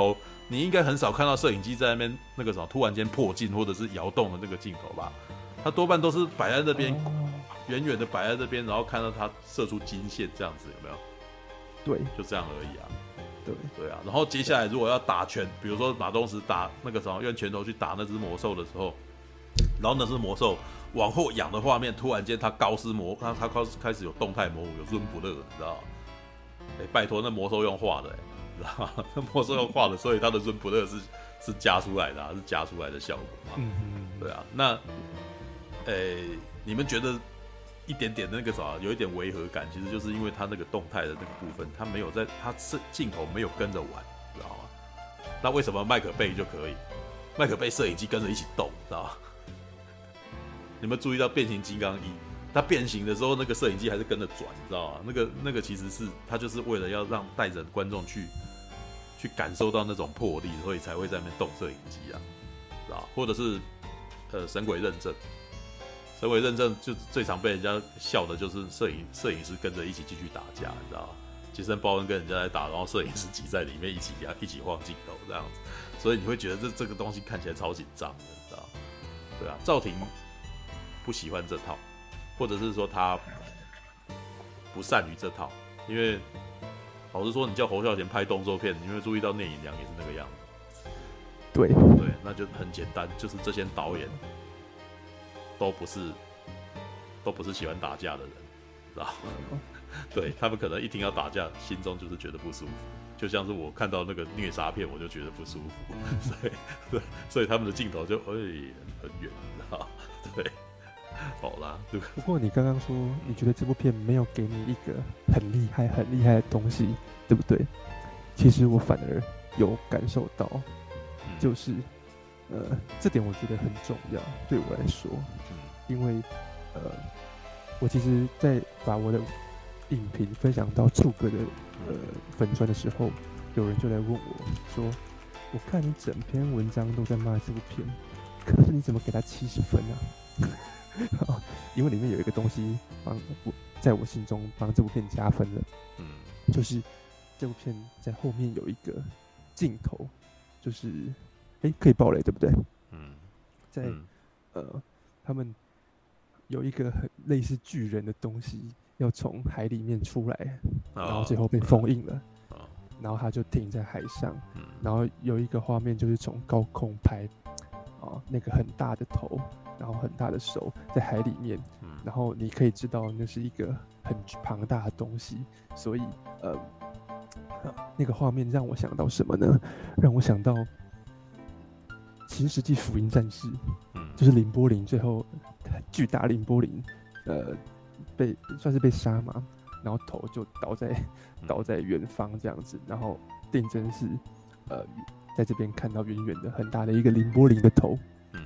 你应该很少看到摄影机在那边那个什么突然间破镜或者是摇动的那个镜头吧？它多半都是摆在那边，远远的摆在那边，然后看到它射出金线这样子，有没有？
对，
就这样而已啊。对啊，然后接下来如果要打拳，比如说马东石打那个什么用拳头去打那只魔兽的时候，然后那只魔兽往后仰的画面，突然间它高斯魔，它开始有动态模糊，有润不热，你知道吗？拜托，那魔兽用画的，你知道吗？那魔兽用画的，所以它的润不热是加出来的是加出来的效果嘛。对啊，那你们觉得一点点的那个啥，有一点违和感，其实就是因为它那个动态的那个部分，它没有在，它镜头没有跟着玩，知道吗？那为什么麦可贝就可以？麦可贝摄影机跟着一起动，知道吗？你们注意到变形金刚1，它变形的时候，那个摄影机还是跟着转，你知道吗？那个其实是它就是为了要让带着观众去感受到那种魄力，所以才会在那边动摄影机啊，知道？或者是神鬼认证。神鬼认证就最常被人家笑的就是摄影师跟着一起继续打架，你知道吗？杰森·鲍恩跟人家在打，然后摄影师挤在里面一起晃镜头这样子，所以你会觉得这个东西看起来超紧张的，你知道吗？对啊，赵婷不喜欢这套，或者是说他不善于这套，因为老实说，你叫侯孝贤拍动作片，你会注意到聂隐娘也是那个样子。
对，
那就很简单，就是这些导演都不是喜欢打架的人，知道吗？对，他们可能一听要打架，心中就是觉得不舒服，就像是我看到那个虐杀片，我就觉得不舒服，所以他们的镜头就很远，知道吗？对，好啦。
不过你刚刚说你觉得这部片没有给你一个很厉害的东西，对不对？其实我反而有感受到，就是这点我觉得很重要，对我来说，因为我其实在把我的影评分享到触哥的粉专的时候，有人就来问我说：“我看你整篇文章都在骂这部片，可是你怎么给他70分啊？”因为里面有一个东西在我心中帮这部片加分了，就是这部片在后面有一个镜头，就是可以爆雷对不对？在他们有一个很类似巨人的东西要从海里面出来，然后最后被封印了，然后他就停在海上，然后有一个画面就是从高空拍，那个很大的头，然后很大的手在海里面，然后你可以知道那是一个很庞大的东西，所以那个画面让我想到什么呢？让我想到《新世纪福音战士》，就是凌波林最后巨大凌波林，算是被杀嘛，然后头就倒在远方这样子，然后定真是在这边看到远远的很大的一个凌波林的头，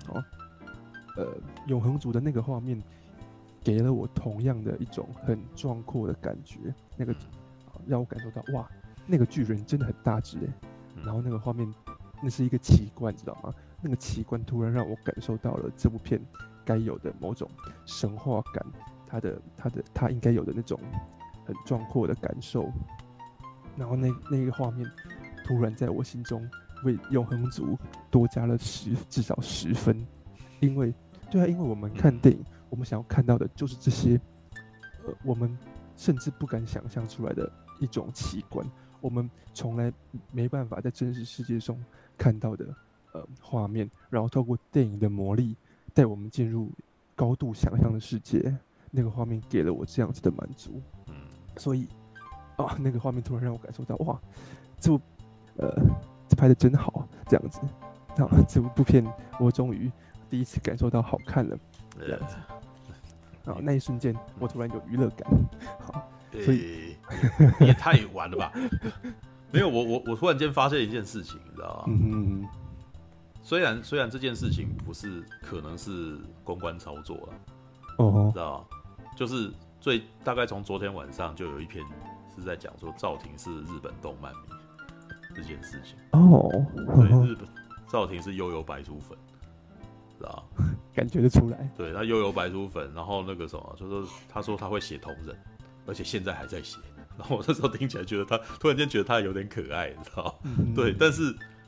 永恒族的那个画面给了我同样的一种很壮阔的感觉，那个让我感受到哇，那个巨人真的很大只然后那个画面那是一个奇观，知道吗？那个奇观突然让我感受到了这部片该有的某种神话感，它应该有的那种很壮阔的感受，然后那个画面突然在我心中为永恒族多加了至少10分，因为我们看电影，我们想要看到的就是这些，我们甚至不敢想象出来的一种奇观，我们从来没办法在真实世界中看到的画面，然后透过电影的魔力带我们进入高度想象的世界，那个画面给了我这样子的满足，所以那个画面突然让我感受到哇，这拍的真好，这样子，这部片我终于第一次感受到好看了，这样子，然后那一瞬间我突然有娱乐感，好，所以
你也太晚了吧？没有，我突然间发现一件事情，你知道吗？虽然这件事情不是，可能是公关操作了，知道吗？就是大概从昨天晚上就有一篇是在讲说赵婷是日本动漫迷这件事情。对，日本赵婷是悠悠白书粉，知道吗？
感觉得出来。对，
他悠悠白书粉，然后那个什么，就是他说他会写同人，而且现在还在写。然后我那时候听起来觉得他突然间觉得他有点可爱，你知道吗？对，但是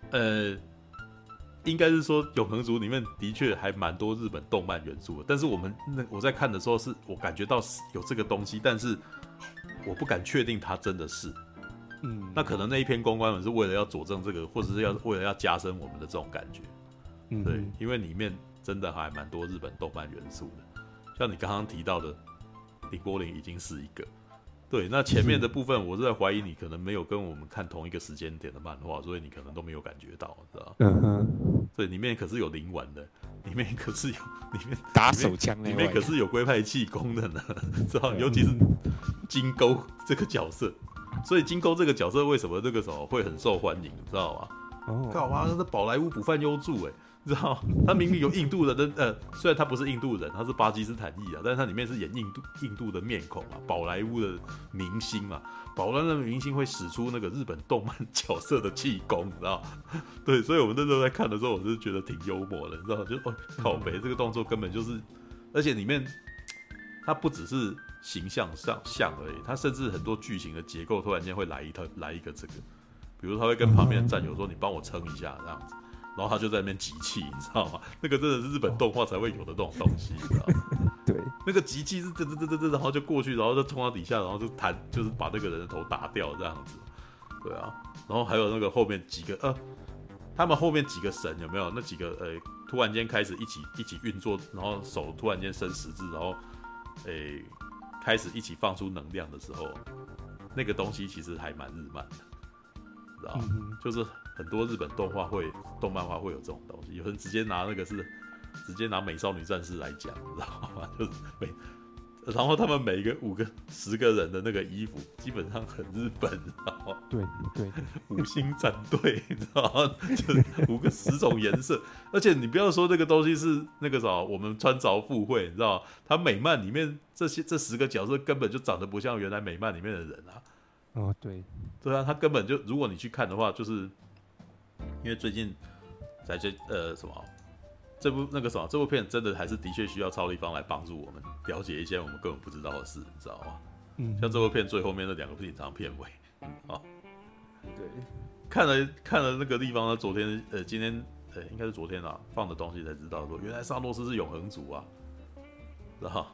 应该是说《永恒族》里面的确还蛮多日本动漫元素的，但是我在看的时候是我感觉到有这个东西，但是我不敢确定它真的是。那可能那一篇公关文是为了要佐证这个，或者是为了要加深我们的这种感觉。对，因为里面真的还蛮多日本动漫元素的，像你刚刚提到的林柏林已经是一个。对，那前面的部分我是在怀疑你可能没有跟我们看同一个时间点的漫画，所以你可能都没有感觉到，知道吗？对，里面可是有灵丸的，里面可是有
打手枪那
里面可是有龟派气功的呢，知道？尤其是金钩这个角色，所以金钩这个角色为什么这个时候会很受欢迎，知道吗？靠妈，那是宝莱坞补饭优助知道他明明有印度人的虽然他不是印度人，他是巴基斯坦裔啊，但是他里面是演印度的面孔啊，宝莱坞的明星嘛，宝莱坞的明星会使出那个日本动漫角色的气功，你知道？对，所以我们那时候在看的时候，我是觉得挺幽默的，你知道？就靠北这个动作根本就是，而且里面它不只是形象上像而已，它甚至很多剧情的结构突然间会来一个这个，比如他会跟旁边的战友说：“你帮我撑一下，这样子。”然后他就在那边集气，你知道吗？那个真的是日本动画才会有的那种东西，你知道吗？
对，
那个集气是然后就过去，然后就冲到底下，然后就是把那个人的头打掉这样子。对啊，然后还有那个后面几个他们后面几个神有没有？那几个突然间开始一起运作，然后手突然间伸十字，然后开始一起放出能量的时候，那个东西其实还蛮日漫的。知道就是很多日本动漫画会有这种东西，有人直接拿直接拿美少女战士来讲，你知道吗？就是然后他们每个10个人的那个衣服基本上很日本，你知道吗？
对，
五星战队，你知道吗？就是10种颜色，而且你不要说那个东西是那个我们穿着附会，你知道吗？他美漫里面这10个角色根本就长得不像原来美漫里面的人啊。
对
啊，他根本就，如果你去看的话，就是因为最近在这部片真的还是的确需要超立方来帮助我们了解一些我们根本不知道的事，你知道吗？像这部片最后面那2个隐藏片尾，
对，
看了那个地方呢，今天应该是昨天啊放的东西才知道说，原来萨诺斯是永恒族啊，然后。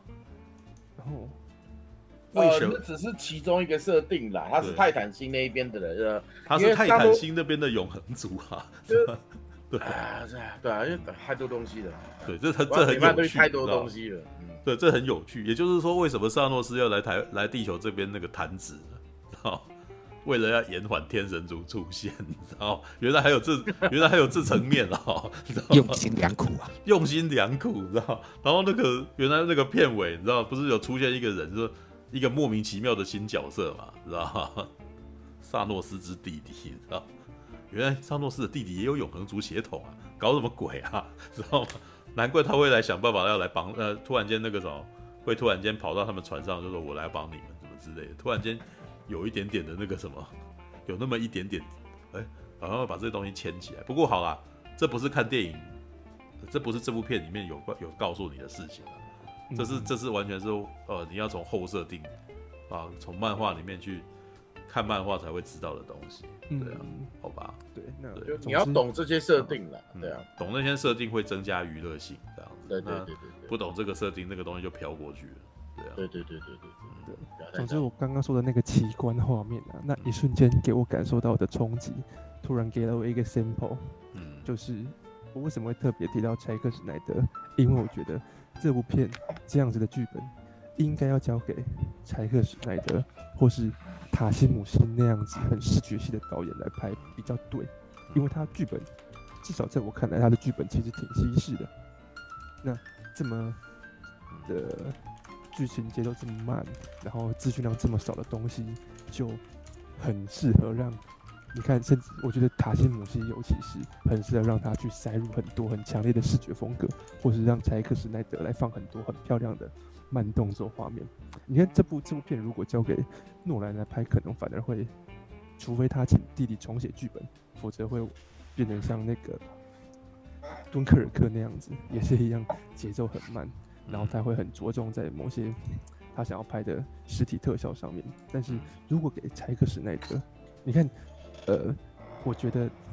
那只是其中一个设定啦，他是泰坦星那一边的人，
他是泰坦星那边的永恒族啊，
对啊，因为太多东西了，
对，这很有趣，
太多东西了，
对，这很有趣。也就是说，为什么萨诺斯要来地球这边那个弹指呢？为了要延缓天神族出现，你知道？原来还有这层面啊！
用心良苦啊，
用心良苦，你知道？然后原来那个片尾，你知道不是有出现一个人说？一个莫名其妙的新角色嘛，知道吗？萨诺斯之弟弟，知道？原来萨诺斯的弟弟也有永恒族血统啊，搞什么鬼啊？知道吗？难怪他会来想办法要来帮，突然间会突然间跑到他们船上，就说我来帮你们什么之类的。突然间有一点点的那个什么，有那么一点点，好像要把这些东西牵起来。不过好啦，这不是看电影，这不是这部片里面有告诉你的事情啊。这是完全是你要从后设定啊，从漫画里面去看漫画才会知道的东西，对啊，好吧，
对，那
你要懂这些设定啦，对啊，
懂那些设定会增加娱乐性，这样子，
对，
不懂这个设定，那个东西就飘过去了，对啊，
对。总之，我刚刚说的那个奇观画面啊，那一瞬间给我感受到的冲击，突然给了我一个 sample，就是我为什么会特别提到柴克史奈德，因为我觉得。这部片这样子的剧本，应该要交给柴克史奈德或是塔西姆辛那样子很视觉系的导演来拍比较对，因为他剧本至少在我看来，他的剧本其实挺西式的。那这么的剧情节奏这么慢，然后资讯量这么少的东西，就很适合让你看，甚至我觉得塔西姆希尤其是很适合让他去塞入很多很强烈的视觉风格，或是让柴克史奈德来放很多很漂亮的慢动作画面。你看这部片如果交给诺兰来拍，可能反而会，除非他请弟弟重写剧本，否则会变成像那个敦刻尔克那样子，也是一样节奏很慢，然后他会很着重在某些他想要拍的实体特效上面。但是如果给柴克史奈德，你看。我觉得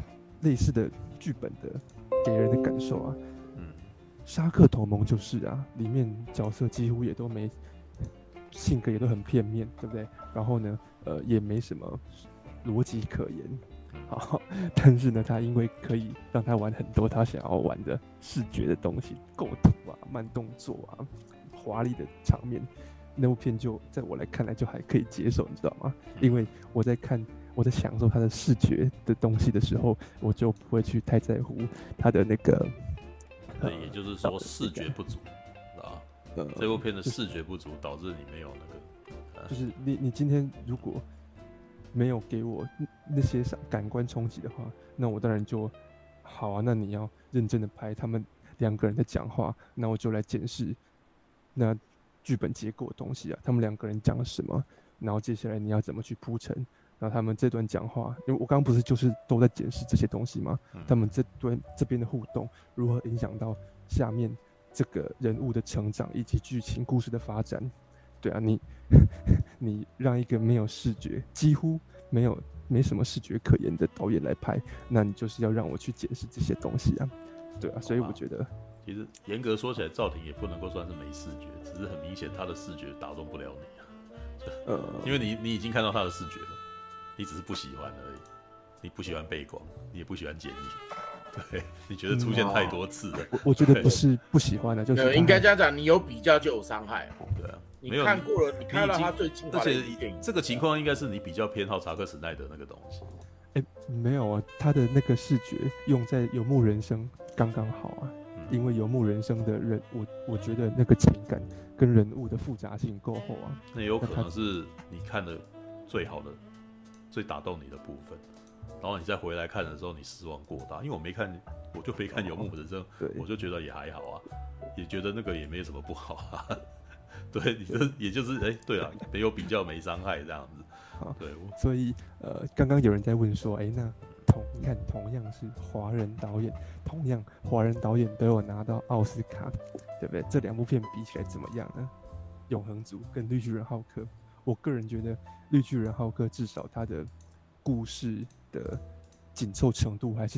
类似的剧本的给人的感受啊。沙克同盟就是啊，里面角色几乎也都没性格，也都很片面，对不对？然后呢，也没什么逻辑可言。好，但是呢，他因为可以让他玩很多他想要玩的视觉的东西，构图啊、慢动作啊、华丽的场面，那部片就在我来看来就还可以接受，你知道吗？因为我在享受他的视觉的东西的时候，我就不会去太在乎他的那个。
也就是说视觉不足啊，这部片的视觉不足导致你没有那个，
就是你今天如果没有给我那些感官冲击的话，那我当然就好啊。那你要认真的拍他们两个人在讲话，那我就来检视那剧本结构的东西啊，他们两个人讲了什么，然后接下来你要怎么去铺陈，然后他们这段讲话，因为我刚刚不是就是都在检视这些东西吗？他们这边的互动如何影响到下面这个人物的成长以及剧情故事的发展？对啊，你让一个没有视觉，几乎没什么视觉可言的导演来拍，那你就是要让我去检视这些东西啊，对啊，所以我觉得，
其实严格说起来，赵婷也不能够算是没视觉，只是很明显他的视觉打动不了你啊，因为你已经看到他的视觉了，你只是不喜欢而已，你不喜欢背光，你也不喜欢剪影。对，你觉得出现太多次了？
我觉得不是不喜欢的，就是
应该这样讲，你有比较就有伤害。
对啊，
你看过了，你看到他最精华的电影，
这个情况应该是你比较偏好查克·史奈德那个东西。
没有啊，他的那个视觉用在《游牧人生》刚刚好啊，因为《游牧人生》的人，我觉得那个情感跟人物的复杂性够厚啊。
那有可能是你看的最好的、最打动你的部分。然后你再回来看的时候，你失望过大，因为我就没看《游牧人生》，我就觉得也还好啊，也觉得那个也没什么不好啊。对，也就是对啊，没有比较没伤害这样子。对，
所以刚刚有人在问说，那你看同样是华人导演，同样华人导演都有拿到奥斯卡，对不对？这两部片比起来怎么样呢？永恒族跟绿巨人浩克，我个人觉得绿巨人浩克至少他的故事的紧凑程度还是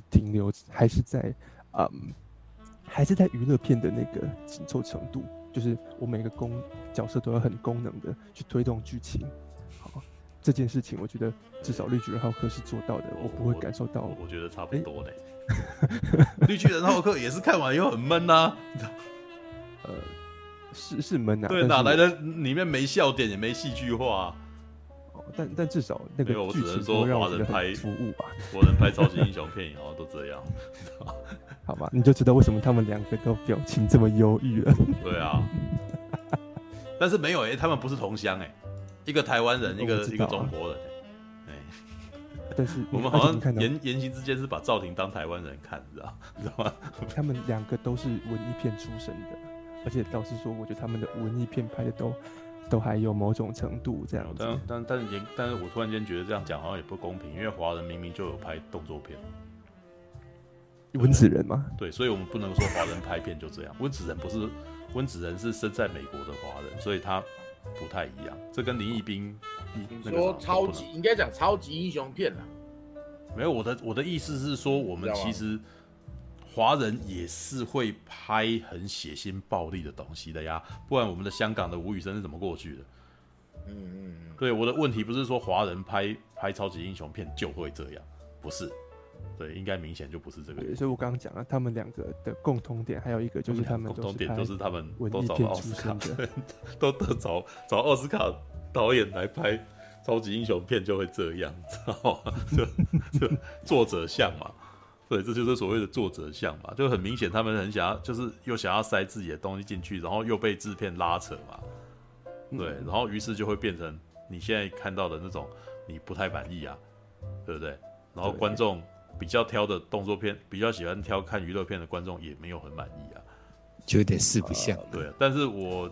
还是在娱乐片的那个紧凑程度，就是我每个角色都要很功能的去推动剧情。好，这件事情我觉得至少绿巨人浩克是做到的，我不会感受到。
我觉得差不多嘞。绿巨人浩克也是看完以后很闷啊。
是闷啊。
对，哪来的里面没笑点也没戏剧化啊。
但至少那个剧情
说
让我觉得很突兀吧。
华人拍超级英雄片以后都这样，
好吧，你就知道为什么他们两个都表情这么忧郁了。
对啊，但是没有他们不是同乡一个台湾人，一个中国人
但是
我们好像言行之间是把赵婷当台湾人看，知道吗？
他们两个都是文艺片出身的，而且老实说，我觉得他们的文艺片拍的都还有某种程度这样子。
但是我突然间觉得这样讲好像也不公平，因为华人明明就有拍动作片，
温子仁嘛，
对，所以我们不能说华人拍片就这样。温子仁是生在美国的华人，所以他不太一样。这跟林奕斌，
你说应该讲超级英雄片啦。
没有，我的意思是说，我们其实华人也是会拍很血腥暴力的东西的呀，不然我们的香港的吴宇森是怎么过去的？对，我的问题不是说华人拍超级英雄片就会这样，不是。对，应该明显就不是这个。
所以我刚刚讲了，他们两个的共同点，还有一个就是他们
共同点都是他们
都
找了奥斯卡，都找奥斯卡导演来拍超级英雄片就会这样，知道吗？就作者像嘛，对，这就是所谓的作者像嘛，就很明显他们很想要，就是又想要塞自己的东西进去，然后又被制片拉扯嘛，对，然后于是就会变成你现在看到的那种你不太满意啊，对不对？然后观众比较挑的动作片，比较喜欢挑看娱乐片的观众也没有很满意啊，
就有点四不像。
对，但是我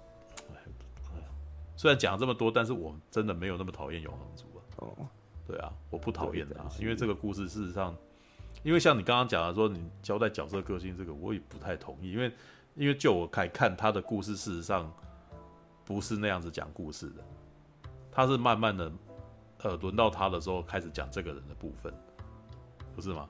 虽然讲这么多，但是我真的没有那么讨厌永恒族啊。对啊，我不讨厌他，因为这个故事事实上，因为像你刚刚讲的说，你交代角色个性这个，我也不太同意，因为就我看他的故事，事实上不是那样子讲故事的，他是慢慢的，轮到他的时候开始讲这个人的部分。不是吗？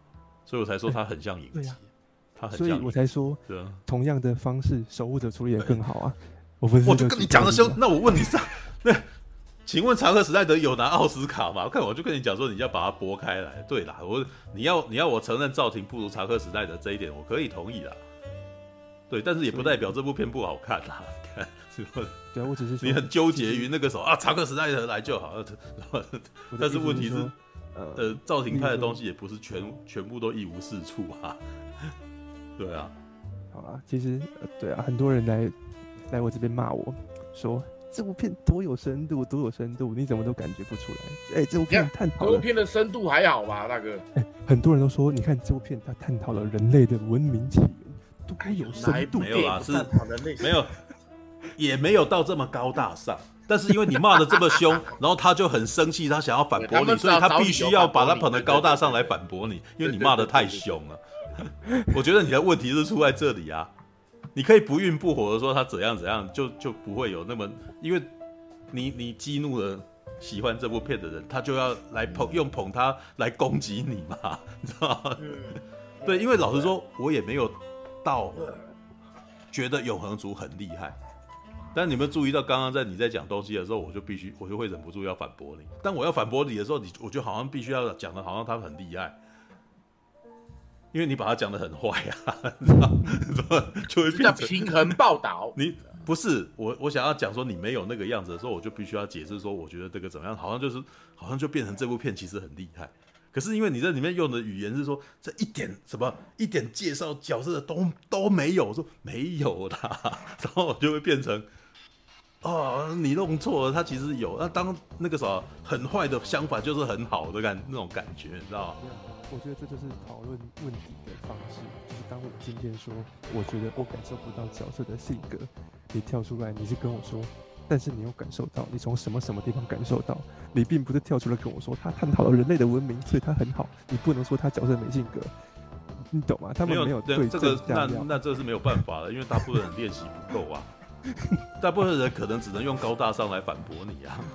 所以我才说他很像影集，他很像影集，
所以我才说，同样的方式，守护者处理也更好啊。我就
跟你讲的凶，那我问你那请问查克·史奈德有拿奥斯卡吗？我就跟你讲说，你要把它拨开来。对啦，你要我承认赵婷不如查克·史奈德这一点，我可以同意啦。对，但是也不代表这部片不好看啦。
对啊，我只是说
你很纠结于那个查克·史奈德来就好，但是问题是，赵婷拍的东西也不是全部都一无是处啊。对啊，
好啦，其实对啊，很多人来我这边骂我说这部片多有深度，多有深度，你怎么都感觉不出来？这部片探讨了，
这部片的深度还好吧，大哥？
很多人都说，你看这部片它探讨了人类的文明起源，多有深度。
没有啦，是没有，也没有到这么高大上。但是因为你骂的这么凶，然后他就很生气，他想要反驳你，所以他必须要把他捧得高大上来反驳你，因为你骂的太凶了。我觉得你的问题是出在这里啊。你可以不愠不火的说他怎样怎样，就不会有那么，因为你激怒了喜欢这部片的人，他就要来用捧他来攻击你嘛，你知道吗？对，因为老实说，我也没有到觉得永恒族很厉害，但你们注意到刚刚你在讲东西的时候，我就会忍不住要反驳你。但我要反驳你的时候，我就好像必须要讲的好像他很厉害。因为你把他讲得很坏啊，你知道就会变成
平衡报道。
你不是我想要讲说你没有那个样子的时候，我就必须要解释说，我觉得这个怎么样，好像就变成这部片其实很厉害。可是因为你在里面用的语言是说这一点介绍角色的都没有，我说没有啦，然后就会变成你弄错了，他其实有。那当那个很坏的相反就是很好的那种感觉，你知道吗？
我觉得这就是讨论问题的方式，就是当我今天说，我觉得我感受不到角色的性格，你跳出来，你是跟我说，但是你有感受到，你从什么地方感受到，你并不是跳出来跟我说，他探讨了人类的文明，所以他很好，你不能说他角色没性格，你懂吗？他们没有对
这个，那这是没有办法的，因为大部分人练习不够啊，大部分人可能只能用高大上来反驳你啊。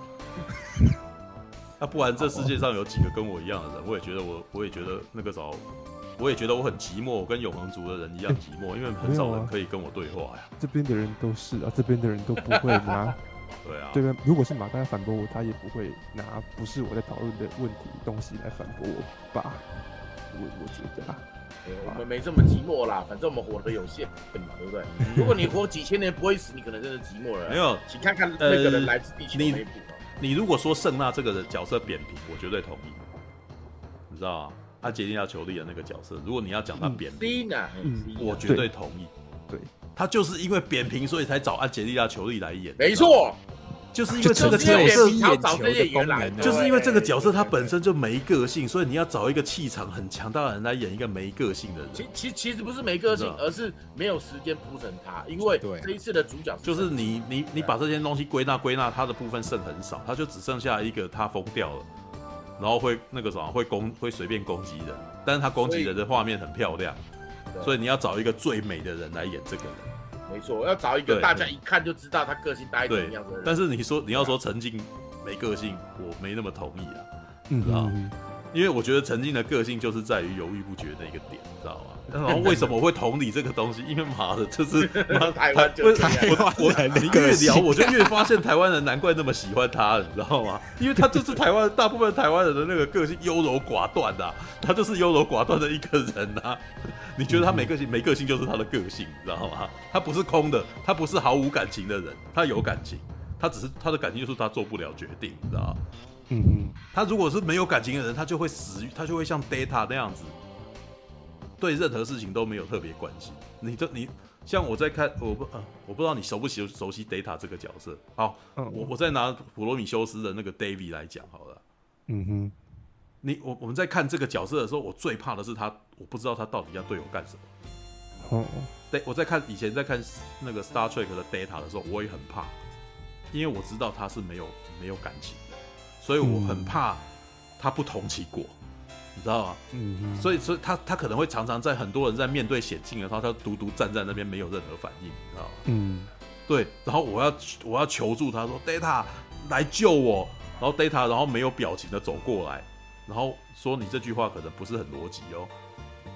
不然这世界上有几个跟我一样的人？我也觉得那个我也觉得我很寂寞，我跟永恒族的人一样寂寞，因为很少人可以跟我对话呀。
这边的人都是啊，这边的人都不会拿。
对啊，
对吧？如果是马大反驳我，他也不会拿不是我在讨论的问题东西来反驳我吧？我觉得啊。
我们没这么寂寞啦，反正我们活得有限嘛，对不对？如果你活几千年不会死，你可能真的寂寞了。
没有，
请看看那个人来自地球那一部。
你如果说圣娜这个角色扁平，我绝对同意。你知道吗？安吉丽娜·裘丽的那个角色，如果你要讲她扁平，我绝对同意。
对，
她就是因为扁平，所以才找安吉丽娜·裘丽来演。
没错，
就是因为这个角色，就是因为这个角色他本身就没个性，所以你要找一个气场很强大的人来演一个没个性的人。
其实不是没个性，而是没有时间铺成他。因为这一次的主角
就是你把这些东西归纳，他的部分剩很少，他就只剩下一个他疯掉了，然后会那个什么会随便攻击人，但是他攻击人的画面很漂亮，所以你要找一个最美的人来演这个人。
没错，要找一个大家一看就知道他个性大概怎么样的人。
但是你要说陈静没个性，我没那么同意啊，知道吗？因为我觉得陈静的个性就是在于犹豫不决的一个点，知道吗？然后为什么我会同理这个东西？因为妈的，就是
台湾就
你越聊我就越发现台湾人难怪那么喜欢他，你知道吗？因为他就是大部分台湾人的那个个性优柔寡断的，他就是优柔寡断的一个人啊。你觉得他没个性？没个性就是他的个性，你知道吗？他不是空的，他不是毫无感情的人，他有感情，他只是他的感情就是他做不了决定，你知道吗？他如果是没有感情的人，他就会他就会像 Data 那样子，对任何事情都没有特别关心。你像我在看，我不知道你熟不熟悉 Data 这个角色。好，我再拿普罗米修斯的那个 David 来讲好了。我们在看这个角色的时候，我最怕的是他，我不知道他到底要对我干什么。对，我以前在看那个 Star Trek 的 Data 的时候，我也很怕，因为我知道他是没有感情的，所以我很怕他不同情我，你知道吗？所以他可能会常常在很多人在面对险境的时候，他独独站在那边没有任何反应，你知道吗？对，然后我要求助他说 Data 来救我，然后 Data 然后没有表情的走过来。然后说你这句话可能不是很逻辑哦，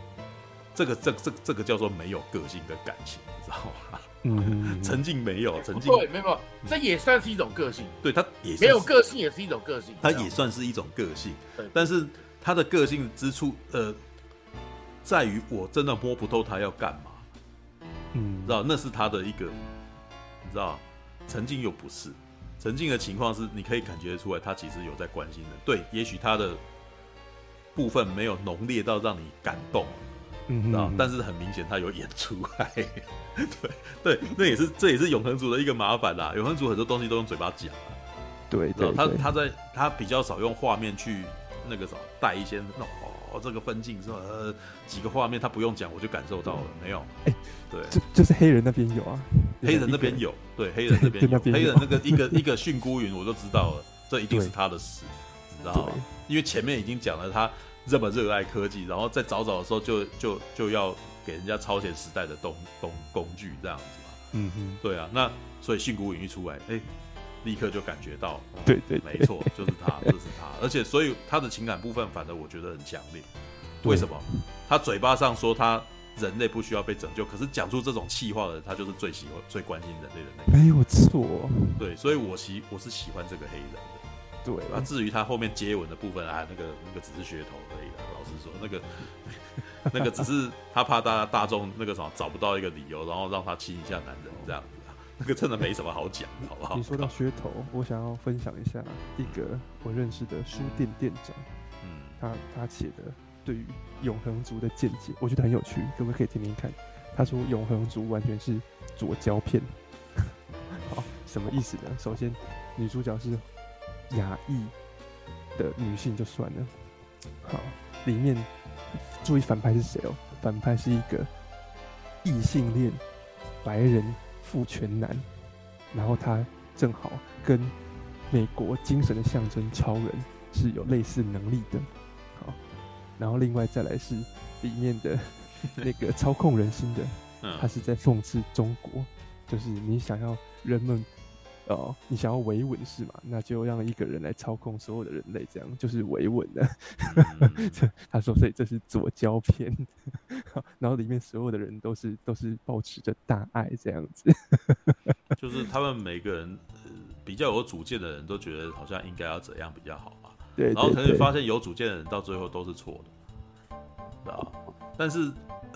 这个叫做没有个性跟感情，你知道吗？陈静没有，陈静
对，没有，这也算是一种个性。
对，他也
没有个性也是一种个性，
他也算是一种个性。但是他的个性之处，在于我真的摸不透他要干嘛。知道那是他的一个，你知道，陈静又不是。陈静的情况是，你可以感觉出来，他其实有在关心人。对，也许他的部分没有浓烈到让你感动。知道，但是很明显他有演出来，对，这也是永恒族的一个麻烦啦。永恒族很多东西都用嘴巴讲啊，
对，
他比较少用画面去那个什么带一些这个分镜是吧？几个画面他不用讲我就感受到了，没有，对，
就是黑人那边有啊，
黑人那边有，对，黑人那边有，黑人那个一个训孤云我就知道了，这一定是他的事，你知道吗？因为前面已经讲了他这么热爱科技，然后在早的时候就要给人家超前时代的工具这样子嘛。对啊，那所以训孤云一出来，立刻就感觉到，
对，
没错，就是他，这是他，而且所以他的情感部分反而我觉得很强烈。为什么？他嘴巴上说他人类不需要被拯救，可是讲出这种气话的人，他就是最关心人类的那个。
没有错。对，
所以我是喜欢这个黑人的。对，至于他后面接吻的部分啊，那个只是噱头而已啦。老实说，那个只是他怕大众那个什么找不到一个理由，然后让他亲一下男人这样子啊。那个真的没什么好讲，好不好？
你说到噱头，我想要分享一下一个我认识的书店店长，他写的对于永恒族的见解，我觉得很有趣，各位可以听听看。他说永恒族完全是左胶片，好，什么意思呢？首先，女主角是亚裔的女性就算了，好，里面注意反派是谁哦？反派是一个异性恋白人父权男，然后他正好跟美国精神的象征超人是有类似能力的，好，然后另外再来是里面的那个操控人心的，他是在讽刺中国，就是你想要人们。你想要维稳是嘛？那就让一个人来操控所有的人类，这样就是维稳的。他说，所以这是左胶片，然后里面所有的人都是抱持着大爱这样子。
就是他们每个人比较有主见的人都觉得好像应该要怎样比较好嘛。
对，
然后可能发现有主见的人到最后都是错的，知道？但是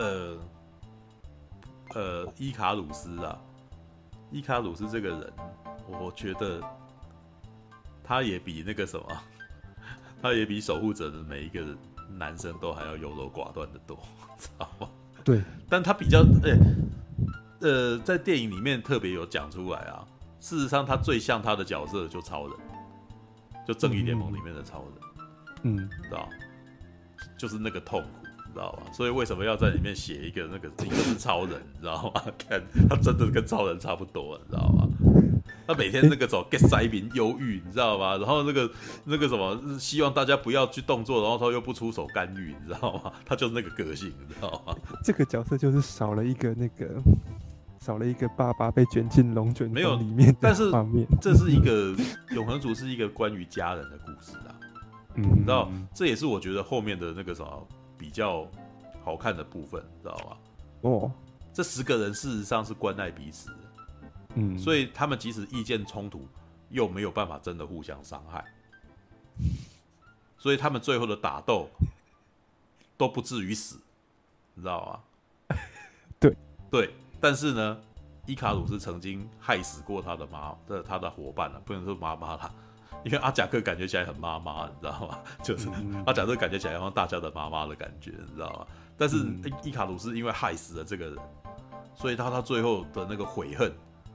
伊卡鲁斯这个人。我觉得他也比那个什么，他也比守护者的每一个男生都还要优柔寡断的多，知道吗？
对，
但他比较在电影里面特别有讲出来啊。事实上，他最像他的角色就超人，就正义联盟里面的超人，知道？就是那个痛苦。知道吧？所以为什么要在里面写一个那个一个是超人，你知道吗？看他真的跟超人差不多，你知道吗？他每天那个走 get 塞民忧郁，你知道吗？然后那个什么，希望大家不要去动作，然后他又不出手干预，你知道吗？他就是那个个性，你知道吗？
这个角色就是少了一个爸爸被卷进龙卷风里面的画面。
但是这是一个永恒族是一个关于家人的故事啊，你知道，这也是我觉得后面的那个什么。比较好看的部分，知道吗？这10个人事实上是关爱彼此的，所以他们即使意见冲突，又没有办法真的互相伤害，所以他们最后的打斗都不至于死，你知道吗？对，但是呢，伊卡鲁斯曾经害死过他的伙伴了，不能说妈妈啦。因为阿贾克感觉起来很妈妈，你知道吗？就是阿贾克感觉起来像大家的妈妈的感觉，你知道吗？但是伊卡鲁斯因为害死了这个人，所以他最后的那个悔恨，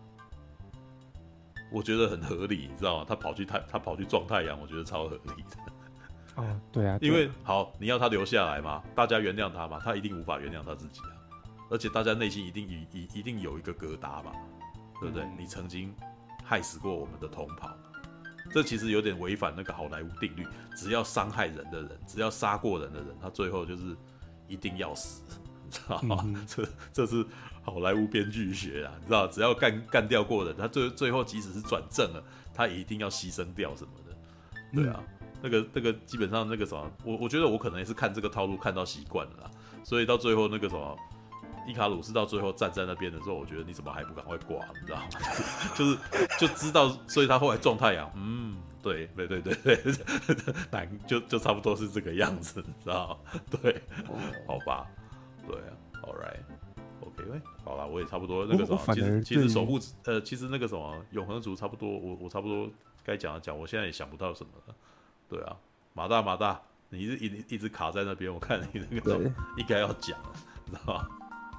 我觉得很合理，你知道吗？他跑去撞太阳，我觉得超合理的。
对啊，
因为好，你要他留下来嘛，大家原谅他嘛，他一定无法原谅他自己啊，而且大家内心一定有一个疙瘩嘛，对不对？你曾经害死过我们的同袍。这其实有点违反那个好莱坞定律，只要伤害人的人，只要杀过人的人，他最后就是一定要死，你知道吗？这是好莱坞编剧学啊，你知道，只要干掉过人，他最后即使是转正了，他也一定要牺牲掉什么的，对啊，那个基本上那个什么，我觉得我可能也是看这个套路看到习惯了啦， 所以到最后那个什么。伊卡鲁斯到最后站在那边的时候，我觉得你怎么还不赶快挂？你知道吗？就知道，所以他后来撞太阳，对，难就差不多是这个样子，你知道吗？对，好吧，对啊 ，All right，OK， 好啦，我也差不多那个什么，其实守护其实那个什么永恒族差不多，我差不多该讲的讲，我现在也想不到什么了，对啊，马大，你一直卡在那边，我看你那个应该要讲了，你知道吗？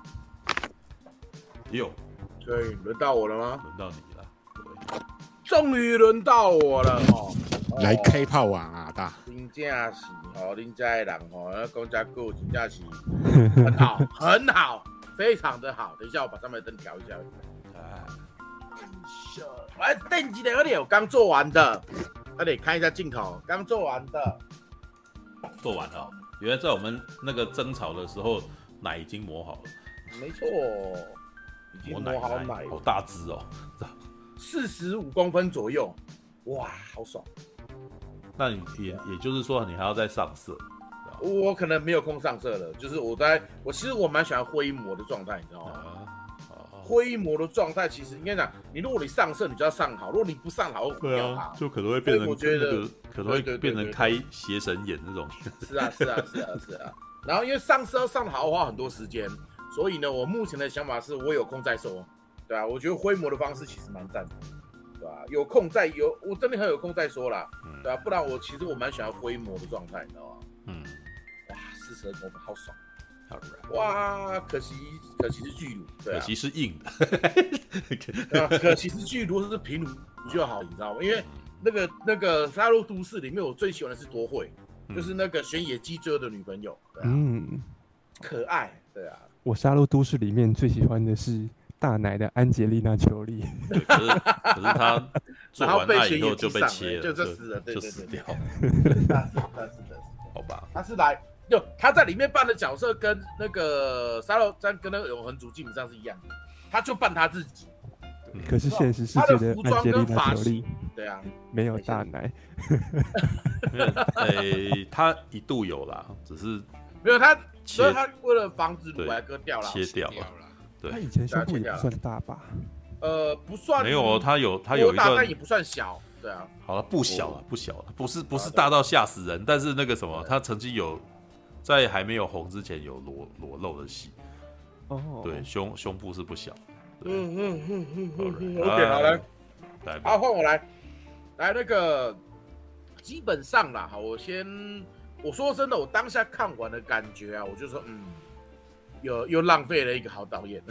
对，轮到我了吗？
轮到你了，对，
终于轮到我了哦！
来开炮啊，大！
真正是哦，恁家的人哦，讲这句真正是很好，很好，非常的好。等一下，我把上面的灯调一下。来，电机的有刚做完的，看一下镜头，刚做完的。
做完了，原来在我们那个争吵的时候，奶已经磨好了。
没错。已经磨好奶，
好大只哦
，45公分左右，哇，好爽。
那你也就是说，你还要再上色？
我可能没有空上色了，就是我其实我蛮喜欢灰模的状态，你知道吗？灰模的状态其实应该讲，如果你上色，你就要上好；如果你不上好，
对啊，就可能会变成我觉得可能会变成开邪神眼那种。
是啊。然后因为上色上好花很多时间。所以呢，我目前的想法是我有空再说，对啊，我觉得灰模的方式其实蛮赞的，对吧？有空我真的很有空再说啦，对啊，不然其实我蛮喜欢灰模的状态，你知道吗？哇，42公分，好爽，哇，可惜是巨乳，对啊，
可惜是硬的，
可惜是巨乳，是平乳就好，你知道吗？因为那个杀戮都市里面，我最喜欢的是多惠，就是那个选野鸡最后的女朋友，对啊，可爱，对啊。
我杀戮都市里面最喜欢的是大奶的安吉丽娜·裘丽，
可是他做完爱以后就被切了，
就死了，对，
死掉。
是的，
好吧。
他在里面扮的角色跟那个杀戮战跟那个永恒族基本上是一样的，他就扮他自己。
可是现实世界的安吉丽娜·裘丽，
对啊，
没有大奶。
他一度有啦，只是
没有他。所以他为了防止乳癌割掉了，
切掉了。对，
他以前胸部也不算大吧？
不算。
没有哦，他有一段，
但也不算小。对啊。
好了，不小了，不是大到吓死人，但是那个什么，他曾经有在还没有红之前有裸露的戏。对，胸部是不小。
OK， 好来，好换我来，那个基本上啦，好，我说真的，我当下看完的感觉啊，我就说，又浪费了一个好导演。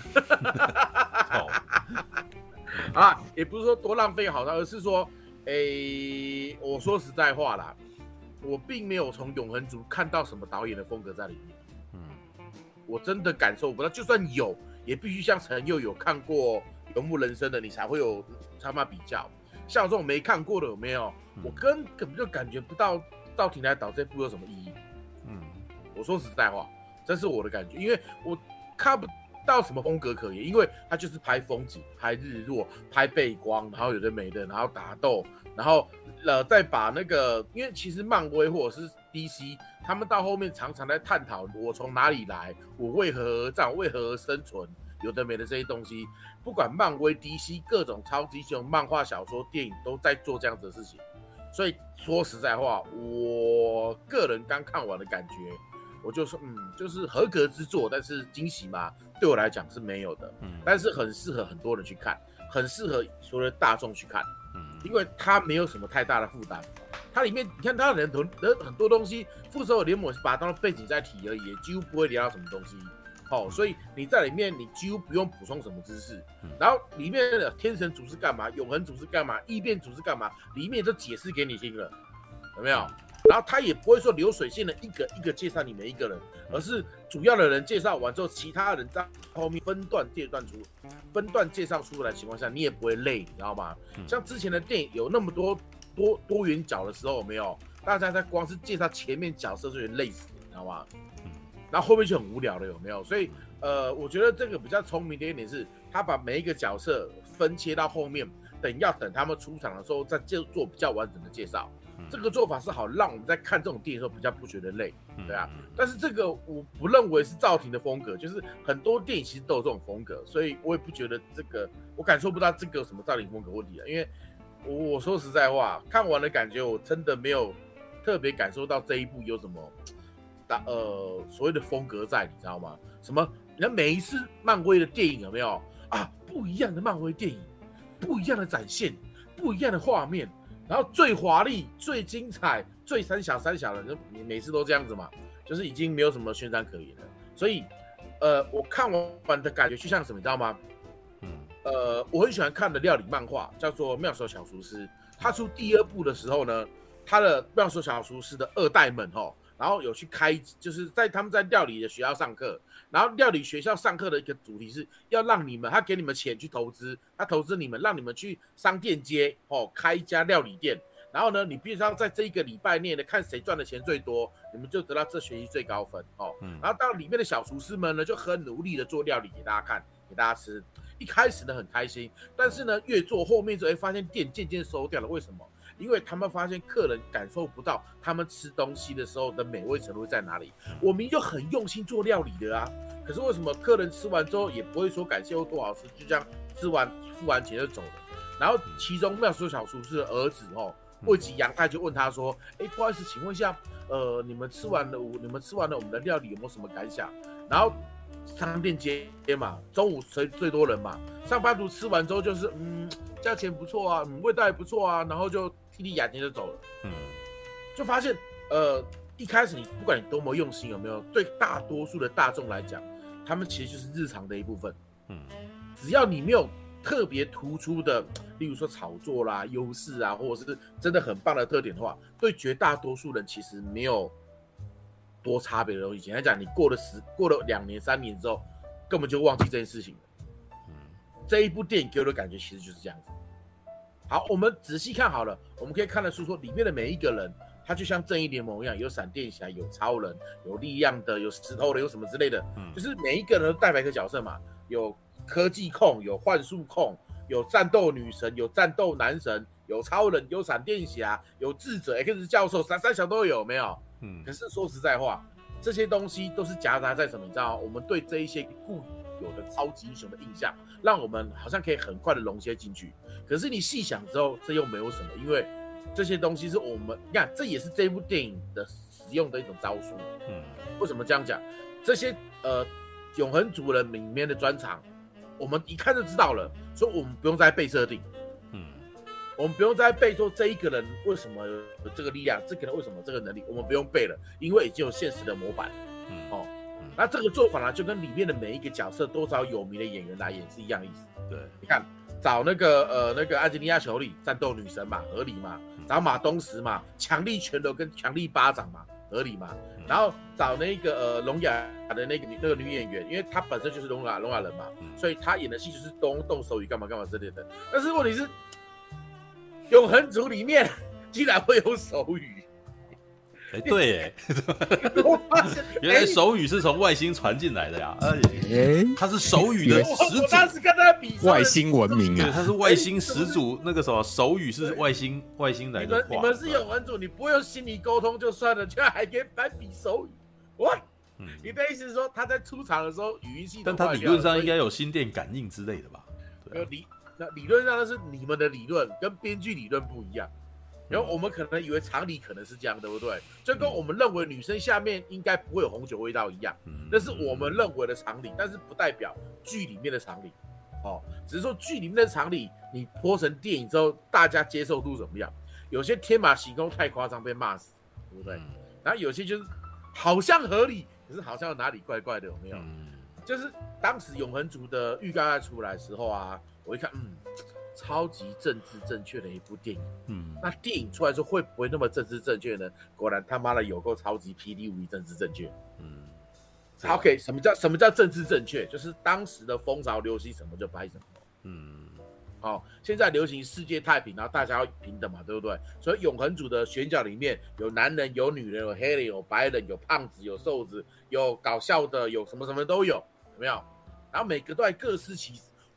也不是说多浪费好导演，而是说，我说实在话啦，我并没有从永恒族看到什么导演的风格在里面。我真的感受不到，就算有，也必须像陈佑有看过《游牧人生》的，你才会有他妈比较。像我这种没看过的，有没有？我根本就感觉不到。到庭来岛这部有什么意义？我说实在话，这是我的感觉，因为我看不到什么风格可言，因为他就是拍风景、拍日落、拍背光，然后有的没的，然后打斗，然后再把那个，因为其实漫威或者是 DC， 他们到后面常常在探讨我从哪里来，我为何而战，为何而生存，有的没的这些东西，不管漫威、DC 各种超级英雄漫画、小说、电影都在做这样子的事情。所以说实在话，我个人刚看完的感觉，我就说，就是合格之作，但是惊喜嘛，对我来讲是没有的。但是很适合很多人去看，很适合所有的大众去看，因为它没有什么太大的负担。它里面你看它的很多东西，复仇者联盟把它当背景在提而已，也几乎不会聊到什么东西。所以你在里面你几乎不用补充什么知识，然后里面的天神族是干嘛，永恒族是干嘛，异变族是干嘛，里面都解释给你听了，有没有？然后他也不会说流水线的一个一个介绍你每一个人，而是主要的人介绍完之后，其他人在后面分段介绍出来的情况下，你也不会累，你知道吗？像之前的电影有那么多元角的时候，有没有？大家在光是介绍前面角色就有点累死，你知道吗？然后后面就很无聊了，有没有？所以我觉得这个比较聪明的一点是，他把每一个角色分切到后面，等他们出场的时候再做比较完整的介绍。 这个做法是好让我们在看这种电影的时候比较不觉得累，对啊。但是这个我不认为是赵婷的风格，就是很多电影其实都有这种风格，所以我也不觉得这个，我感受不到这个有什么赵婷风格问题啊。因为我说实在话，看完的感觉我真的没有特别感受到这一部有什么所谓的风格在，你知道吗？什么？你看每一次漫威的电影有没有啊？不一样的漫威电影，不一样的展现，不一样的画面。然后最华丽、最精彩、最三小的，就每次都这样子嘛，就是已经没有什么宣传可言了。所以，我看完的感觉就像什么，你知道吗？我很喜欢看的料理漫画叫做《妙手小厨师》，他出第2部的时候呢，他的妙手小厨师的2代们然后有去开，就是他们在料理的学校上课，然后料理学校上课的一个主题是要让你们，他给你们钱去投资，他投资你们，让你们去商店街开一家料理店，然后呢，你必须要在这一个礼拜内呢，看谁赚的钱最多，你们就得到这学期最高分然后到里面的小厨师们呢，就很努力的做料理给大家看，给大家吃。一开始呢很开心，但是呢越做后面就会发现店渐渐收掉了，为什么？因为他们发现客人感受不到他们吃东西的时候的美味程度在哪里。我明明就很用心做料理的啊，可是为什么客人吃完之后也不会说感谢或多好吃，就这样吃完付完钱就走了？然后其中妙手小厨师的儿子魏吉阳他就问他说：“不好意思，请问一下，你们吃完了我们的料理有没有什么感想？”然后商店街嘛，中午最多人嘛，上班族吃完之后就是价钱不错啊，味道也不错啊，然后就踢踢眼睛就走了。就发现一开始你不管你多么用心，有没有对大多数的大众来讲，他们其实就是日常的一部分。只要你没有特别突出的，例如说炒作啦、优势啊，或者是真的很棒的特点的话，对绝大多数人其实没有多差别的东西。简单讲，你过了2年3年之后，根本就忘记这件事情了。这一部电影给我的感觉其实就是这样子。好，我们仔细看好了，我们可以看得出说，里面的每一个人，他就像正义联盟一样，有闪电侠，有超人，有力量的，有石头的，有什么之类的，就是每一个人都代表一个角色嘛。有科技控，有幻术控，有战斗女神，有战斗男神，有超人，有闪电侠，有智者 X 教授，三小都有没有？可是说实在话，这些东西都是夹杂在什么？你知道吗？我们对这一些固有的超级英雄的印象，让我们好像可以很快的融接进去。可是你细想之后，这又没有什么，因为这些东西是我们，你看，这也是这部电影的使用的一种招数。为什么这样讲？这些永恒族人里面的专长，我们一看就知道了，所以我们不用再背设定。我们不用再背说这一个人为什么有这个力量，这个人为什么这个能力，我们不用背了，因为已经有现实的模板。那这个做法呢，就跟里面的每一个角色都找有名的演员来演是一样的意思。对，你看找那个安吉丽亚·裘丽战斗女神嘛，合理嘛？找马东石嘛，强力拳头跟强力巴掌嘛，合理嘛？然后找那个聋哑的那个女演员，因为她本身就是聋哑人嘛，所以她演的戏就是动手语干嘛之类的。但是问题是，永恒族里面竟然会有手语。
对耶，原来手语是从外星传进来的呀！它是手语的始祖。
我当时跟他比
外星文明啊，
对，它是外星始祖。那个什么手语是外星来的话。
你们是永恒族，你不用心理沟通就算了，居然还可以比手语。What？你的意思是说他在出场的时候语音系统？
但他理论上应该有心电感应之类的吧？
理论上那是你们的理论，跟编剧理论不一样。然后我们可能以为常理可能是这样，对不对？就跟我们认为女生下面应该不会有红酒味道一样，那是我们认为的常理，但是不代表剧里面的常理。只是说剧里面的常理，你播成电影之后，大家接受度怎么样？有些天马行空太夸张，被骂死，对不对？然后有些就是好像合理，可是好像哪里怪怪的，有没有？就是当时永恒族的预告出来的时候啊，我一看，超级政治正确的一部电影。那电影出来之后会不会那么政治正确呢？果然他妈的有够超级霹雳无敌政治正确。OK， 什么叫政治正确？就是当时的风潮流行什么就拍什么。现在流行世界太平，然后大家要平等嘛，对不对？所以永恒族的选角里面有男人、有女人、有黑人、有白人、有胖子、有瘦子、有搞笑的、有什么什么都有，有没有？然后每个都还各司其职。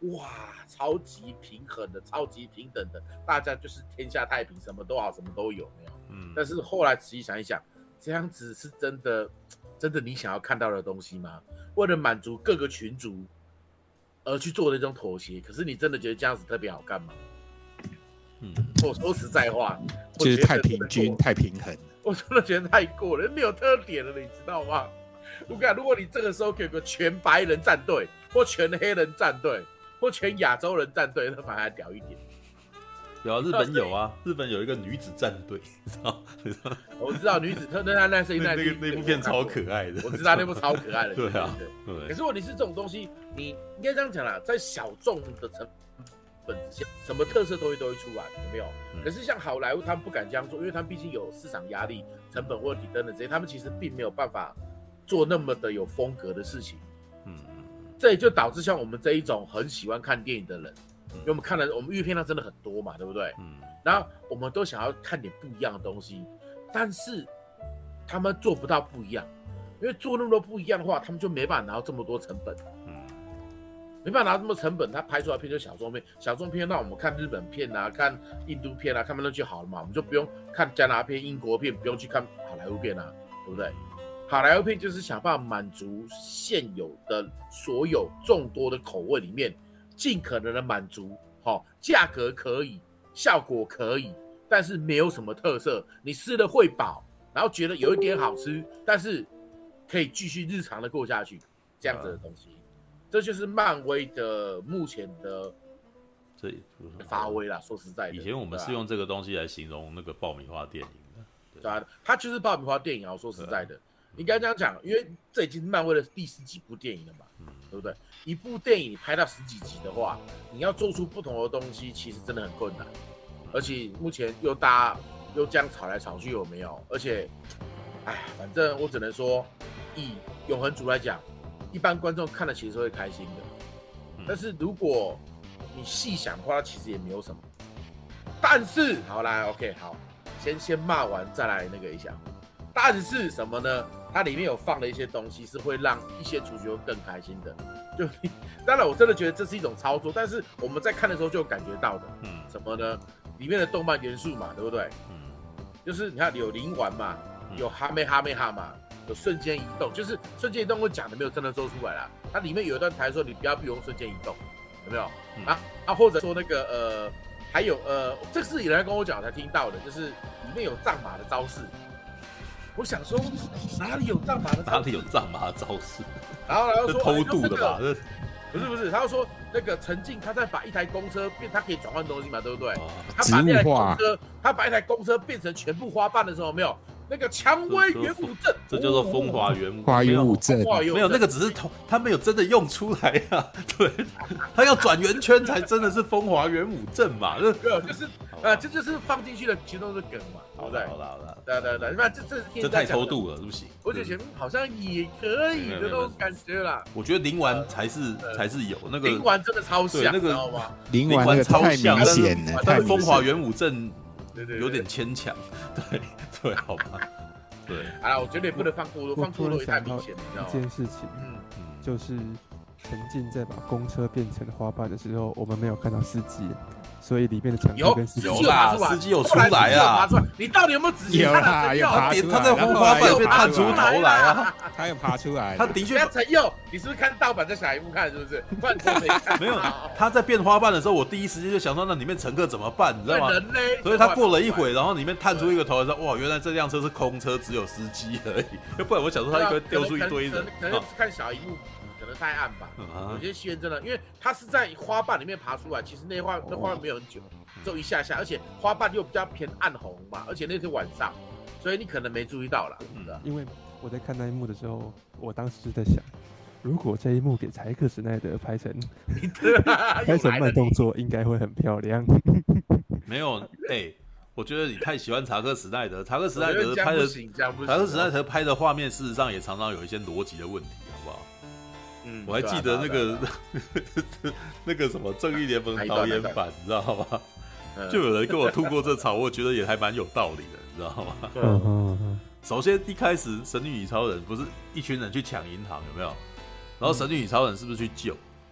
哇，超级平衡的，超级平等的，大家就是天下太平，什么都好，什么都有，没有。但是后来仔细想一想，这样子是真的你想要看到的东西吗？为了满足各个群族而去做的一种妥协，可是你真的觉得这样子特别好看吗？我说实在话，
就是太平均、太平衡。
我真的觉得太过了，没有特点了，你知道吗？如果你这个时候有个全白人战队，或全黑人战队，或全亚洲人战队，那反而还屌一点。
有啊，日本有啊，日本有一个女子战队，你知道？
我知道女子，那是
那部片超可爱的，
我知道那部超可爱的。
对啊，
对。可是问题是这种东西，你应该这样讲啦，在小众的成本之下，什么特色东西都会出来，有没有？可是像好莱坞，他们不敢这样做，因为他们毕竟有市场压力、成本问题等等这些，他们其实并没有办法做那么的有风格的事情。这也就导致像我们这一种很喜欢看电影的人。因为我们预片量真的很多嘛，对不对？然后我们都想要看点不一样的东西，但是他们做不到不一样，因为做那么多不一样的话，他们就没办法拿到这么多成本，没办法拿这么多成本，他拍出来片就小众片，小众片那我们看日本片啊，看印度片啊，看那就好了嘛，我们就不用看加拿大片、英国片，不用去看好莱坞片啊，对不对？好莱坞片就是想办法满足现有的所有众多的口味里面。尽可能的满足，价格可以，效果可以，但是没有什么特色。你吃了会饱，然后觉得有一点好吃，但是可以继续日常的过下去，这样子的东西，这就是漫威的目前的发挥啦。说实在的，
以前我们是用这个东西来形容那个爆米花电影的，
对啊，它就是爆米花电影啊。说实在的，应该这样讲，因为这已经是漫威的第10几部电影了嘛，对不对？一部电影你拍到10几集的话，你要做出不同的东西，其实真的很困难。而且目前大家又这样吵来吵去，有没有？而且，反正我只能说，以永恒族来讲，一般观众看了其实会开心的。但是如果你细想的话，其实也没有什么。但是，好来 ，OK， 好，先骂完再来那个一下。但是什么呢？它里面有放了一些东西，是会让一些主角更开心的。就当然，我真的觉得这是一种操作，但是我们在看的时候就有感觉到的。什么呢？里面的动漫元素嘛，对不对？就是你看有灵丸嘛，有哈妹嘛，有瞬间移动，就是瞬间移动我讲的没有真的做出来啦。它里面有一段台说你不要用瞬间移动，有没有？或者说那个还有这是有人跟我讲才听到的，就是里面有藏马的招式。我想说哪里有藏马的
招式？
然后说
偷渡的吧？
不是，他就说那个陈静他在把一台公车他可以转换东西嘛，对不对？他把一台公车变成全部花瓣的时候，有没有？那个蔷薇元武阵，
这叫做风华元
武阵，
没有那个只是他没有真的用出来啊，对，他要转圆圈才真的是风华元武阵嘛，没有就是这就是放进去的其中的梗嘛，对不对？好了，对，那这太偷渡了，是不行。
我觉得好像也可以的那种感觉啦。
我觉得灵丸才是有那个
灵丸真的超像，
那个
知道吗？
灵丸太明显了，
但是风华元武阵有点牵强，对，好吧。对，
我绝对不能放过多，放过多也太明显了，你知道吗？
一件事情，就是陈静在把公车变成花瓣的时候，我们没有看到司机，所以里面的乘客跟司机
司机有出来啊！
你到底有没有仔细看？
有爬出来，
他在花瓣里面探出头来啊！
他有爬出来，
他的确。
陈佑，你是不是看盗版在下一幕看？是不是？不然没看。
没有，他在变花瓣的时候，我第一时间就想说，那里面乘客怎么办？你知道吗？所以他过了一会，然后里面探出一个头来说，哇，原来这辆车是空车，只有司机而已。要不然我想说他应该丢出一堆人。
可能是看小荧幕。可能太暗吧，有些戏院真的，因为它是在花瓣里面爬出来，其实那花瓣没有很久，只有一下，而且花瓣又比较偏暗红嘛，而且那天晚上，所以你可能没注意到啦。
因为我在看那一幕的时候，我当时就在想，如果这一幕给柴克史奈德拍成慢动作，应该会很漂亮。
没有，我觉得你太喜欢查克史奈德，查克史奈德拍的画面，事实上也常常有一些逻辑的问题。我还记得那个什么正义联盟导演版，你知道吗？就有人跟我吐过这槽，我觉得也还蛮有道理的，你知道吗？首先一开始神女与超人不是一群人去抢银行，有没有？然后神女与超人是不是去救？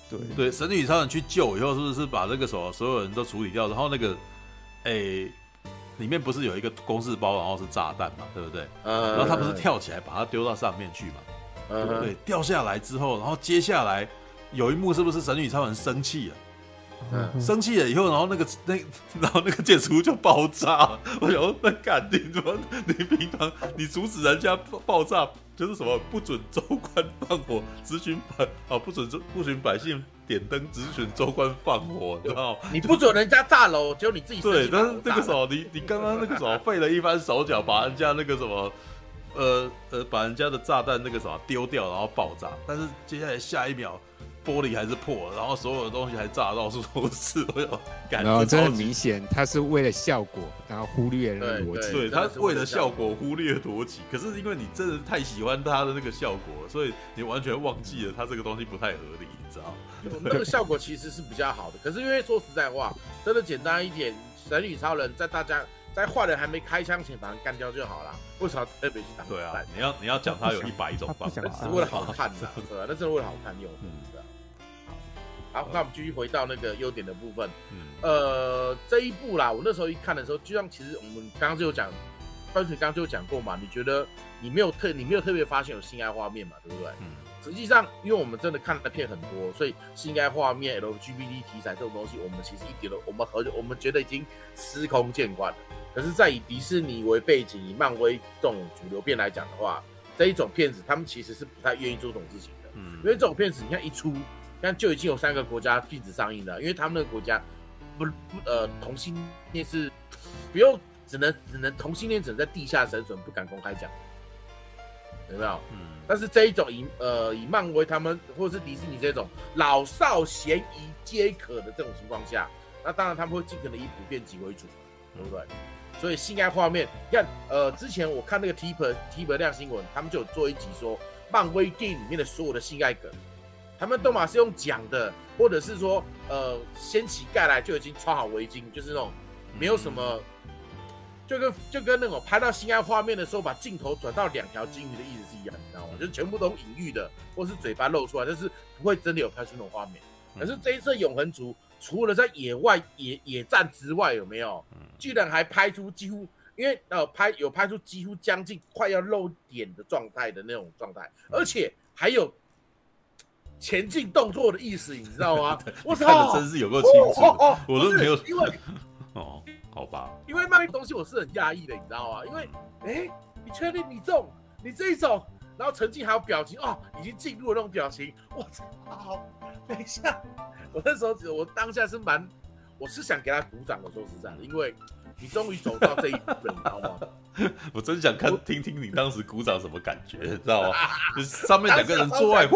对，
神女超人去救以后，是不是把那个所有人都处理掉？然后那个，里面不是有一个公事包，然后是炸弹嘛，对不对？然后他不是跳起来把它丢到上面去嘛？对不对？掉下来之后，然后接下来有一幕是不是神女超人生气了？生气了以后，然后那个剑出就爆炸。我想说，那干你怎么？你平常你阻止人家爆炸，就是什么不准州官放火，只许不许百姓点灯，只许州官放火，你知道吗？
你不准人家炸楼，只有你自己。
对，但是那个时候你刚刚那个什么费了一番手脚，把人家那个什么把人家的炸弹那个什么丢掉，然后爆炸。但是接下来下一秒。玻璃还是破，然后所有的东西还炸到处都是，
然后这很明显，他是为了效果，然后忽略了逻辑。
对，他为了效果忽略逻辑。可是因为你真的太喜欢他的那个效果，所以你完全忘记了他这个东西不太合理，你知道吗？
那个效果其实是比较好的，可是因为说实在话，真的简单一点，神女超人在大家在坏人还没开枪前把人干掉就好了，为什么特别去打？
对啊，你要讲他有100种方法，
那只是为了好看的，对吧？那真的为了好看用的。好，那我们继续回到那个优点的部分。这一部啦，我那时候一看的时候，就像其实我们刚刚就有讲，关水刚刚就有讲过嘛，你觉得你没有特别发现有性爱画面嘛，对不对？实际上，因为我们真的看的片很多，所以性爱画面、LGBT 题材这种东西，我们其实一点都我们觉得已经司空见惯了。可是，在以迪士尼为背景，以漫威这种主流片来讲的话，这一种片子他们其实是不太愿意做这种事情的。因为这种片子你看一出。但就已经有3个国家禁止上映了，因为他们那个国家同性恋是不用只能同性恋只能在地下生存，不敢公开讲，有没有？但是这一种以漫威他们或者是迪士尼这种老少咸宜皆可的这种情况下，那当然他们会尽可能以普遍级为主，对不对？所以性爱画面，你看之前我看那个 TVer 亮新闻，他们就有做一集说漫威电影里面的所有的性爱梗。他们都嘛是用讲的，或者是说，掀起盖来就已经穿好围巾，就是那种没有什么，就跟那种拍到性爱画面的时候，把镜头转到2条金鱼的意思是一样，你知道吗？就是全部都隐喻的，或是嘴巴露出来，但是不会真的有拍出那种画面。可是这一次永恒族除了在野战之外，有没有？居然还拍出几乎，因为拍出几乎将近快要露点的状态的那种状态，而且还有。前进动作的意思，你知道吗？我操，
看的真是有够清楚，我都没有。
因为
好吧，
因为那个东西我是很讶异的，你知道吗？因为你确定你这一种，然后陈静还有表情已经进入了那种表情，我操！等一下，我那时候我当下是我是想给他鼓掌的，说实在的，因为你终于走到这一步了，你知道吗？
我真想听听你当时鼓掌什么感觉，你知道吗？就是上面2个人做爱，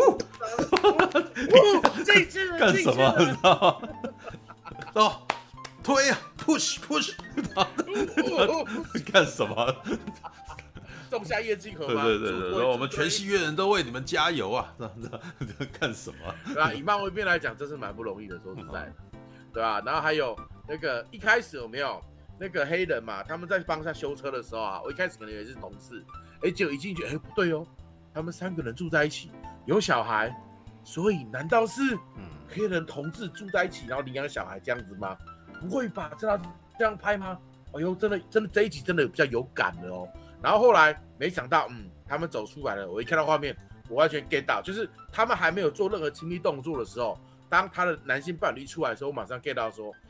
干什么？你知道吗？推啊 ，push， 干什么？
种下业绩河吗？
对，我们全戏院人都为你们加油啊！干什么？
对吧？以漫威片来讲，真是蛮不容易的，说实在的，对吧？然后还有那个一开始有没有？那个黑人嘛，他们在帮他修车的时候啊，我一开始可能以为是同事，结果一进去，不对哦，他们3个人住在一起，有小孩，所以难道是黑人同志住在一起，然后领养小孩这样子吗？不会吧，这样拍吗？哎呦，真的这一集真的比较有感的哦。然后后来没想到，他们走出来了，我一看到画面，我完全 get 到，就是他们还没有做任何亲密动作的时候，当他的男性伴侣出来的时候，我马上 get 到说，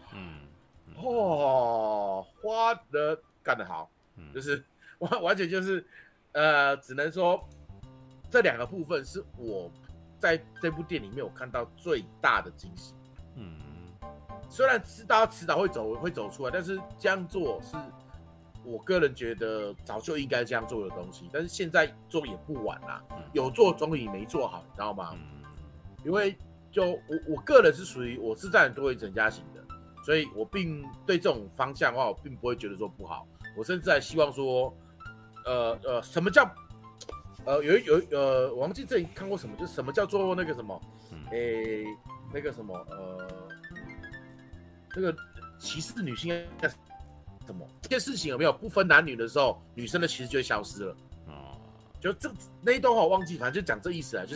花的干得好，就是完全就是，只能说这2个部分是我在这部电影里面我看到最大的惊喜。虽然大家迟早会走出来，但是这样做是我个人觉得早就应该这样做的东西，但是现在做也不晚啦，有做总比没做好，你知道吗？因为就我个人是属于我是站多元成家型的。所以我并对这种方向的话，我并不会觉得说不好。我甚至还希望说，什么叫我忘记这里看过什么，就是什么叫做那个什么，那个什么那个歧视女性什么这件事情有没有不分男女的时候，女生的歧视就会消失了。就那一段话我忘记，反正就讲这意思啊，就是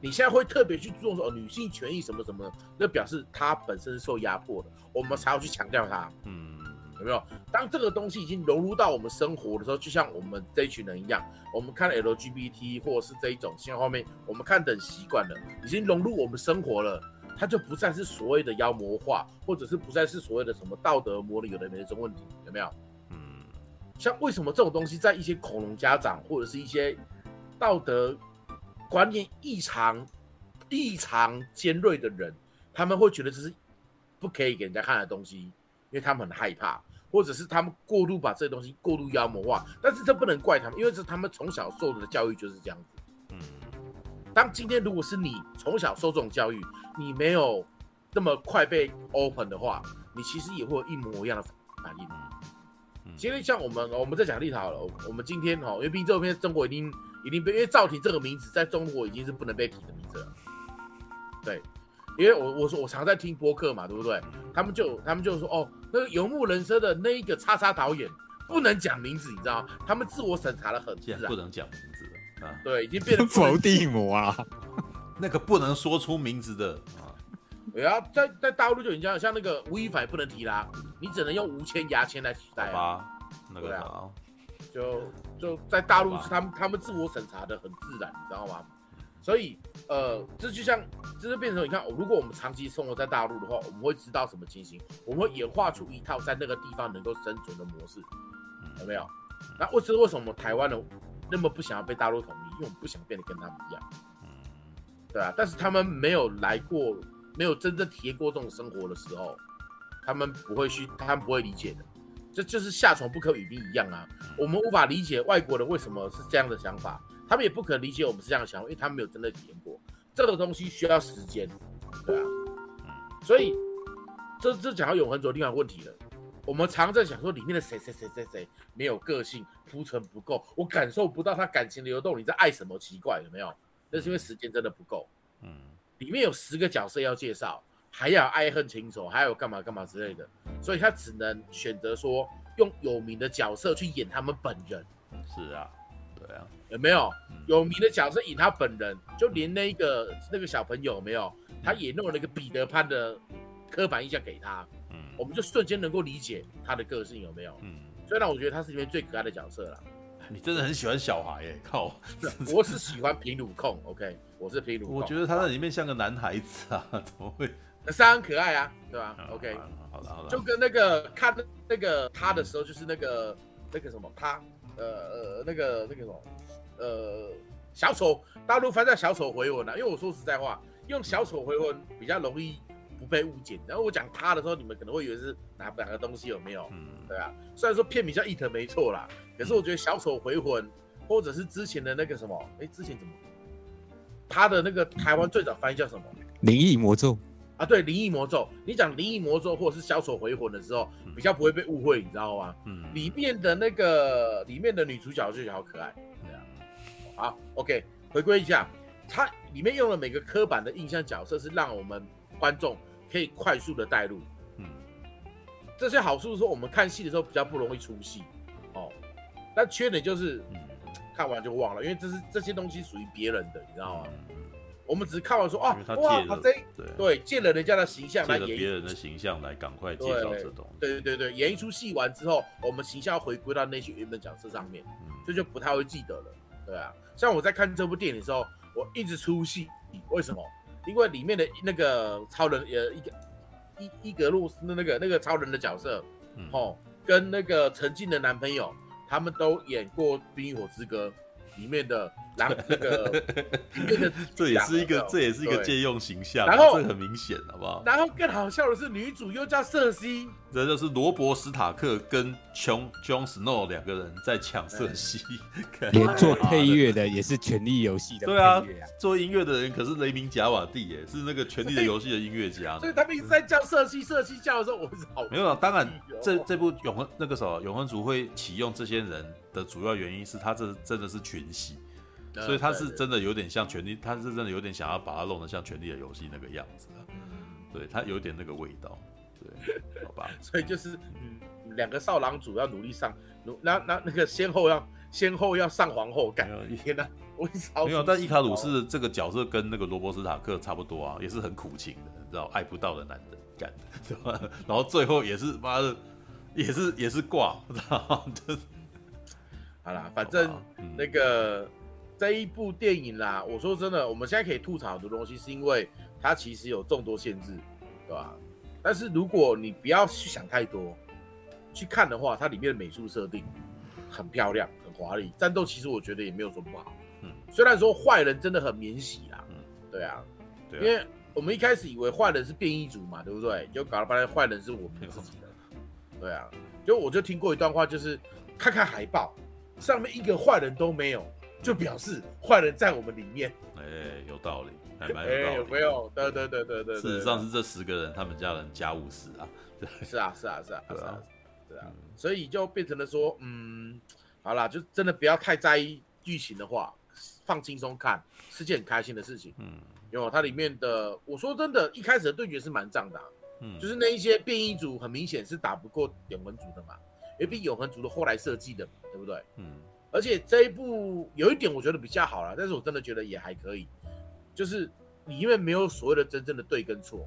你现在会特别去注重说女性权益什么什么，那表示她本身是受压迫的，我们才要去强调她。有没有？当这个东西已经融入到我们生活的时候，就像我们这一群人一样，我们看 LGBT 或者是这一种性方面，我们看等习惯了，已经融入我们生活了，它就不再是所谓的妖魔化，或者是不再是所谓的什么道德模拟有的没的这种问题，有没有？像为什么这种东西在一些恐龙家长或者是一些道德观念异常尖锐的人，他们会觉得这是不可以给人家看的东西，因为他们很害怕。或者是他们过度把这个东西过度妖魔化，但是这不能怪他们，因为是他们从小受的教育就是这样子。当今天如果是你从小受这种教育，你没有那么快被 open 的话，你其实也会有一模一样的反应。其实像我们在讲立陶好了，我们今天因为毕竟这片中国已经被，因为赵婷这个名字在中国已经是不能被提的名字了。对。因为我常在听播客嘛，对不对？他们就说那个游牧人生的那一个叉叉导演不能讲名字，你知道吗？他们自我审查的很自然，
不能讲名字的啊。
对，已经变成
伏地魔啊，
那个不能说出名字的啊。
对啊，在大陆就已经像那个吴亦凡不能提啦，你只能用吴谦、牙签来取代啊。
那个啥，
就在大陆是他们自我审查的很自然，你知道吗？所以，这就像，这就变成你看，如果我们长期生活在大陆的话，我们会知道什么情形，我们会演化出一套在那个地方能够生存的模式，有没有？那为什么台湾人那么不想要被大陆统一？因为我们不想变得跟他们一样，对啊。但是他们没有来过，没有真正体验过这种生活的时候，他们不会理解的。这就是夏虫不可语冰一样啊，我们无法理解外国人为什么是这样的想法。他们也不可能理解我们是这样的想法，因为他们没有真的体验过这个东西，需要时间，对啊。所以这讲到永恒族另外一个问题了。我们常在想说里面的谁没有个性，铺陈不够，我感受不到他感情的流动，你在爱什么？奇怪，有没有？那是因为时间真的不够。里面有10个角色要介绍，还要爱恨情仇，还有干嘛干嘛之类的，所以他只能选择说用有名的角色去演他们本人。
是啊。对啊，
有没有有名的角色演他本人？就连那个小朋友有没有，他也弄了一个彼得潘的刻板印象给他，我们就瞬间能够理解他的个性有没有？所以让我觉得他是里面最可爱的角色啦。
你真的很喜欢小孩耶，靠！
我是喜欢平乳控 ，OK， 我是平乳控。
我觉得他在里面像个男孩子啊，怎么会？
是很可爱啊，对吧？OK，
好了，
就跟那个看那个他的时候，就是那个什么他。那个什么，小丑，大陆翻叫小丑回魂啊。因为我说实在话，用小丑回魂比较容易不被误解。然后我讲他的时候，你们可能会以为是哪个东西有没有？对啊。虽然说片名叫 It 没错啦，可是我觉得小丑回魂，或者是之前的那个什么，之前怎么？他的那个台湾最早翻译叫什么？
灵异魔咒。
啊，对，灵异魔咒。你讲灵异魔咒或者是小丑回魂的时候，比较不会被误会，你知道吗？里面的女主角就好可爱，对啊。好 ，OK， 回归一下，它里面用了每个刻板的印象角色，是让我们观众可以快速的带入。这些好处是说，我们看戏的时候比较不容易出戏哦。但缺点就是，看完就忘了，因为这些东西属于别人的，你知道吗？我们只是看完说哇，借了人家的形象来演
别人的形象来赶快介绍这东西。
对，演一出戏完之后，我们形象要回归到那些原本角色上面，这就不太会记得了。对啊，像我在看这部电影的时候，我一直出戏，为什么？因为里面的那个超人伊格洛斯的那个超人的角色，跟那个陈静的男朋友，他们都演过《冰与火之歌》里面的。那个里面的
这也是一个借用形象，
然后
这很明显，好不好？
然后更好笑的是，女主又叫瑟西，
这就是罗伯·史塔克跟Jon Snow 2个人在抢瑟西，
连做配乐的也是《权力游戏》的配乐啊。
对啊，做音乐的人可是雷明·贾瓦蒂耶，是那个《权力的游戏》的音乐家。
所以他们一直在叫瑟西叫的时候，我是好
没有。当然，这部永恒族会启用这些人的主要原因是他这真的是群戏。所以他是真的有点像权力，他是真的有点想要把它弄得像《权力的游戏》那个样子啊。对，他有点那个味道，对，好吧。
所以就是2个少郎主要努力上，那个先后要上皇后，天哪！ 我已经超
没有，但伊卡鲁斯这个角色跟那个罗伯斯塔克差不多啊，也是很苦情的，你知道，爱不到的男人干的，对吧？然后最后也是妈的，也是挂，知道就是
好啦，反正那个这一部电影啦，我说真的，我们现在可以吐槽很多东西，是因为它其实有众多限制，对吧？但是如果你不要去想太多，去看的话，它里面的美术设定很漂亮、很华丽，战斗其实我觉得也没有什么不好。虽然说坏人真的很免洗啦，对啊，因为我们一开始以为坏人是变异族嘛，对不对？就搞了半天坏人是我们自己的，对啊。我就听过一段话，就是看看海报，上面一个坏人都没有，就表示坏人在我们里面。
有道理。还蛮有道理，
有没有？对。
事实上是这10个人，他们家人家务事啊。
是啊，所以就变成了说，好啦，就真的不要太在意剧情的话，放轻松看，是件很开心的事情。因为它里面的，我说真的，一开始的对决是蛮仗的，就是那一些变异组很明显是打不过永恒族的嘛，因为毕竟永恒族的后来设计的嘛，对不对？而且这一部有一点我觉得比较好啦，但是我真的觉得也还可以。就是里面没有所谓的真正的对跟错，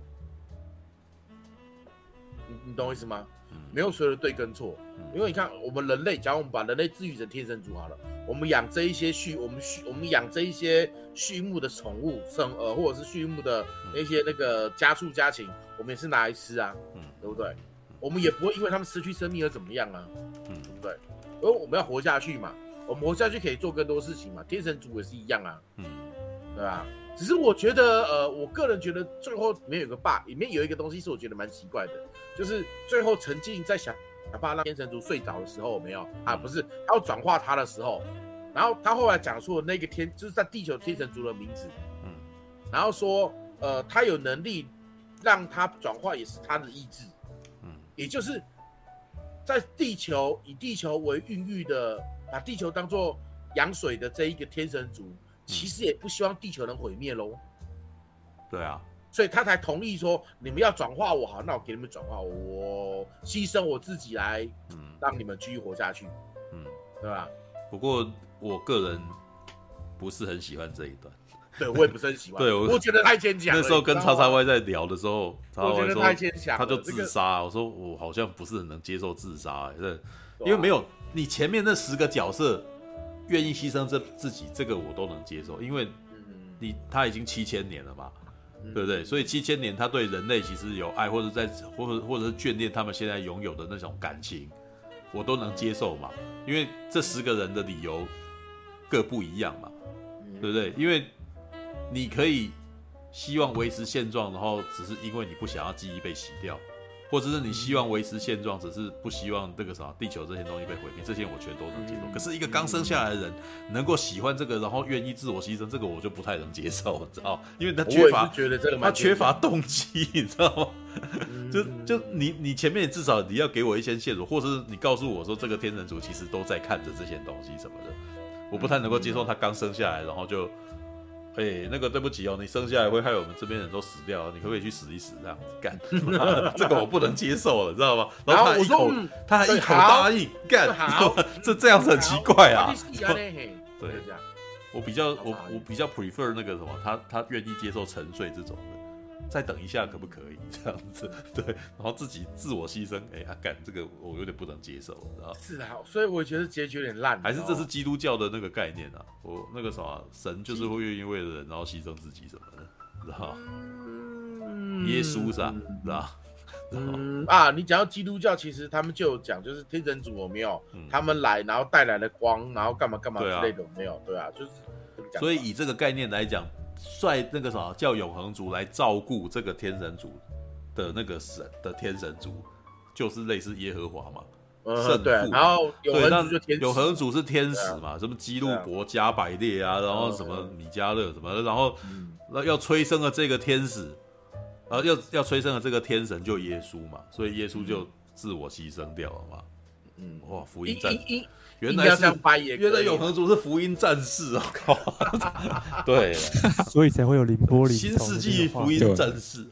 你懂我意思吗？没有所谓的对跟错，因为你看我们人类，假如我们把人类治愈成天神族好了，我们养这一些我们养这一些畜牧的宠物，或者是畜牧的那些那个家畜家禽，我们也是拿来吃啊，对不对？我们也不会因为他们失去生命而怎么样啊，对不对？因为我们要活下去嘛，我们活下去可以做更多事情嘛，天神族也是一样啊，对吧？只是我觉得，我个人觉得最后里面有个 bug， 里面有一个东西是我觉得蛮奇怪的，就是最后陈静在想办法让天神族睡着的时候，有没有啊？不是，他要转化他的时候，然后他后来讲出了那个就是在地球天神族的名字，然后说，他有能力让他转化，也是他的意志，也就是在地球以地球为孕育的，把地球当作养水的这一个天神族。其实也不希望地球能毁灭喽，
对啊，
所以他才同意说你们要转化我，好，那我给你们转化，我牺牲我自己来，让你们继续活下去，对吧？
不过我个人不是很喜欢这一段，
对我也不是很喜欢，
对
我觉得太牵强了。
那时候跟叉叉 Y 在聊的时候，
我觉得太牵强，
他就自杀，我说我好像不是很能接受自杀，因为没有你前面那10个角色。愿意牺牲自己，这个我都能接受，因为他已经7000年了嘛，对不对？所以7000年他对人类其实有爱，或者是眷恋他们现在拥有的那种感情，我都能接受嘛。因为这10个人的理由各不一样嘛，对不对？因为你可以希望维持现状，然后只是因为你不想要记忆被洗掉。或者是你希望维持现状，只是不希望这个地球这些东西被毁灭，这些我全都能接受。可是一个刚生下来的人能够喜欢这个，然后愿意自我牺牲，这个我就不太能接受，你知道？因为他缺乏动机，你知道吗？就你前面至少你要给我一些线索，或者是你告诉我说这个天神族其实都在看着这些东西什么的，我不太能够接受他刚生下来，然后就。那个对不起哦，你生下来会害我们这边人都死掉，你可不可以去死一死这样子干？这个我不能接受了，你知道吗？然后他还一口答应干，这样子很奇怪啊。对，我比较 prefer 那个什么，他愿意接受沉睡这种的，再等一下可不可以这样子？对，然后自己自我牺牲，干这个我有点不能接受，你知道吗？
是啊，所以我觉得结局有点烂。
还是这是基督教的那个概念啊？我那个什么神就是会愿意为了人然后牺牲自己什么的，知道吗？耶稣是吧？知道？
你讲到基督教，其实他们就有讲，就是天神族有没有？他们来，然后带来了光，然后干嘛之类的，有没有？对啊，就是。
所以以这个概念来讲，率那个什么叫永恒族来照顾这个天神族的那个神的天神族，就是类似耶和华嘛。
对，然后
永恒族是天使嘛，什么基路伯、加百列啊，然后什么米迦勒什么的，然后要催生了这个天使，要催生了这个天神就耶稣嘛，所以耶稣就自我牺牲掉了嘛。哇，福音战士，原来永恒族是福音战士啊！靠，对，
所以才会有凌波里
新世纪福音战士啊。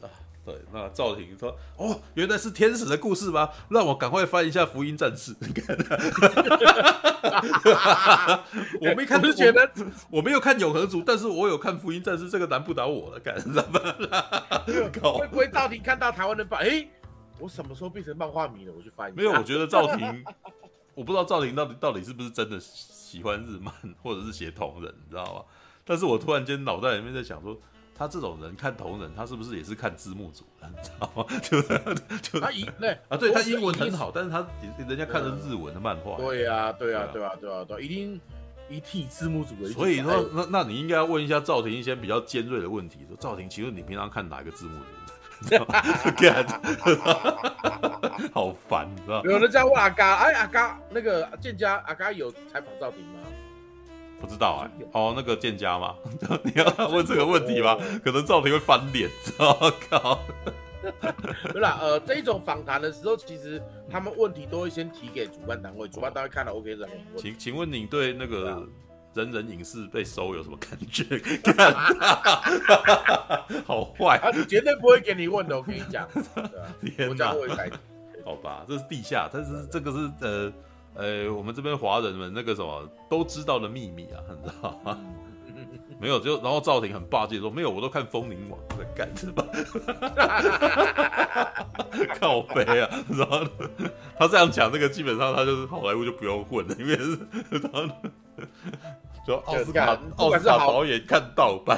对，那赵婷说：“哦，原来是天使的故事吗？让我赶快翻一下《福音战士》。”我没看，
觉得
我没有看《永恒族》，但是我有看《福音战士》，这个难不倒我了，干什么？
会不会赵婷看到台湾人版？我什么时候变成漫画迷了？我去翻一下。
没有，我觉得赵婷，我不知道赵婷到底是不是真的喜欢日漫，或者是写同人，你知道吗？但是我突然间脑袋里面在想说。他这种人看同人，他是不是也是看字幕组的？你知道吗？就
他
对他英文很好，但是他人家看的日文的漫画。
对啊，一定一替字幕组的。
所以说，那你应该要问一下赵婷一些比较尖锐的问题。说赵婷，请问你平常看哪个字幕组？好烦，你知道吗？
有人在问阿嘎，阿嘎那个建家阿嘎有采访赵婷吗？
不知道那个建家嘛，你要问这个问题吗？可能赵婷会翻脸，知道吗？靠！
对啦，这一种访谈的时候，其实他们问题都会先提给主办单位，主办单位看了 OK 再给你问。
请问你对那个人人影视被收有什么感觉？好坏
啊！绝对不会给你问的，我跟你讲。
天哪！好吧，这是地下，但是这个是我们这边华人们那个什么都知道的秘密啊，你知道吗？没有，然后赵婷很霸气说没有，我都看风铃网在干什么？靠北啊！然后他这样讲，那个基本上他就是好莱坞就不用混了，因为是就奥斯卡导演看盗版。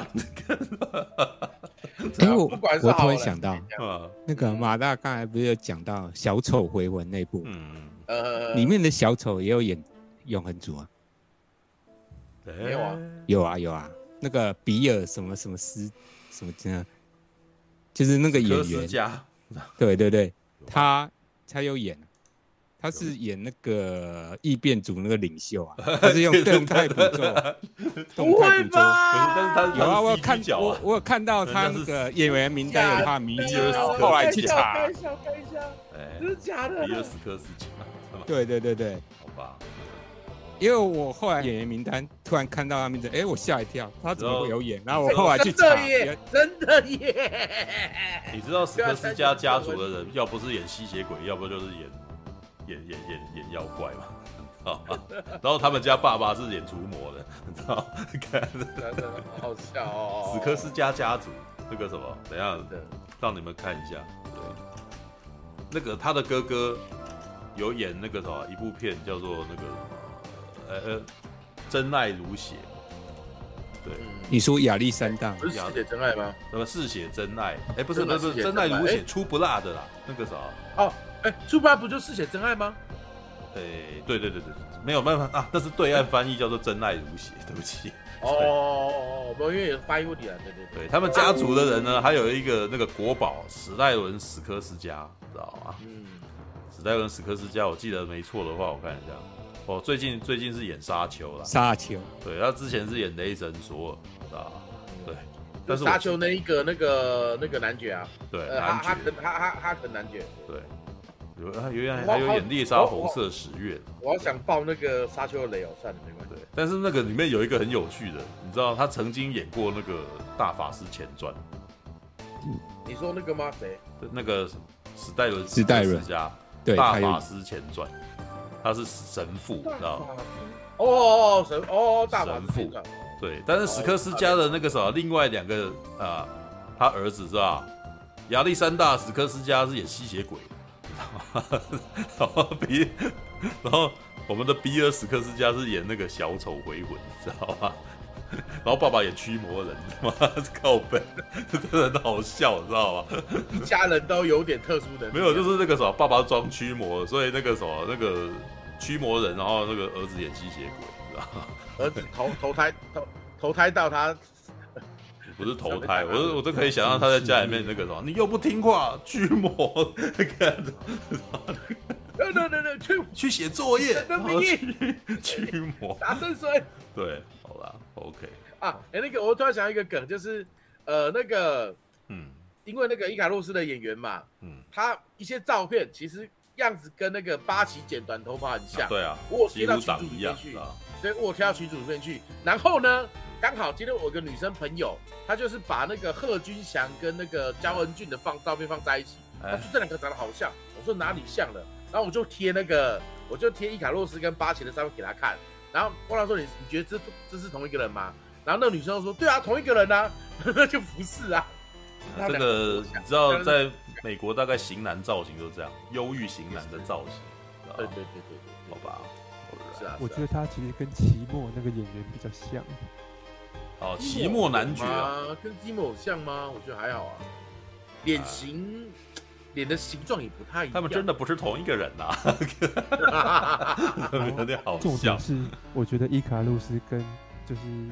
我突然想到，那个马大刚才不是有讲到小丑回魂那部？里面的小丑也有演永恒族啊？
没有啊？
有啊，那个比尔什么什么斯什么这样，就是那个演员。对，他有演，他是演那个异变组那个领袖啊，他是用动态捕捉。
不会吧？
但是他
有啊，我有看到他那个演员名单有他的名字，然后后来去查。
看一下，真的假的？
比尔史科斯基。
对，
好吧，
因为我后来演员名单突然看到他名字，我吓一跳，他怎么会有演？然后我后来去查，
真的耶！
你知道史克斯家家族的人，要不是演吸血鬼，要不就是演妖怪嘛。然后他们家爸爸是演除魔的，你知道？看，
真的好笑哦！
史克斯家家族那个什么，等一下让你们看一下，对，那个他的哥哥。有演那个什么一部片叫做那个真爱如血，对，
你说亚历山大
不是嗜血真爱吗？
什么嗜血真爱？不是真爱如血，出不辣的啦，那个啥
出不辣不就嗜血真爱吗？
对，没有办法啊，那是对岸翻译叫做真爱如血，对不起。
因为有翻译问题啊，对，
他们家族的人呢，还有一个那个国宝史黛伦史科斯家，知道吗？史黛伦史科斯家，我记得没错的话，我看一下。最近是演沙丘啦。沙丘。对，他之前是演雷神索尔，知道吗？对。但是
沙丘那个男爵啊。
对，
哈肯男爵。
对。还有演猎杀红色十月。
我要想爆那个沙丘的雷算了，没关系。
对，但是那个里面有一个很有趣的，你知道他曾经演过那个大法师前传。
你说那个吗？谁？
那个史黛伦史科斯家。大法师前传，他是神父，知道吗？
大神父。
对，但是史科斯家的那个什么，另外两个他儿子是吧？亚历山大史科斯家是演吸血鬼，知道吗？然后我们的比尔史科斯家是演那个小丑回魂，知道吗？然后爸爸演驱魔人，妈靠北，真的很好笑，知道吗？
一家人都有点特殊的，
没有，就是那个什么，爸爸装驱魔，所以那个什么，那个驱魔人，然后那个儿子演吸血鬼，知道吗？
儿子投胎到他，
不是投胎，我都可以想象他在家里面那个什么，你又不听话，驱魔，看着，去写作业，然后驱魔，
打圣水，
对。OK
那个我突然想到一个梗，就是那个因为那个伊卡洛斯的演员嘛，他一些照片其实样子跟那个八旗剪短头发很像，
对啊，
我贴到群组里面去，对，我贴到群组里面去，然后呢， 刚好今天我有个女生朋友，她就是把那个贺军翔跟那个焦恩俊的照片放在一起，她说这两个长得好像，我说哪里像了，然后我就贴伊卡洛斯跟巴奇的照片给她看，然后问她说你觉得这是同一个人吗？然后那个女生就说对啊，同一个人啊，那就不是啊。
这个你知道，在美国大概型男造型都这样，忧郁型男的造型。
对，
好吧。
是啊，
我觉得他其实跟齐墨那个演员比较像。
哦，齐墨男爵
跟齐墨像吗？我觉得还好啊，脸的形状也不太一样。
他们真的不是同一个人呐，有点好笑。
重点是，我觉得伊卡洛斯跟就是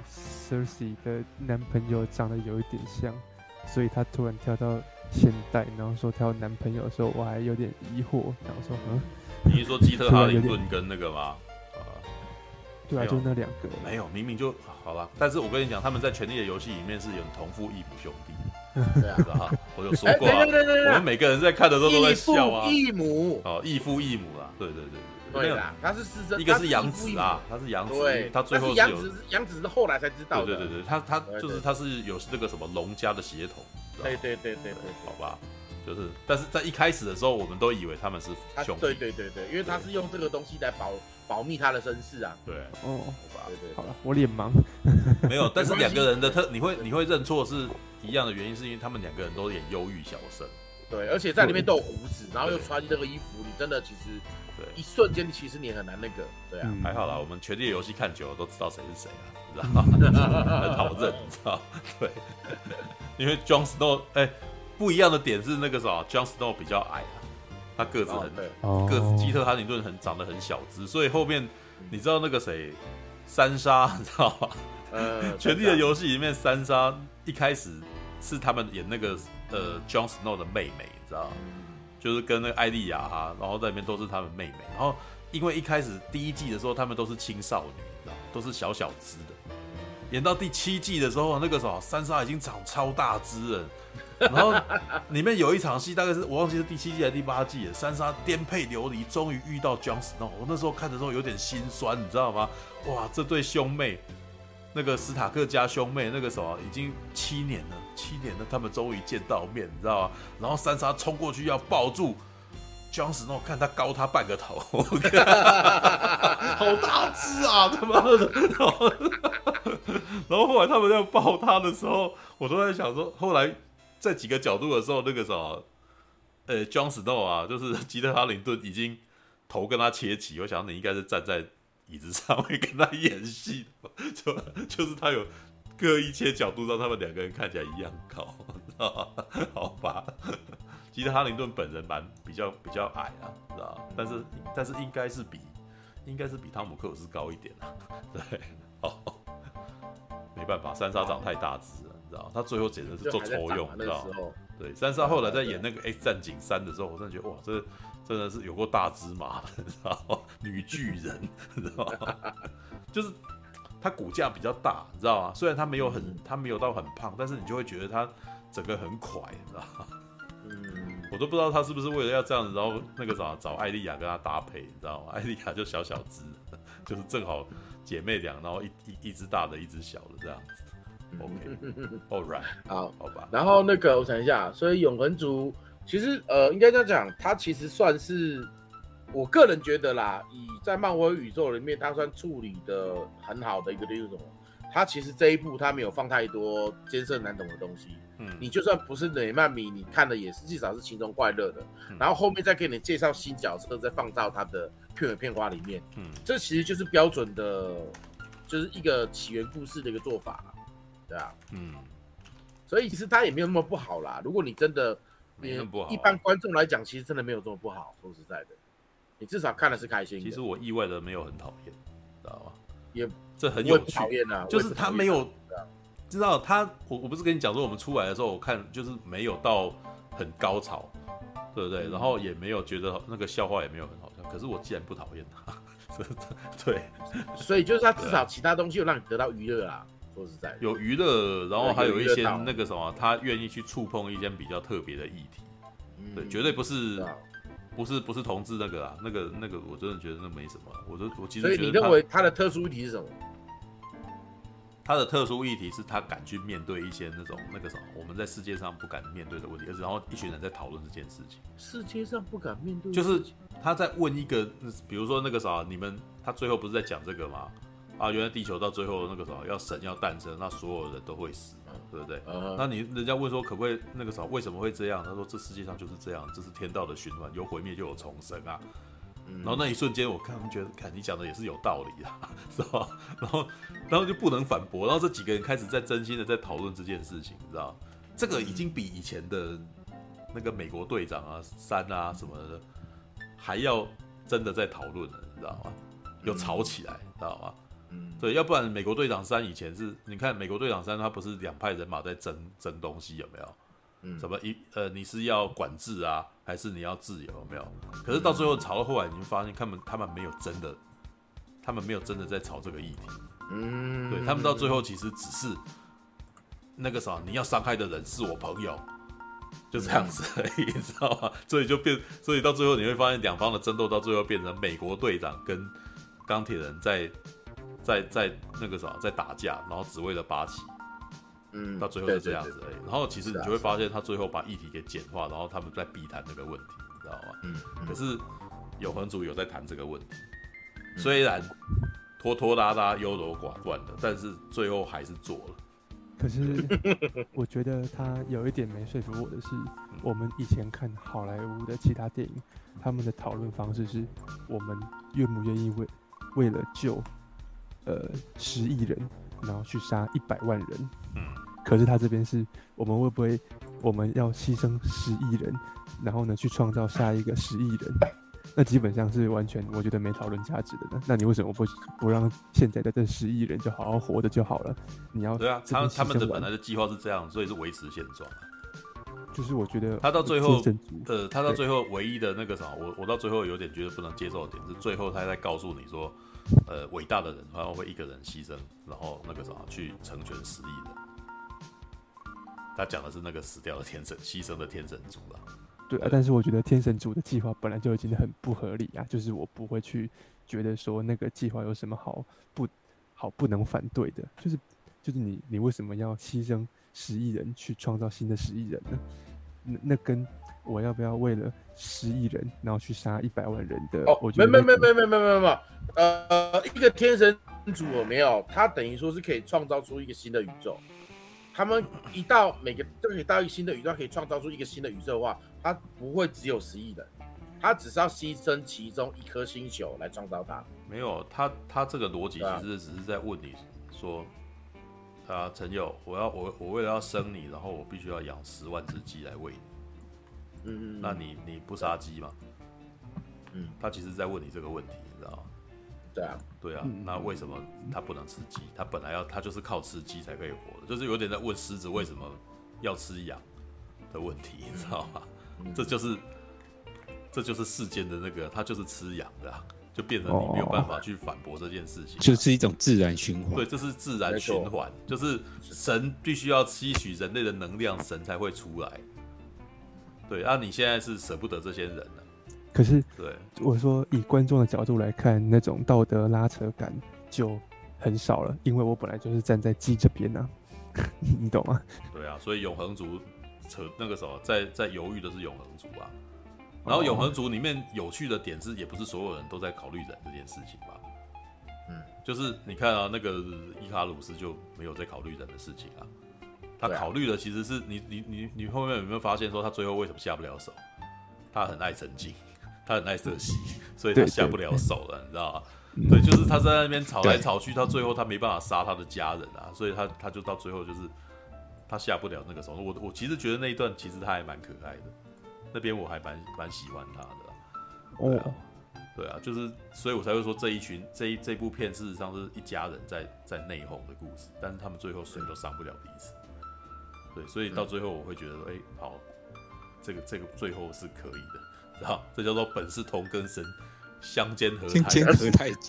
Cersei 的男朋友长得有一点像，所以他突然跳到现代，然后说他有男朋友的时候，我还有点疑惑，然后说
你是说基特哈林顿跟那个吗？
对啊，就那两个。
没有，明明就好了。但是我跟你讲，他们在《权力的游戏》里面是有同父异母兄弟。
对啊，
我有说过啊。我们每个人在看的时候都在笑啊。
异母
哦，异父异母啦，对。
对啦，他是私生，
一个是养子啊，他是养子，他最后是
养子是后来才知道的。
对，他就是他是有这个什么龙家的血统。
对，
好吧。就是，但是在一开始的时候，我们都以为他们是兄弟。
对，因为他是用这个东西来保密他的身世啊。
对，
哦，
好吧，
好了，我脸盲。
没有，但是两个人的你会认错是一样的原因，是因为他们两个人都演忧郁小生。
对，而且在里面都有胡子，然后又穿这个衣服，你真的其实一瞬间其实你很难那个，对啊。
还好啦，我们《权力的游戏》看久了都知道谁是谁啊，你知道吗？很好认，你知道？对，因为 Jon Snow 不一样的点是那个啥 ，Jon Snow 比较矮啊，他个子基特哈林顿长得很小只，所以后面你知道那个谁三莎，你知道吗？权力的游戏里面三莎一开始是他们演那个Jon Snow 的妹妹，你知道吗？就是跟那个艾莉亚啊，然后在里面都是他们妹妹，然后因为一开始第一季的时候他们都是青少女，你知道吗？都是小小只的，演到第7季的时候，那个时候三莎已经长超大只了。然后里面有一场戏，大概是我忘记是第7季还是第8季了。三莎颠沛流离，终于遇到 Jon Snow。我那时候看的时候有点心酸，你知道吗？哇，这对兄妹，那个史塔克家兄妹，那个什么已经7年了，他们终于见到面，你知道吗？然后三莎冲过去要抱住 Jon Snow， 看他高他半个头，好大只啊，他妈的！然后后来他们要抱他的时候，我都在想说，后来。在几个角度的时候，那个什么，Jon Snow 啊，就是基特哈林顿已经头跟他切齐，我想你应该是站在椅子上面跟他演戏的，就是他有刻意切角度，让他们两个人看起来一样高，知道吗？好吧，基特哈林顿本人比较矮啊，知道吗？但是应该是比汤姆克鲁斯高一点啊，对，好，没办法，三莎长太大只了。他最后简直是做抽用，你知道吗？对，三莎后来在演那个《X 战警3》的时候，我真的觉得哇，这真的是有够大只马，你知道吗？女巨人，你知道吗？就是他骨架比较大，你知道吗？虽然他没有到很胖，但是你就会觉得他整个很快，你知道吗？我都不知道他是不是为了要这样子，然后那个啥找艾莉亚跟他搭配，你知道吗？艾莉亚就小小只，就是正好姐妹俩，然后一只大的，一只小的这样子。OK，All right， 好吧。
然后那个我想一下，所以永恒族其实应该这样讲，它其实算是我个人觉得啦，在漫威宇宙里面，它算处理的很好的一个，例如什么，它其实这一部它没有放太多艰涩难懂的东西。你就算不是美漫迷，你看的也是至少是轻松快乐的。然后后面再给你介绍新角色，再放到它的片尾片花里面。这其实就是标准的，就是一个起源故事的一个做法啦。对啊，所以其实它也没有那么不好啦。如果你真的，一般观众来讲，其实真的没有这么不好。说实在的，你至少看的是开心的。
其实我意外的没有很讨厌，知道吗？
也
这很有趣，
讨厌啊，
就是他没有，知道他，我不是跟你讲说，我们出来的时候，我看就是没有到很高潮，对不对？然后也没有觉得那个笑话也没有很好笑，可是我既然不讨厌他，对，
所以就是他至少其他东西有让你得到娱乐啦。说实在，
有娱乐，然后还有一些那个什么，他愿意去触碰一些比较特别的议题，对，绝对不是同志那个啊，那个，我真的觉得那没什么。我其实觉得，
所以你认为他的特殊议题是什么？
他的特殊议题是他敢去面对一些那个什么我们在世界上不敢面对的问题，然后一群人在讨论这件事情。
世界上不敢面对，
就是他在问一个，比如说那个啥，他最后不是在讲这个吗？啊，原来地球到最后那个啥要神要诞生，那所有人都会死，对不对？那人家问说可不可以那个啥，为什么会这样？他说这世界上就是这样，这是天道的循环，有毁灭就有重生啊。然后那一瞬间，我看觉得，你讲的也是有道理的，是吧？然后就不能反驳，然后这几个人开始在真心的在讨论这件事情，你知道？这个已经比以前的那个美国队长啊、3啊什么的还要真的在讨论了，你知道吗？有吵起来，你知道吗？对，要不然美国队长3以前是，你看美国队长3，他不是2派人马在争东西，有没有？什么你是要管制啊，还是你要自由？有没有？可是到最后吵到后来，你就发现他们没有真的在吵这个议题。对，他们到最后其实只是那个啥，你要伤害的人是我朋友，就这样子而已，你知道吗？所以到最后你会发现两方的争斗到最后变成美国队长跟钢铁人在那个啥在打架，然后只为了8旗。到最后是这样子而已。然后其实你就会发现，他最后把议题给简化，然后他们在避谈这个问题，你知道吗？可是永恒族有在谈这个问题，虽然拖拖拉拉、优柔寡断的，但是最后还是做了。
可是我觉得他有一点没说服我的是，我们以前看好莱坞的其他电影，他们的讨论方式是，我们愿不愿意为了救10亿人，然后去杀100万人。可是他这边是我们会不会我们要牺牲10亿人，然后呢去创造下一个10亿人？那基本上是完全我觉得没讨论价值的呢。那你为什么不让现在的这10亿人就好好活着就好了？你要
对啊，他们的本来的计划是这样，所以是维持现状。
就是我觉得
他到最后唯一的那个啥，我到最后有点觉得不能接受的点是，最后他在告诉你说，伟大的人好像会一个人牺牲，然后那个啥去成全10亿人。他讲的是那个死掉的天神，牺牲的天神族啦。
对啊，但是我觉得天神族的计划本来就已经很不合理啊，就是我不会去觉得说那个计划有什么好不能反对的，就是你为什么要牺牲10亿人去创造新的10亿人呢？那跟我要不要为了10亿人然后去杀100万人的？我觉得
没，一个天神族有没有？他等于说是可以创造出一个新的宇宙。他们一到每个都可以到一个新的宇宙，可以创造出一个新的宇宙的话，它不会只有10亿人，他只是要牺牲其中一颗星球来创造它。
没有，他这个逻辑其实只是在问你说，陈友，我为了要生你，然后我必须要养10万只鸡来喂你。那你不杀鸡嘛？他其实在问你这个问题，你知道吗？对啊，那为什么他不能吃鸡？他本来他就是靠吃鸡才可以活的，就是有点在问狮子为什么要吃羊的问题，你知道吗？这就是世间的那个，他就是吃羊的就变成你没有办法去反驳这件事情，
就是一种自然循环。
对，这是自然循环，就是神必须要吸取人类的能量，神才会出来。对啊，你现在是舍不得这些人了。
可是，
对，
我说以观众的角度来看，那种道德拉扯感就很少了，因为我本来就是站在鸡这边啊，你懂吗？
对啊，所以永恒族那个什么，在犹豫的是永恒族啊。然后永恒族里面有趣的点是，也不是所有人都在考虑人这件事情吧？就是你看啊，那个伊卡鲁斯就没有在考虑人的事情啊。他考虑的其实是你后面有没有发现说他最后为什么下不了手？他很爱沉浸。他很爱射戏，所以他下不了手了，你知道吗？对，就是他在那边吵来吵去，到最后他没办法杀他的家人啊，所以他就到最后就是他下不了那个手。我其实觉得那一段其实他还蛮可爱的，那边我还蛮喜欢他的。对啊，就是所以我才会说这部片事实上是一家人在内讧的故事，但是他们最后谁都伤不了彼此。对，所以到最后我会觉得，好，这个最后是可以的。知道，这叫做本是同根生，相煎何太急。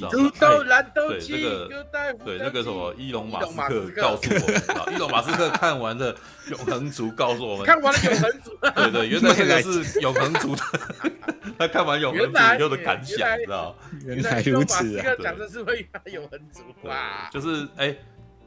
对那个什么伊隆马斯克告诉我们，伊隆马斯克看完了永恒族，告诉我们
看完了永恒族，
对，原来这个是永恒族的，他看完永恒族以后的感想，知道？
原来如此啊！
讲的是会永恒族哇，
就是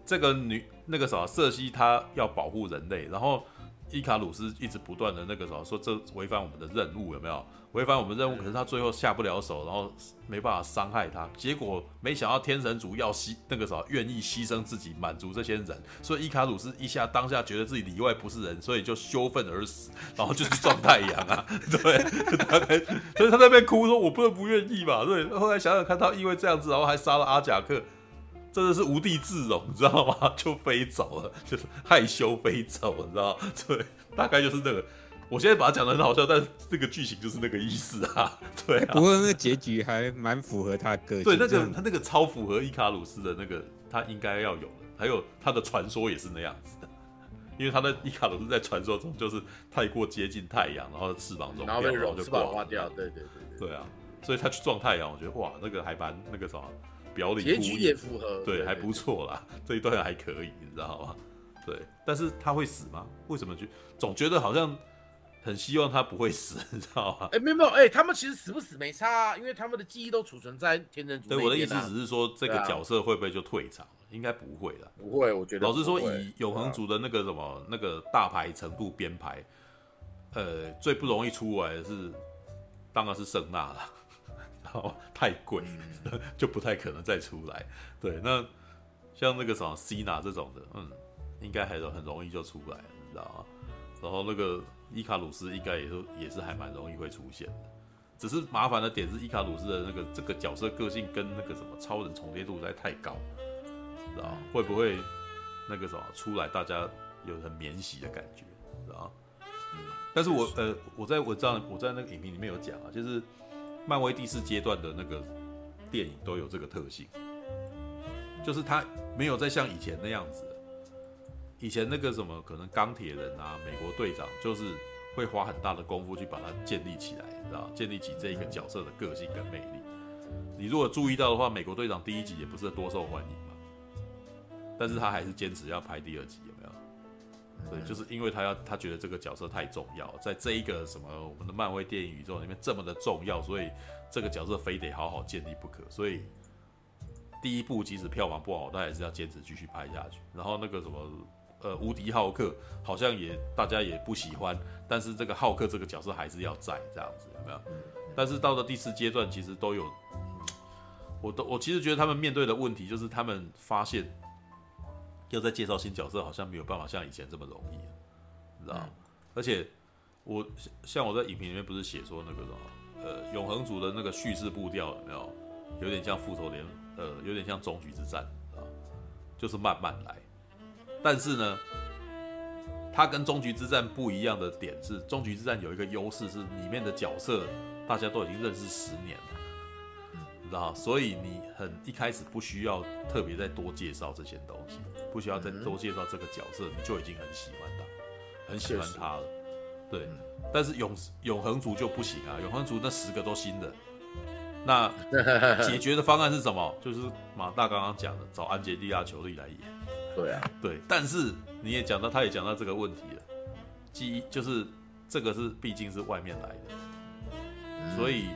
这个那个啥瑟西她要保护人类，然后伊卡鲁斯一直不断的那个啥说这违反我们的任务，有没有？违反我们任务，可是他最后下不了手，然后没办法伤害他。结果没想到天神族要愿意牺牲自己满足这些人，所以伊卡鲁斯当下觉得自己里外不是人，所以就羞愤而死，然后就去撞太阳啊，对，所以他在那边哭说：“我不愿意嘛。”对，后来想想看，他因为这样子，然后还杀了阿贾克，真的是无地自容，你知道吗？就飞走了，就是害羞飞走，你知道吗？对，大概就是那个。我现在把它讲得很好笑，但是这个剧情就是那个意思啊，对啊。
不过那个结局还蛮符合他的个性。
对，他那个超符合伊卡鲁斯的那个他应该要有的，还有他的传说也是那样子的，因为他的伊卡鲁斯在传说中就是太过接近太阳，然后翅膀融掉，然后就
翅膀化掉，对。
对啊，所以他去撞太阳，我觉得哇，那个还蛮那个什么表里
结局也符合，
对，还不错啦，这一段还可以，你知道吗？对，但是他会死吗？为什么总觉得好像？很希望他不会死，你知道吗？
没有，他们其实死不死没差啊，因为他们的记忆都储存在天神族那边啊。
对，我的意思只是说，这个角色会不会就退场？应该不会啦。
不会，我觉得。
老实说，以永恒族的那个什么那个大牌程度编排，最不容易出来的是，当然是圣纳啦，然后太贵，就不太可能再出来。对，那像那个什么希娜这种的，应该还很容易就出来了，你知道吗？然后那个伊卡鲁斯应该也是还蛮容易会出现的，只是麻烦的点是伊卡鲁斯的这个角色个性跟那个什么超人重叠度实在太高，知道会不会那个什么出来大家有很免洗的感觉，知道？但是我在那个影评里面有讲啊，就是漫威第4阶段的那个电影都有这个特性，就是它没有再像以前那样子。以前那个什么，可能钢铁人啊、美国队长，就是会花很大的功夫去把它建立起来，你知道？建立起这一个角色的个性跟魅力。你如果注意到的话，美国队长第1集也不是多受欢迎嘛，但是他还是坚持要拍第2集，有没有？对，就是因为他觉得这个角色太重要，在这一个什么我们的漫威电影宇宙里面这么的重要，所以这个角色非得好好建立不可。所以第1部即使票房不好，他还是要坚持继续拍下去。然后那个什么。无敌浩克好像大家也不喜欢，但是这个浩克这个角色还是要在这样子，有没有？但是到了第4阶段，其实都有，我其实觉得他们面对的问题就是他们发现要再介绍新角色，好像没有办法像以前这么容易，你知道？而且像我在影评里面不是写说那个什么永恒族的那个叙事步调有没有？有点像复仇联，有点像终局之战啊，就是慢慢来。但是呢，它跟终局之战不一样的点是，终局之战有一个优势是里面的角色大家都已经认识10年了，你知道，所以你一开始不需要特别再多介绍这些东西，不需要再多介绍这个角色，你就已经很喜欢他了。对，但是永恒族就不行啊，永恒族那10个都新的。那解决的方案是什么？就是马大刚刚讲的，找安吉丽娜·裘丽来演。
对啊，
对，但是他也讲到这个问题了，记忆就是这个毕竟是外面来的，所以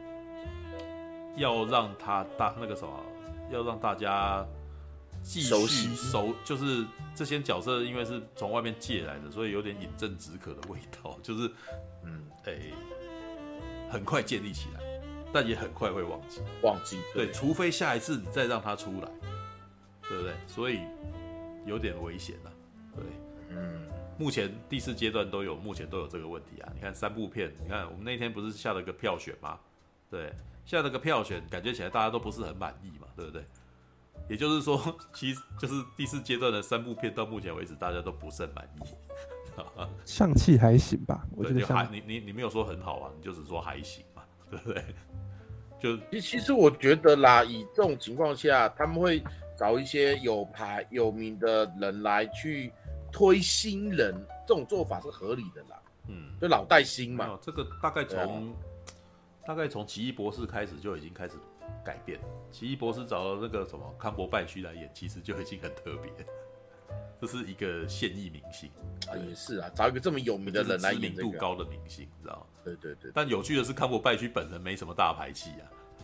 要让要让大家继续就是这些角色因为是从外面借来的，所以有点饮鸩止渴的味道，就是很快建立起来，但也很快会忘记，对，除非下一次你再让他出来，对不对？所以有点危险啊，对，目前第4阶段目前都有这个问题啊。你看3部片，你看我们那天不是下了个票选吗？对，下了个票选，感觉起来大家都不是很满意嘛，对不对？也就是说，其实就是第4阶段的3部片到目前为止，大家都不是很满意。
上气还行吧，我觉得
你没有说很好啊，你就只说还行嘛，对不对？
其实我觉得啦，以这种情况下，他们会找一些有名的人来去推新人，这种做法是合理的啦。就老带新嘛。
这个大概从奇异博士开始就已经开始改变。奇异博士找了那个什么康伯拜区来演，其实就已经很特别。这是一个现役明星
啊，也是啊，找一个这么有名的人来演、
知名度高的明星，你知道吗？
对。
但有趣的是，康伯拜区本人没什么大牌气啊，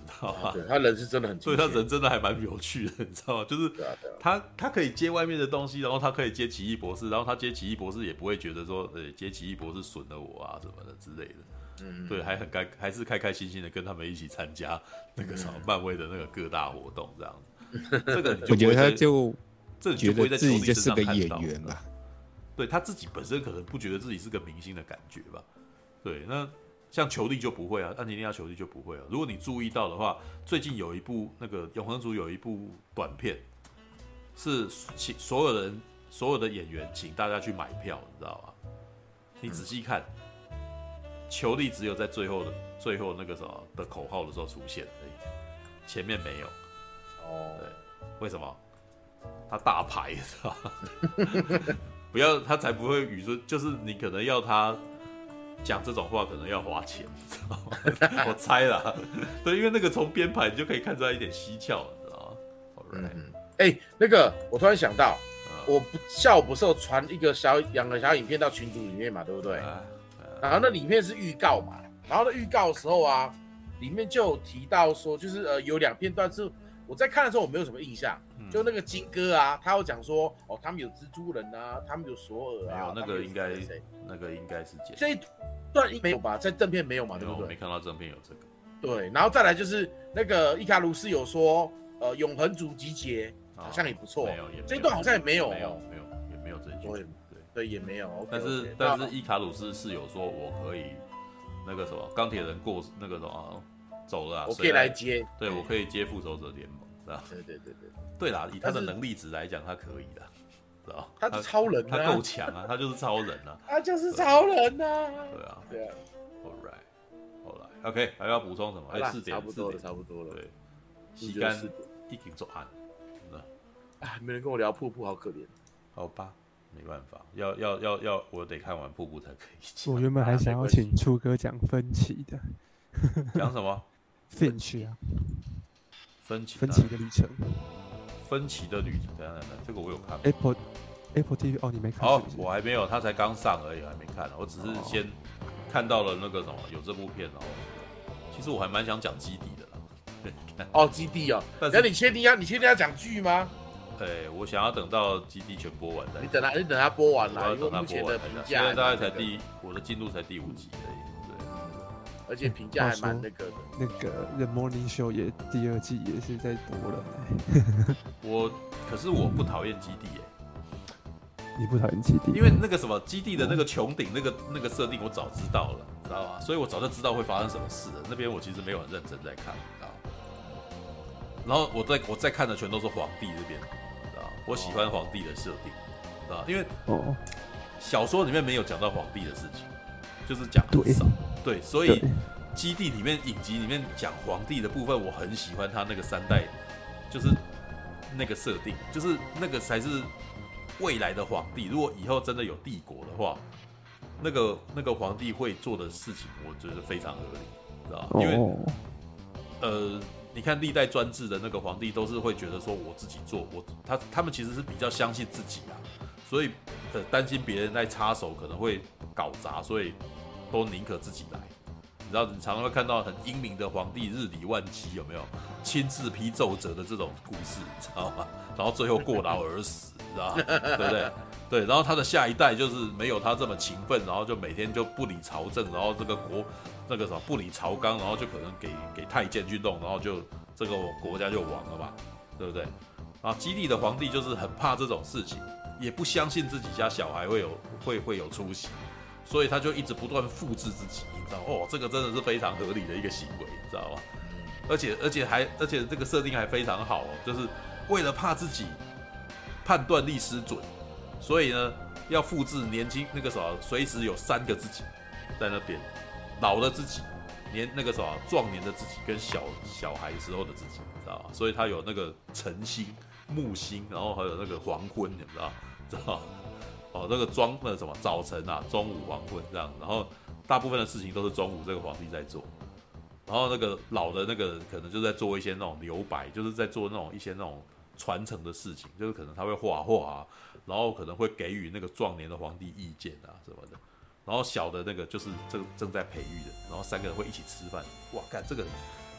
知道吗？
对，他人是真的很亲切，
所以他人真的还蛮有趣的，你知道吗？就是他可以接外面的东西，然后他可以接奇异博士，然后他接奇异博士也不会觉得说，接奇异博士损了我啊什么的之类的。对，还是开开心心的跟他们一起参加那个什么漫威的那个各大活动这样子。这个
我觉得他就
觉得
自己就是个演员吧。
对，他自己本身可能不觉得自己是个明星的感觉吧。对，那像裘力就不会啊，安吉丽娜·裘力就不会啊。如果你注意到的话，最近有一部那个永恒族有一部短片，是请所有的演员请大家去买票，你知道吗？你仔细看。裘力只有在最后那个什么的口号的时候出现而已，前面没有。对，为什么？他大牌，知道吗？不要，他才不会语说，就是你可能要他讲这种话，可能要花钱，知道吗？我猜啦，对，因为那个从编排你就可以看出来一点蹊跷，知道吗？
那个我突然想到，下午不是有传一个两个小影片到群组里面嘛，对不对？然后那里面是预告嘛，然后那预告的时候啊，里面就有提到说，就是有2片段是我在看的时候我没有什么印象，就那个金哥啊，他有讲说他们有蜘蛛人啊，他们有索尔啊，
没有那个应该是剪
这一段没有吧，在正片没有嘛，对不对？
我没看到正片有这个。
对，然后再来就是那个伊卡鲁斯有说永恒族集结好像也不错，
没有
这一段好像也没有，
也没有这一句。
对，也没有。
但是伊卡鲁斯是有说，我可以那个什么钢铁人过那个什么走了，
我可以来接，
对我可以接复仇者联盟，知道？对啦，以他的能力值来讲，他可以的，知道？
他是超人，
他够强啊，他就是超人啊，
他就是超人啊。
对啊。All right, OK， 还要补充什么？4点，
差不多了。
对，洗干一顶做案，
没人跟我聊瀑布，好可怜。
好吧。没办法，要，我得看完瀑布才可以。
我原本还想要请初哥讲分歧的，
讲什么
？Finch 啊，
分歧
的旅程，
分歧的旅程，等，这个我有看。
Apple TV 你没看？
我还没有，他才刚上而已，还没看。我只是先看到了那个什么有这部片，然后其实我还蛮想讲基地的
啦。基地哦，那你确定要讲剧吗？
我想要等到基地全播完再。
你等他播完啦，因为目前的评价，
现在大概我的进度才第5集而已，对。
而且评价还蛮那个的。
那个 The Morning Show 也第2季也是在播了。
可是我不讨厌基地
你不讨厌基地？
因为那个什么基地的那个穹顶那个设定我早知道了，知道吧？所以我早就知道会发生什么事了。那边我其实没有很认真在看，知道吧？然后我在看的全都是皇帝这边。我喜欢皇帝的设定，知道？因为小说里面没有讲到皇帝的事情，就是讲很少。对，所以基地里面影集里面讲皇帝的部分，我很喜欢他那个3代，就是那个设定，就是那个才是未来的皇帝。如果以后真的有帝国的话，那个皇帝会做的事情，我觉得非常合理，知道？因为你看历代专制的那个皇帝都是会觉得说我自己做，他们其实是比较相信自己啊，所以担心别人在插手可能会搞砸，所以都宁可自己来。你知道，你常常会看到很英明的皇帝日理万机，有没有亲自批奏折的这种故事，你知道吗？然后最后过劳而死，你知道吗？对不对？对，然后他的下一代就是没有他这么勤奋，然后就每天就不理朝政，然后这个那个什么不理朝纲，然后就可能给太监去弄，然后就这个国家就亡了嘛，对不对？啊，基地的皇帝就是很怕这种事情，也不相信自己家小孩会有出息，所以他就一直不断复制自己，你知道这个真的是非常合理的一个行为，你知道吗？而且这个设定还非常好就是为了怕自己判断力失准，所以呢要复制年轻那个什么，随时有3个自己在那边。老的自己，那个什么壮年的自己跟小孩时候的自己，你知道吗？所以他有那个晨星、暮星，然后还有那个黄昏，你知道？那个那什么早晨啊、中午、黄昏这样，然后大部分的事情都是中午这个皇帝在做，然后那个老的那个可能就在做一些那种留白，就是在做一些那种传承的事情，就是可能他会画画然后可能会给予那个壮年的皇帝意见什么的。然后小的那个就是正在培育的，然后3个人会一起吃饭。哇，干这个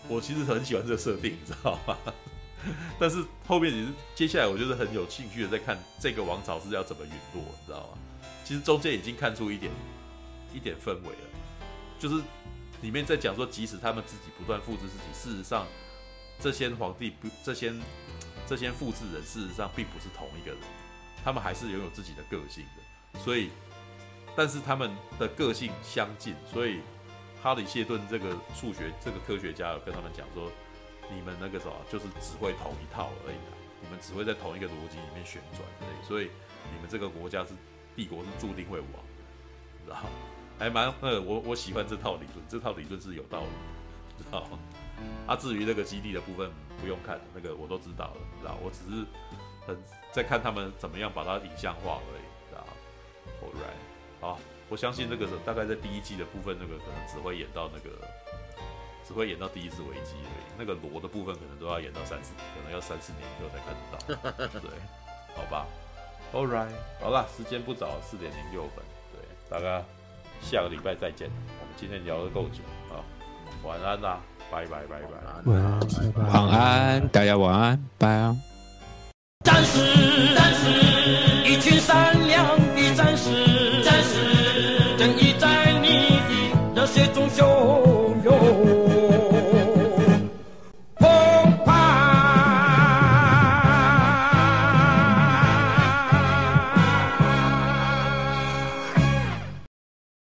我其实很喜欢这个设定，你知道吗？但是后面其实接下来我就是很有兴趣的在看这个王朝是要怎么陨落，你知道吗？其实中间已经看出一点氛围了，就是里面在讲说，即使他们自己不断复制自己，事实上这些皇帝这些复制人，事实上并不是同一个人，他们还是拥有自己的个性的。所以，但是他们的个性相近，所以哈里谢顿这个科学家有跟他们讲说，你们那个什么就是只会同一套而已啦，你们只会在同一个逻辑里面旋转而已，所以你们这个帝国是注定会亡，知道？还蛮我喜欢这套理论，这套理论是有道理的，知道吗？至于那个基地的部分不用看，那个我都知道了，知道？我只是在看他们怎么样把它影像化而已，知道 ？Alright， 好，我相信这个大概在第1季的部分，那个可能只会演到第一次危机而已，那个罗的部分可能都要演到可能要30年以后才看得到，对，好吧 ？Alright， 好啦，时间不早，4:06，对，大概下个礼拜再见。我们今天聊得够久啊，晚安啦，拜拜。
晚安，大家晚安，拜啊。
战士，一群善良的战士，正义在你的热血中修